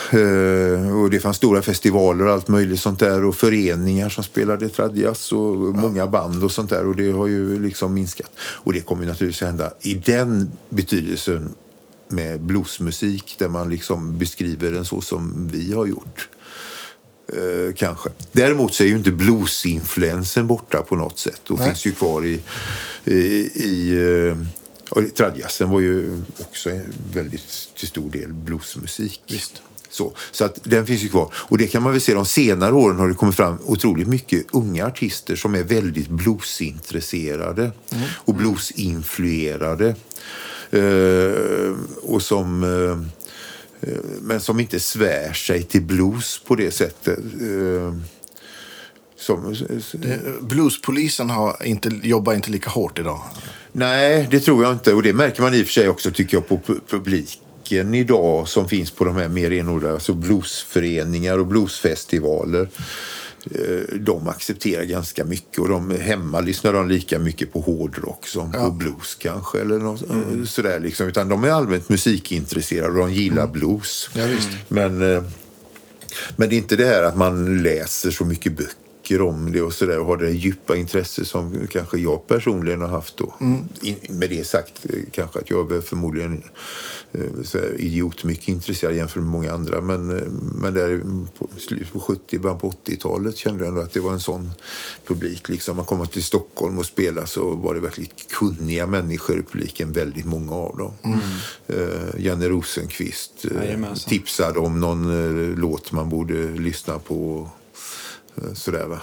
eh, och det fanns stora festivaler och allt möjligt sånt där, och föreningar som spelade tradjazz och ja. många band och sånt där, och det har ju liksom minskat. Och det kommer naturligtvis hända i den betydelsen med bluesmusik, där man liksom beskriver den så som vi har gjort. Eh, kanske. Däremot så är ju inte bluesinfluensen borta på något sätt, och Nej. finns ju kvar i... i, i eh, och tradjazzen var ju också väldigt till stor del bluesmusik. Visst. Så, så att den finns ju kvar. Och det kan man väl se, de senare åren har det kommit fram otroligt mycket unga artister som är väldigt bluesintresserade mm. och bluesinfluerade. Eh, och som... Eh, men som inte svär sig till blues på det sättet. Eh, Som, Bluespolisen har inte, jobbar inte lika hårt idag. Nej, det tror jag inte. Och det märker man i och för sig också, tycker jag, på publiken idag som finns på de här mer renodlade, alltså bluesföreningar och bluesfestivaler. De accepterar ganska mycket, och de hemma lyssnar de lika mycket på hårdrock som ja. på blues kanske, eller något, mm. sådär liksom. Utan de är allmänt musikintresserade och de gillar mm. blues. Ja, visst. Men, men det är inte det här att man läser så mycket böcker tycker om det och sådär och har det djupa intresse som kanske jag personligen har haft då. Mm. In, med det sagt kanske att jag är förmodligen så här, idiot mycket intresserad jämfört med många andra, men, men där på slutet på sjuttio, början på åttiotalet kände jag ändå att det var en sån publik. Liksom, man kommer till Stockholm och spelar så var det verkligt kunniga människor i publiken, väldigt många av dem. Mm. Uh, Janne Rosenqvist uh, tipsade om någon uh, låt man borde lyssna på. Uh, sådär va.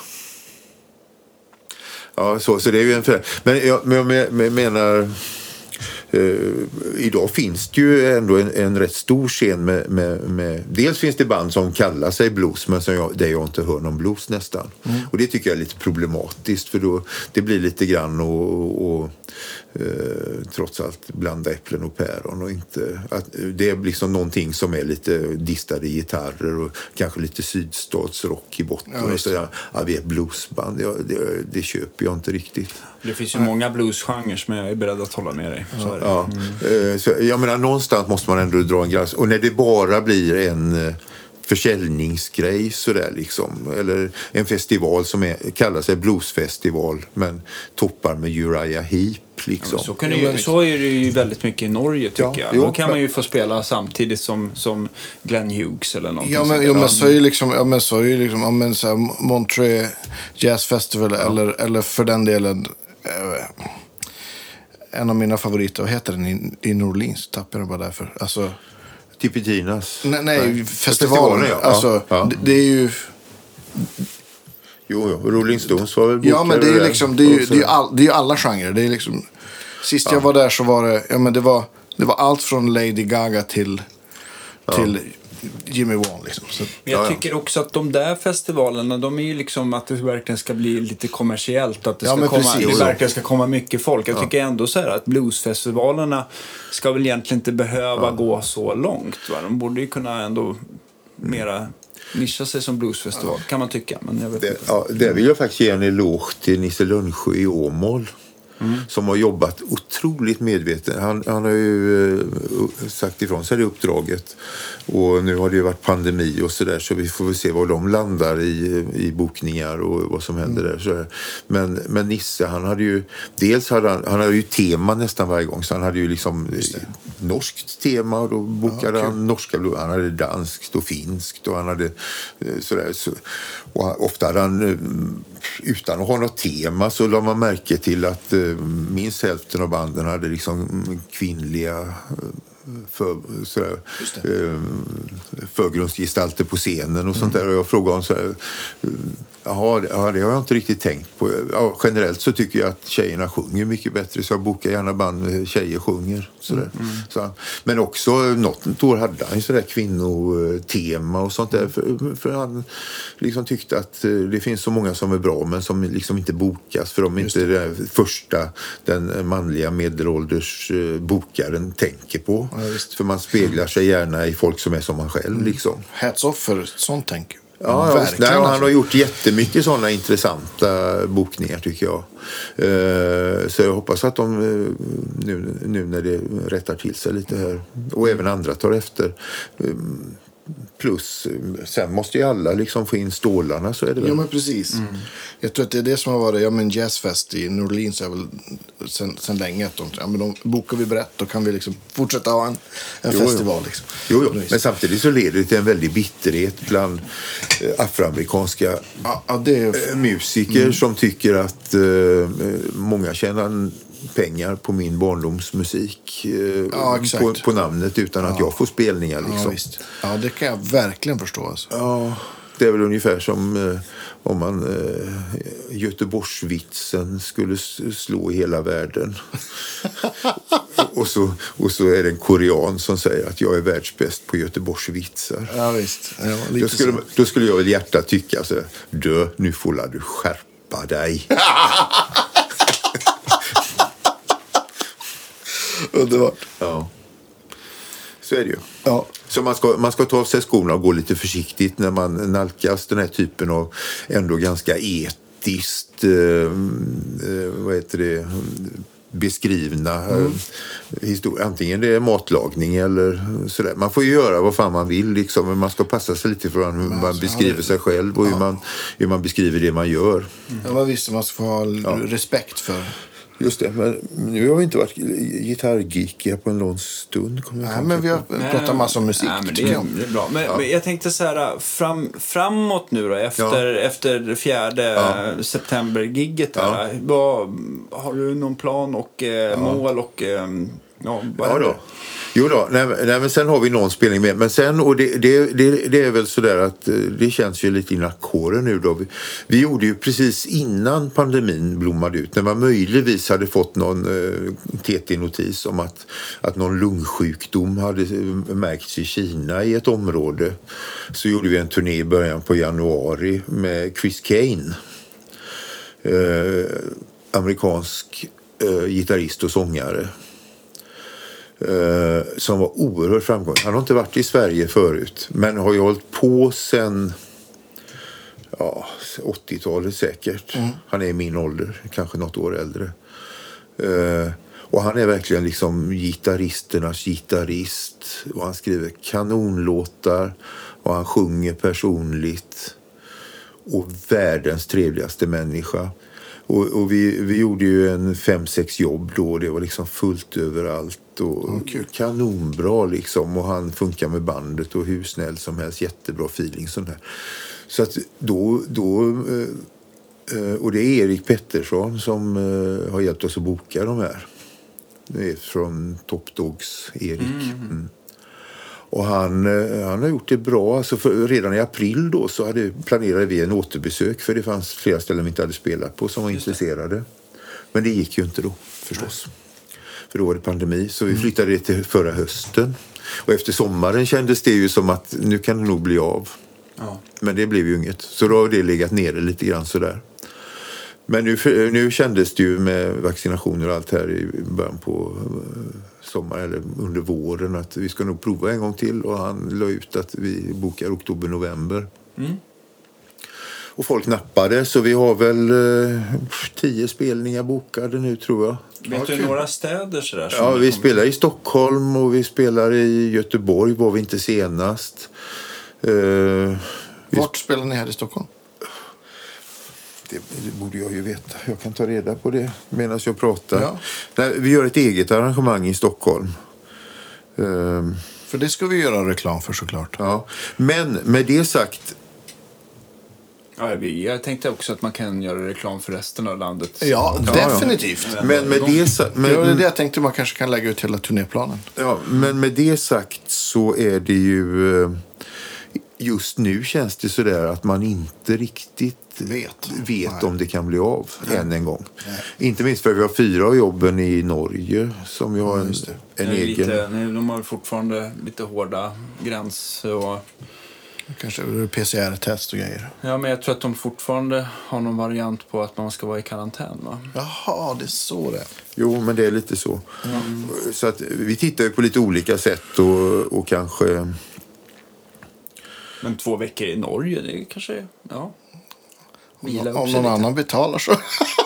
Ja, så, så det är ju en för... Men jag, men jag menar... Uh, idag finns det ju ändå en, en rätt stor scen med, med, med... Dels finns det band som kallar sig blues, men som jag, där jag inte hör någon blues nästan. Mm. Och det tycker jag är lite problematiskt, för då det blir lite grann och, och uh, trots allt blanda äpplen och päron och inte... Att, det är liksom någonting som är lite distade gitarrer och kanske lite sydstatsrock i botten. Ja, och så, ja, vi är ett bluesband. Ja, det, det köper jag inte riktigt. Det finns ju många bluesgenrer som jag är beredd att hålla med dig. Så ja. Mm. Så jag menar, någonstans måste man ändå dra en gräns. Och när det bara blir en försäljningsgrej sådär liksom, eller en festival som är, kallar sig bluesfestival men toppar med Uriah Heep liksom. Ja, så, kan det ju, så är det ju väldigt mycket i Norge tycker ja, jag. Jo, Då kan man ju få spela samtidigt som, som Glenn Hughes eller någonting. Ja men, jo, men så är ju liksom, ja, men så är ju liksom ja, men, så här, Montreux Jazz Festival ja. eller, eller för den delen eh, en av mina favoriter, vad heter den i, i New Orleans? Tappar jag bara därför. Alltså Tipitinas. Nej, nej festivalen. festivalen ja. Alltså, ja. Det, det är ju... Jo, jo, Rolling Stones var väl bokade. Ja, men det är ju liksom, det är ju, det är ju, all, det är ju alla genrer. Det är liksom, sist ja. jag var där så var det, ja men det var, det var allt från Lady Gaga till, ja. till Jimmy Wan liksom. Så, men jag ja, tycker ja. också att de där festivalerna, de är ju liksom att det verkligen ska bli lite kommersiellt, att det, ska ja, komma, precis, det verkligen ska komma mycket folk. Jag tycker ja. ändå så här att bluesfestivalerna ska väl egentligen inte behöva ja. gå så långt. Va? De borde ju kunna ändå mera nischa sig som bluesfestival, ja. kan man tycka. Men jag vet det, inte. Ja, det vill jag faktiskt ge en eloge till Nisse Lundsjö i Åmål. Mm. Som har jobbat otroligt medveten. Han, han har ju uh, sagt ifrån sig det uppdraget. Och nu har det ju varit pandemi och sådär, så vi får väl se var de landar i, i bokningar och vad som händer mm. där. Så men, men Nisse, han hade ju dels hade han, han hade ju tema nästan varje gång, så han hade ju liksom norskt tema och då bokade ja, han norska, han hade danskt och finskt och han hade uh, sådär. Så, och ofta hade han uh, utan att ha något tema så la man märke till att uh, minst hälften av banden hade liksom kvinnliga för, sådär, förgrundsgestalter på scenen och sånt där. Och jag frågade honom så här, jaha, det har jag inte riktigt tänkt på. Ja, generellt så tycker jag att tjejerna sjunger mycket bättre, så jag bokar gärna band med tjejer sjunger. Sådär. Mm. Så, men också något år hade han sådär kvinnotema och sånt där. För, för han liksom tyckte att det finns så många som är bra men som liksom inte bokas, för de är inte det första den manliga medelålders bokaren tänker på. Ja, för man speglar sig gärna i folk som är som man själv. Mm. Liksom. Hats off för sånt tänk. Ja, verkligen. Nej, han har gjort jättemycket sådana intressanta bokningar tycker jag. Uh, så jag hoppas att de uh, nu, nu när det rättar till sig lite här, och även andra tar efter. Uh, plus, sen måste ju alla liksom få in stålarna, så är det väl. Ja, men precis. Mm. Jag tror att det är det som har varit, ja men jazzfest i New Orleans är väl sen, sen länge att de, ja men de bokar vi brett, då kan vi liksom fortsätta ha en, en jo, festival liksom. Jo, jo. Men samtidigt så leder det till en väldig bitterhet bland eh, afroamerikanska ja, ja, det är... eh, musiker mm. som tycker att eh, många tjänar pengar på min barndomsmusik eh, ja, på, på namnet utan ja. att jag får spelningar liksom. Ja, visst. Ja, det kan jag verkligen förstå alltså. Ja, det är väl ungefär som eh, om man eh, Göteborgsvitsen skulle slå i hela världen. och, så, och så är det en korean som säger att jag är världsbäst på Göteborgsvitsar. Ja, visst. Ja, då, skulle, då skulle jag väl hjärta tycka så här, dö, nu får du skärpa dig. Underbart. Ja. Så är det ju. Ja. Så man ska, man ska ta av sig skorna och gå lite försiktigt när man nalkas den här typen av ändå ganska etiskt eh, eh, vad heter det, beskrivna mm. historier. Antingen det är matlagning eller sådär. Man får ju göra vad fan man vill liksom, men man ska passa sig lite för hur man alltså, beskriver sig själv och ja. hur, man, hur man beskriver det man gör. Mm. Ja, man visste man ska få ha ja. respekt för. Just det, men nu har vi inte varit gitarrgeekiga på en lång stund. Nej, men vi har pratat massor om musik. Nej, men det, är, det är bra. Men, ja. men jag tänkte så här, fram, framåt nu då, efter, ja. efter fjärde ja. september-gigget. Ja. Vad, har du någon plan och eh, ja. mål och... Eh, ja, vad ja, är det? Då. Jo då, nej, nej, men sen har vi någon spelning med. Men sen, och det, det, det, det är väl sådär att det känns ju lite i nackåren nu då. Vi, vi gjorde ju precis innan pandemin blommade ut, när man möjligtvis hade fått någon eh, T T-notis om att, att någon lungsjukdom hade märkts i Kina i ett område. Så gjorde vi en turné i början på januari med Chris Kane. Eh, amerikansk eh, gitarrist och sångare. Uh, som var oerhört framgångsrik. Han har inte varit i Sverige förut, men har ju hållit på sen ja, åttiotalet säkert. Mm. Han är i min ålder, kanske något år äldre. Uh, och han är verkligen liksom gitarristernas gitarrist. Och han skriver kanonlåtar och han sjunger personligt. Och världens trevligaste människa. Och, och vi, vi gjorde ju en fem, sex jobb då. Det var liksom fullt överallt. Och okay. kanonbra liksom. Och han funkar med bandet och hur snäll som helst. Jättebra feeling sån här. Så att då... då eh, och det är Erik Pettersson som eh, har hjälpt oss att boka de här. Det är från Top Dogs Erik. Mm. Mm. Och han, han har gjort det bra. Alltså för, redan i april då så hade, planerade vi en återbesök. För det fanns flera ställen vi inte hade spelat på som var Just intresserade. Det. Men det gick ju inte då förstås. Nej. För då var det pandemi. Så vi flyttade det till förra hösten. Och efter sommaren kändes det ju som att nu kan det nog bli av. Ja. Men det blev ju inget. Så då har det legat nere lite grann sådär. Men nu, nu kändes det ju med vaccinationer och allt här i början på sommar eller under våren att vi ska nog prova en gång till. Och han la ut att vi bokar oktober-november. Mm. Och folk nappade, så vi har väl eh, tio spelningar bokade nu tror jag. Vet du några städer sådär? Ja, vi spelar i Stockholm och vi spelar i Göteborg, var vi inte senast. Eh, Vart spelar ni här i Stockholm? Det, det borde jag ju veta. Jag kan ta reda på det medan jag pratar. Ja. Nej, vi gör ett eget arrangemang i Stockholm. Um, för det ska vi göra reklam för såklart. Ja. Men med det sagt... Ja, jag tänkte också att man kan göra reklam för resten av landet. Ja, ja definitivt. Ja. Men med det sagt... Men, ja, det är det jag tänkte man kanske kan lägga ut hela turnéplanen. Ja, men med det sagt så är det ju... Just nu känns det sådär att man inte riktigt vet, vet om det kan bli av Nej. än en gång. Nej. Inte minst för att vi har fyra av jobben i Norge som vi har en, en egen... Lite, de har fortfarande lite hårda gränser och... Kanske P C R-test och grejer. Ja, men jag tror att de fortfarande har någon variant på att man ska vara i karantän, va? Jaha, det är så det. Jo, men det är lite så. Mm. Så att vi tittar ju på lite olika sätt och, och kanske... Men två veckor i Norge, det är kanske... Ja. Om, om någon annan betalar så.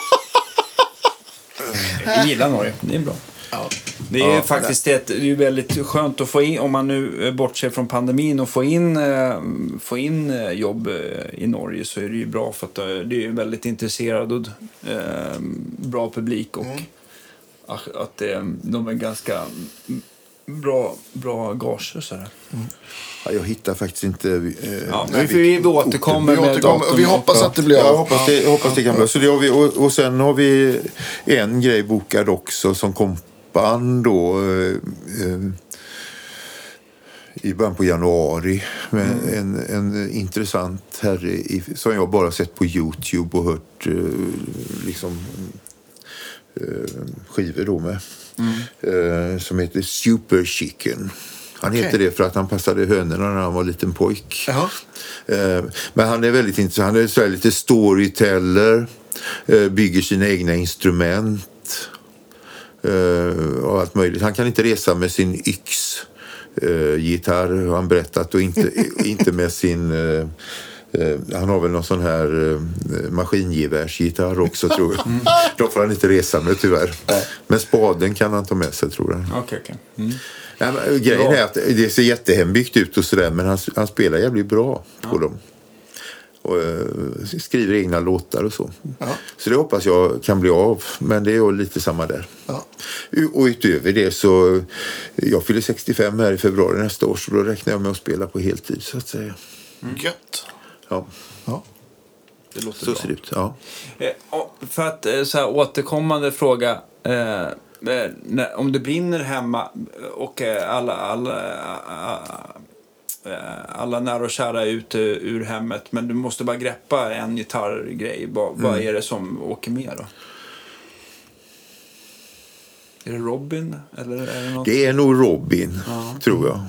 Jag gillar Norge, det är bra. Ja. Det är ja, faktiskt det. Det är väldigt skönt att få in, om man nu bortser från pandemin och få in, få in jobb i Norge, så är det ju bra för att det är väldigt intresserad och eh, bra publik och mm. att det, de är ganska bra, bra gager så här. Mm. Ja, jag hittar faktiskt inte... Eh, ja, men vi, vi återkommer vi, återkommer, vi hoppas att det blir... Jag hoppas det, jag hoppas det kan bli. Så det har vi, och, och sen har vi en grej bokad också som kompan då eh, eh, i början på januari med mm. en, en intressant herre i, som jag bara sett på YouTube och hört eh, liksom eh, skivor då med mm. eh, som heter Super Chicken. Han okay. heter det för att han passade hönorna när han var liten pojk. Uh-huh. Eh, men han är väldigt intressant. Han är så här lite storyteller. Eh, bygger sina egna instrument. Eh, och allt möjligt. Han kan inte resa med sin yx. Eh, gitarr har han berättat. Och inte, inte med sin... Eh, Eh, han har väl någon sån här eh, maskingevärsgitarr också, tror jag. Mm. Då får han inte resa med, tyvärr. Nej. Men spaden kan han ta med sig, tror jag. Okej, okej. Mm. Ja, grejen bra. Är att det ser jättehembyggt ut och sådär, men han, han spelar jävligt bra på ja. dem. Och uh, skriver egna låtar och så. Ja. Så det hoppas jag kan bli av, men det är ju lite samma där. Ja. Och utöver det så, jag fyller sextiofem här i februari nästa år, så då räknar jag med att spela på heltid, så att säga. Mm. Gött. Ja. Ja. Det låter så bra. ser det ut, ja. Eh, för att eh, så här, återkommande fråga, eh, när, om det brinner hemma och eh, alla, alla, eh, alla nära och kära är ute ur hemmet, men du måste bara greppa en gitarrgrej, vad, mm. vad är det som åker med då? Är det Robin? Eller är det, något? Det är nog Robin, ja. tror jag.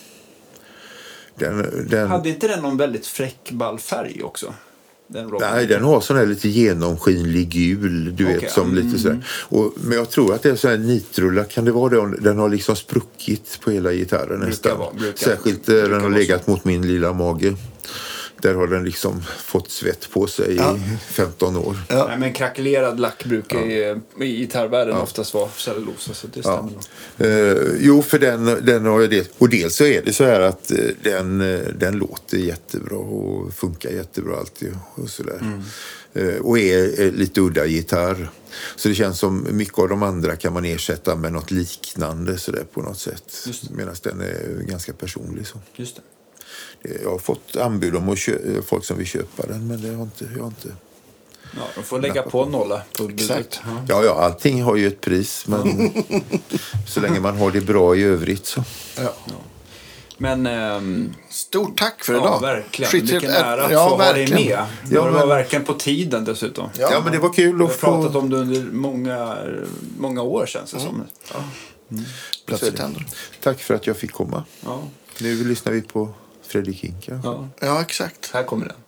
Den, den... Hade inte den någon väldigt fräck ballfärg också? Den Nej, den har sån här lite genomskinlig gul, du okay. vet, som mm. lite sådär. Och, men jag tror att det är sån här nitrulla, kan det vara det? Den har liksom spruckit på hela gitarren nästan. Vara, Särskilt brukar den har legat så. Mot min lilla mage. Där har den liksom fått svett på sig ja. i femton år. Ja. Nej, men krackelerad lack brukar ja. i, i gitarrvärlden ja. oftast vara cellulosa, så det stämmer ja. uh, Jo, för den, den har ju det. Och dels så är det så här att uh, den, uh, den låter jättebra och funkar jättebra alltid och sådär. Mm. Uh, och är uh, lite udda gitarr. Så det känns som mycket av de andra kan man ersätta med något liknande sådär på något sätt. Medan den är ganska personlig så. Just det. Jag har fått anbud om att kö- folk som vill köpa den, men det har inte, jag har inte... Ja, de får lägga på en nolla. På Exakt. Ja, ja, allting har ju ett pris, men så länge man har det bra i övrigt så... Ja. Ja. Men... Ähm, stort tack för ja, idag. Ja, verkligen. Skit Vilken ett, ära att ja, få verkligen. ha dig med. Det ja, var men... verkligen på tiden dessutom. Ja, ja men det var kul att få... Jag har pratat om det under många, många år känns det mm. som. Ja. Mm. Plötsligt händer. Tack för att jag fick komma. Ja. Nu lyssnar vi på Freddie King. Ja. ja, exakt. Här kommer den.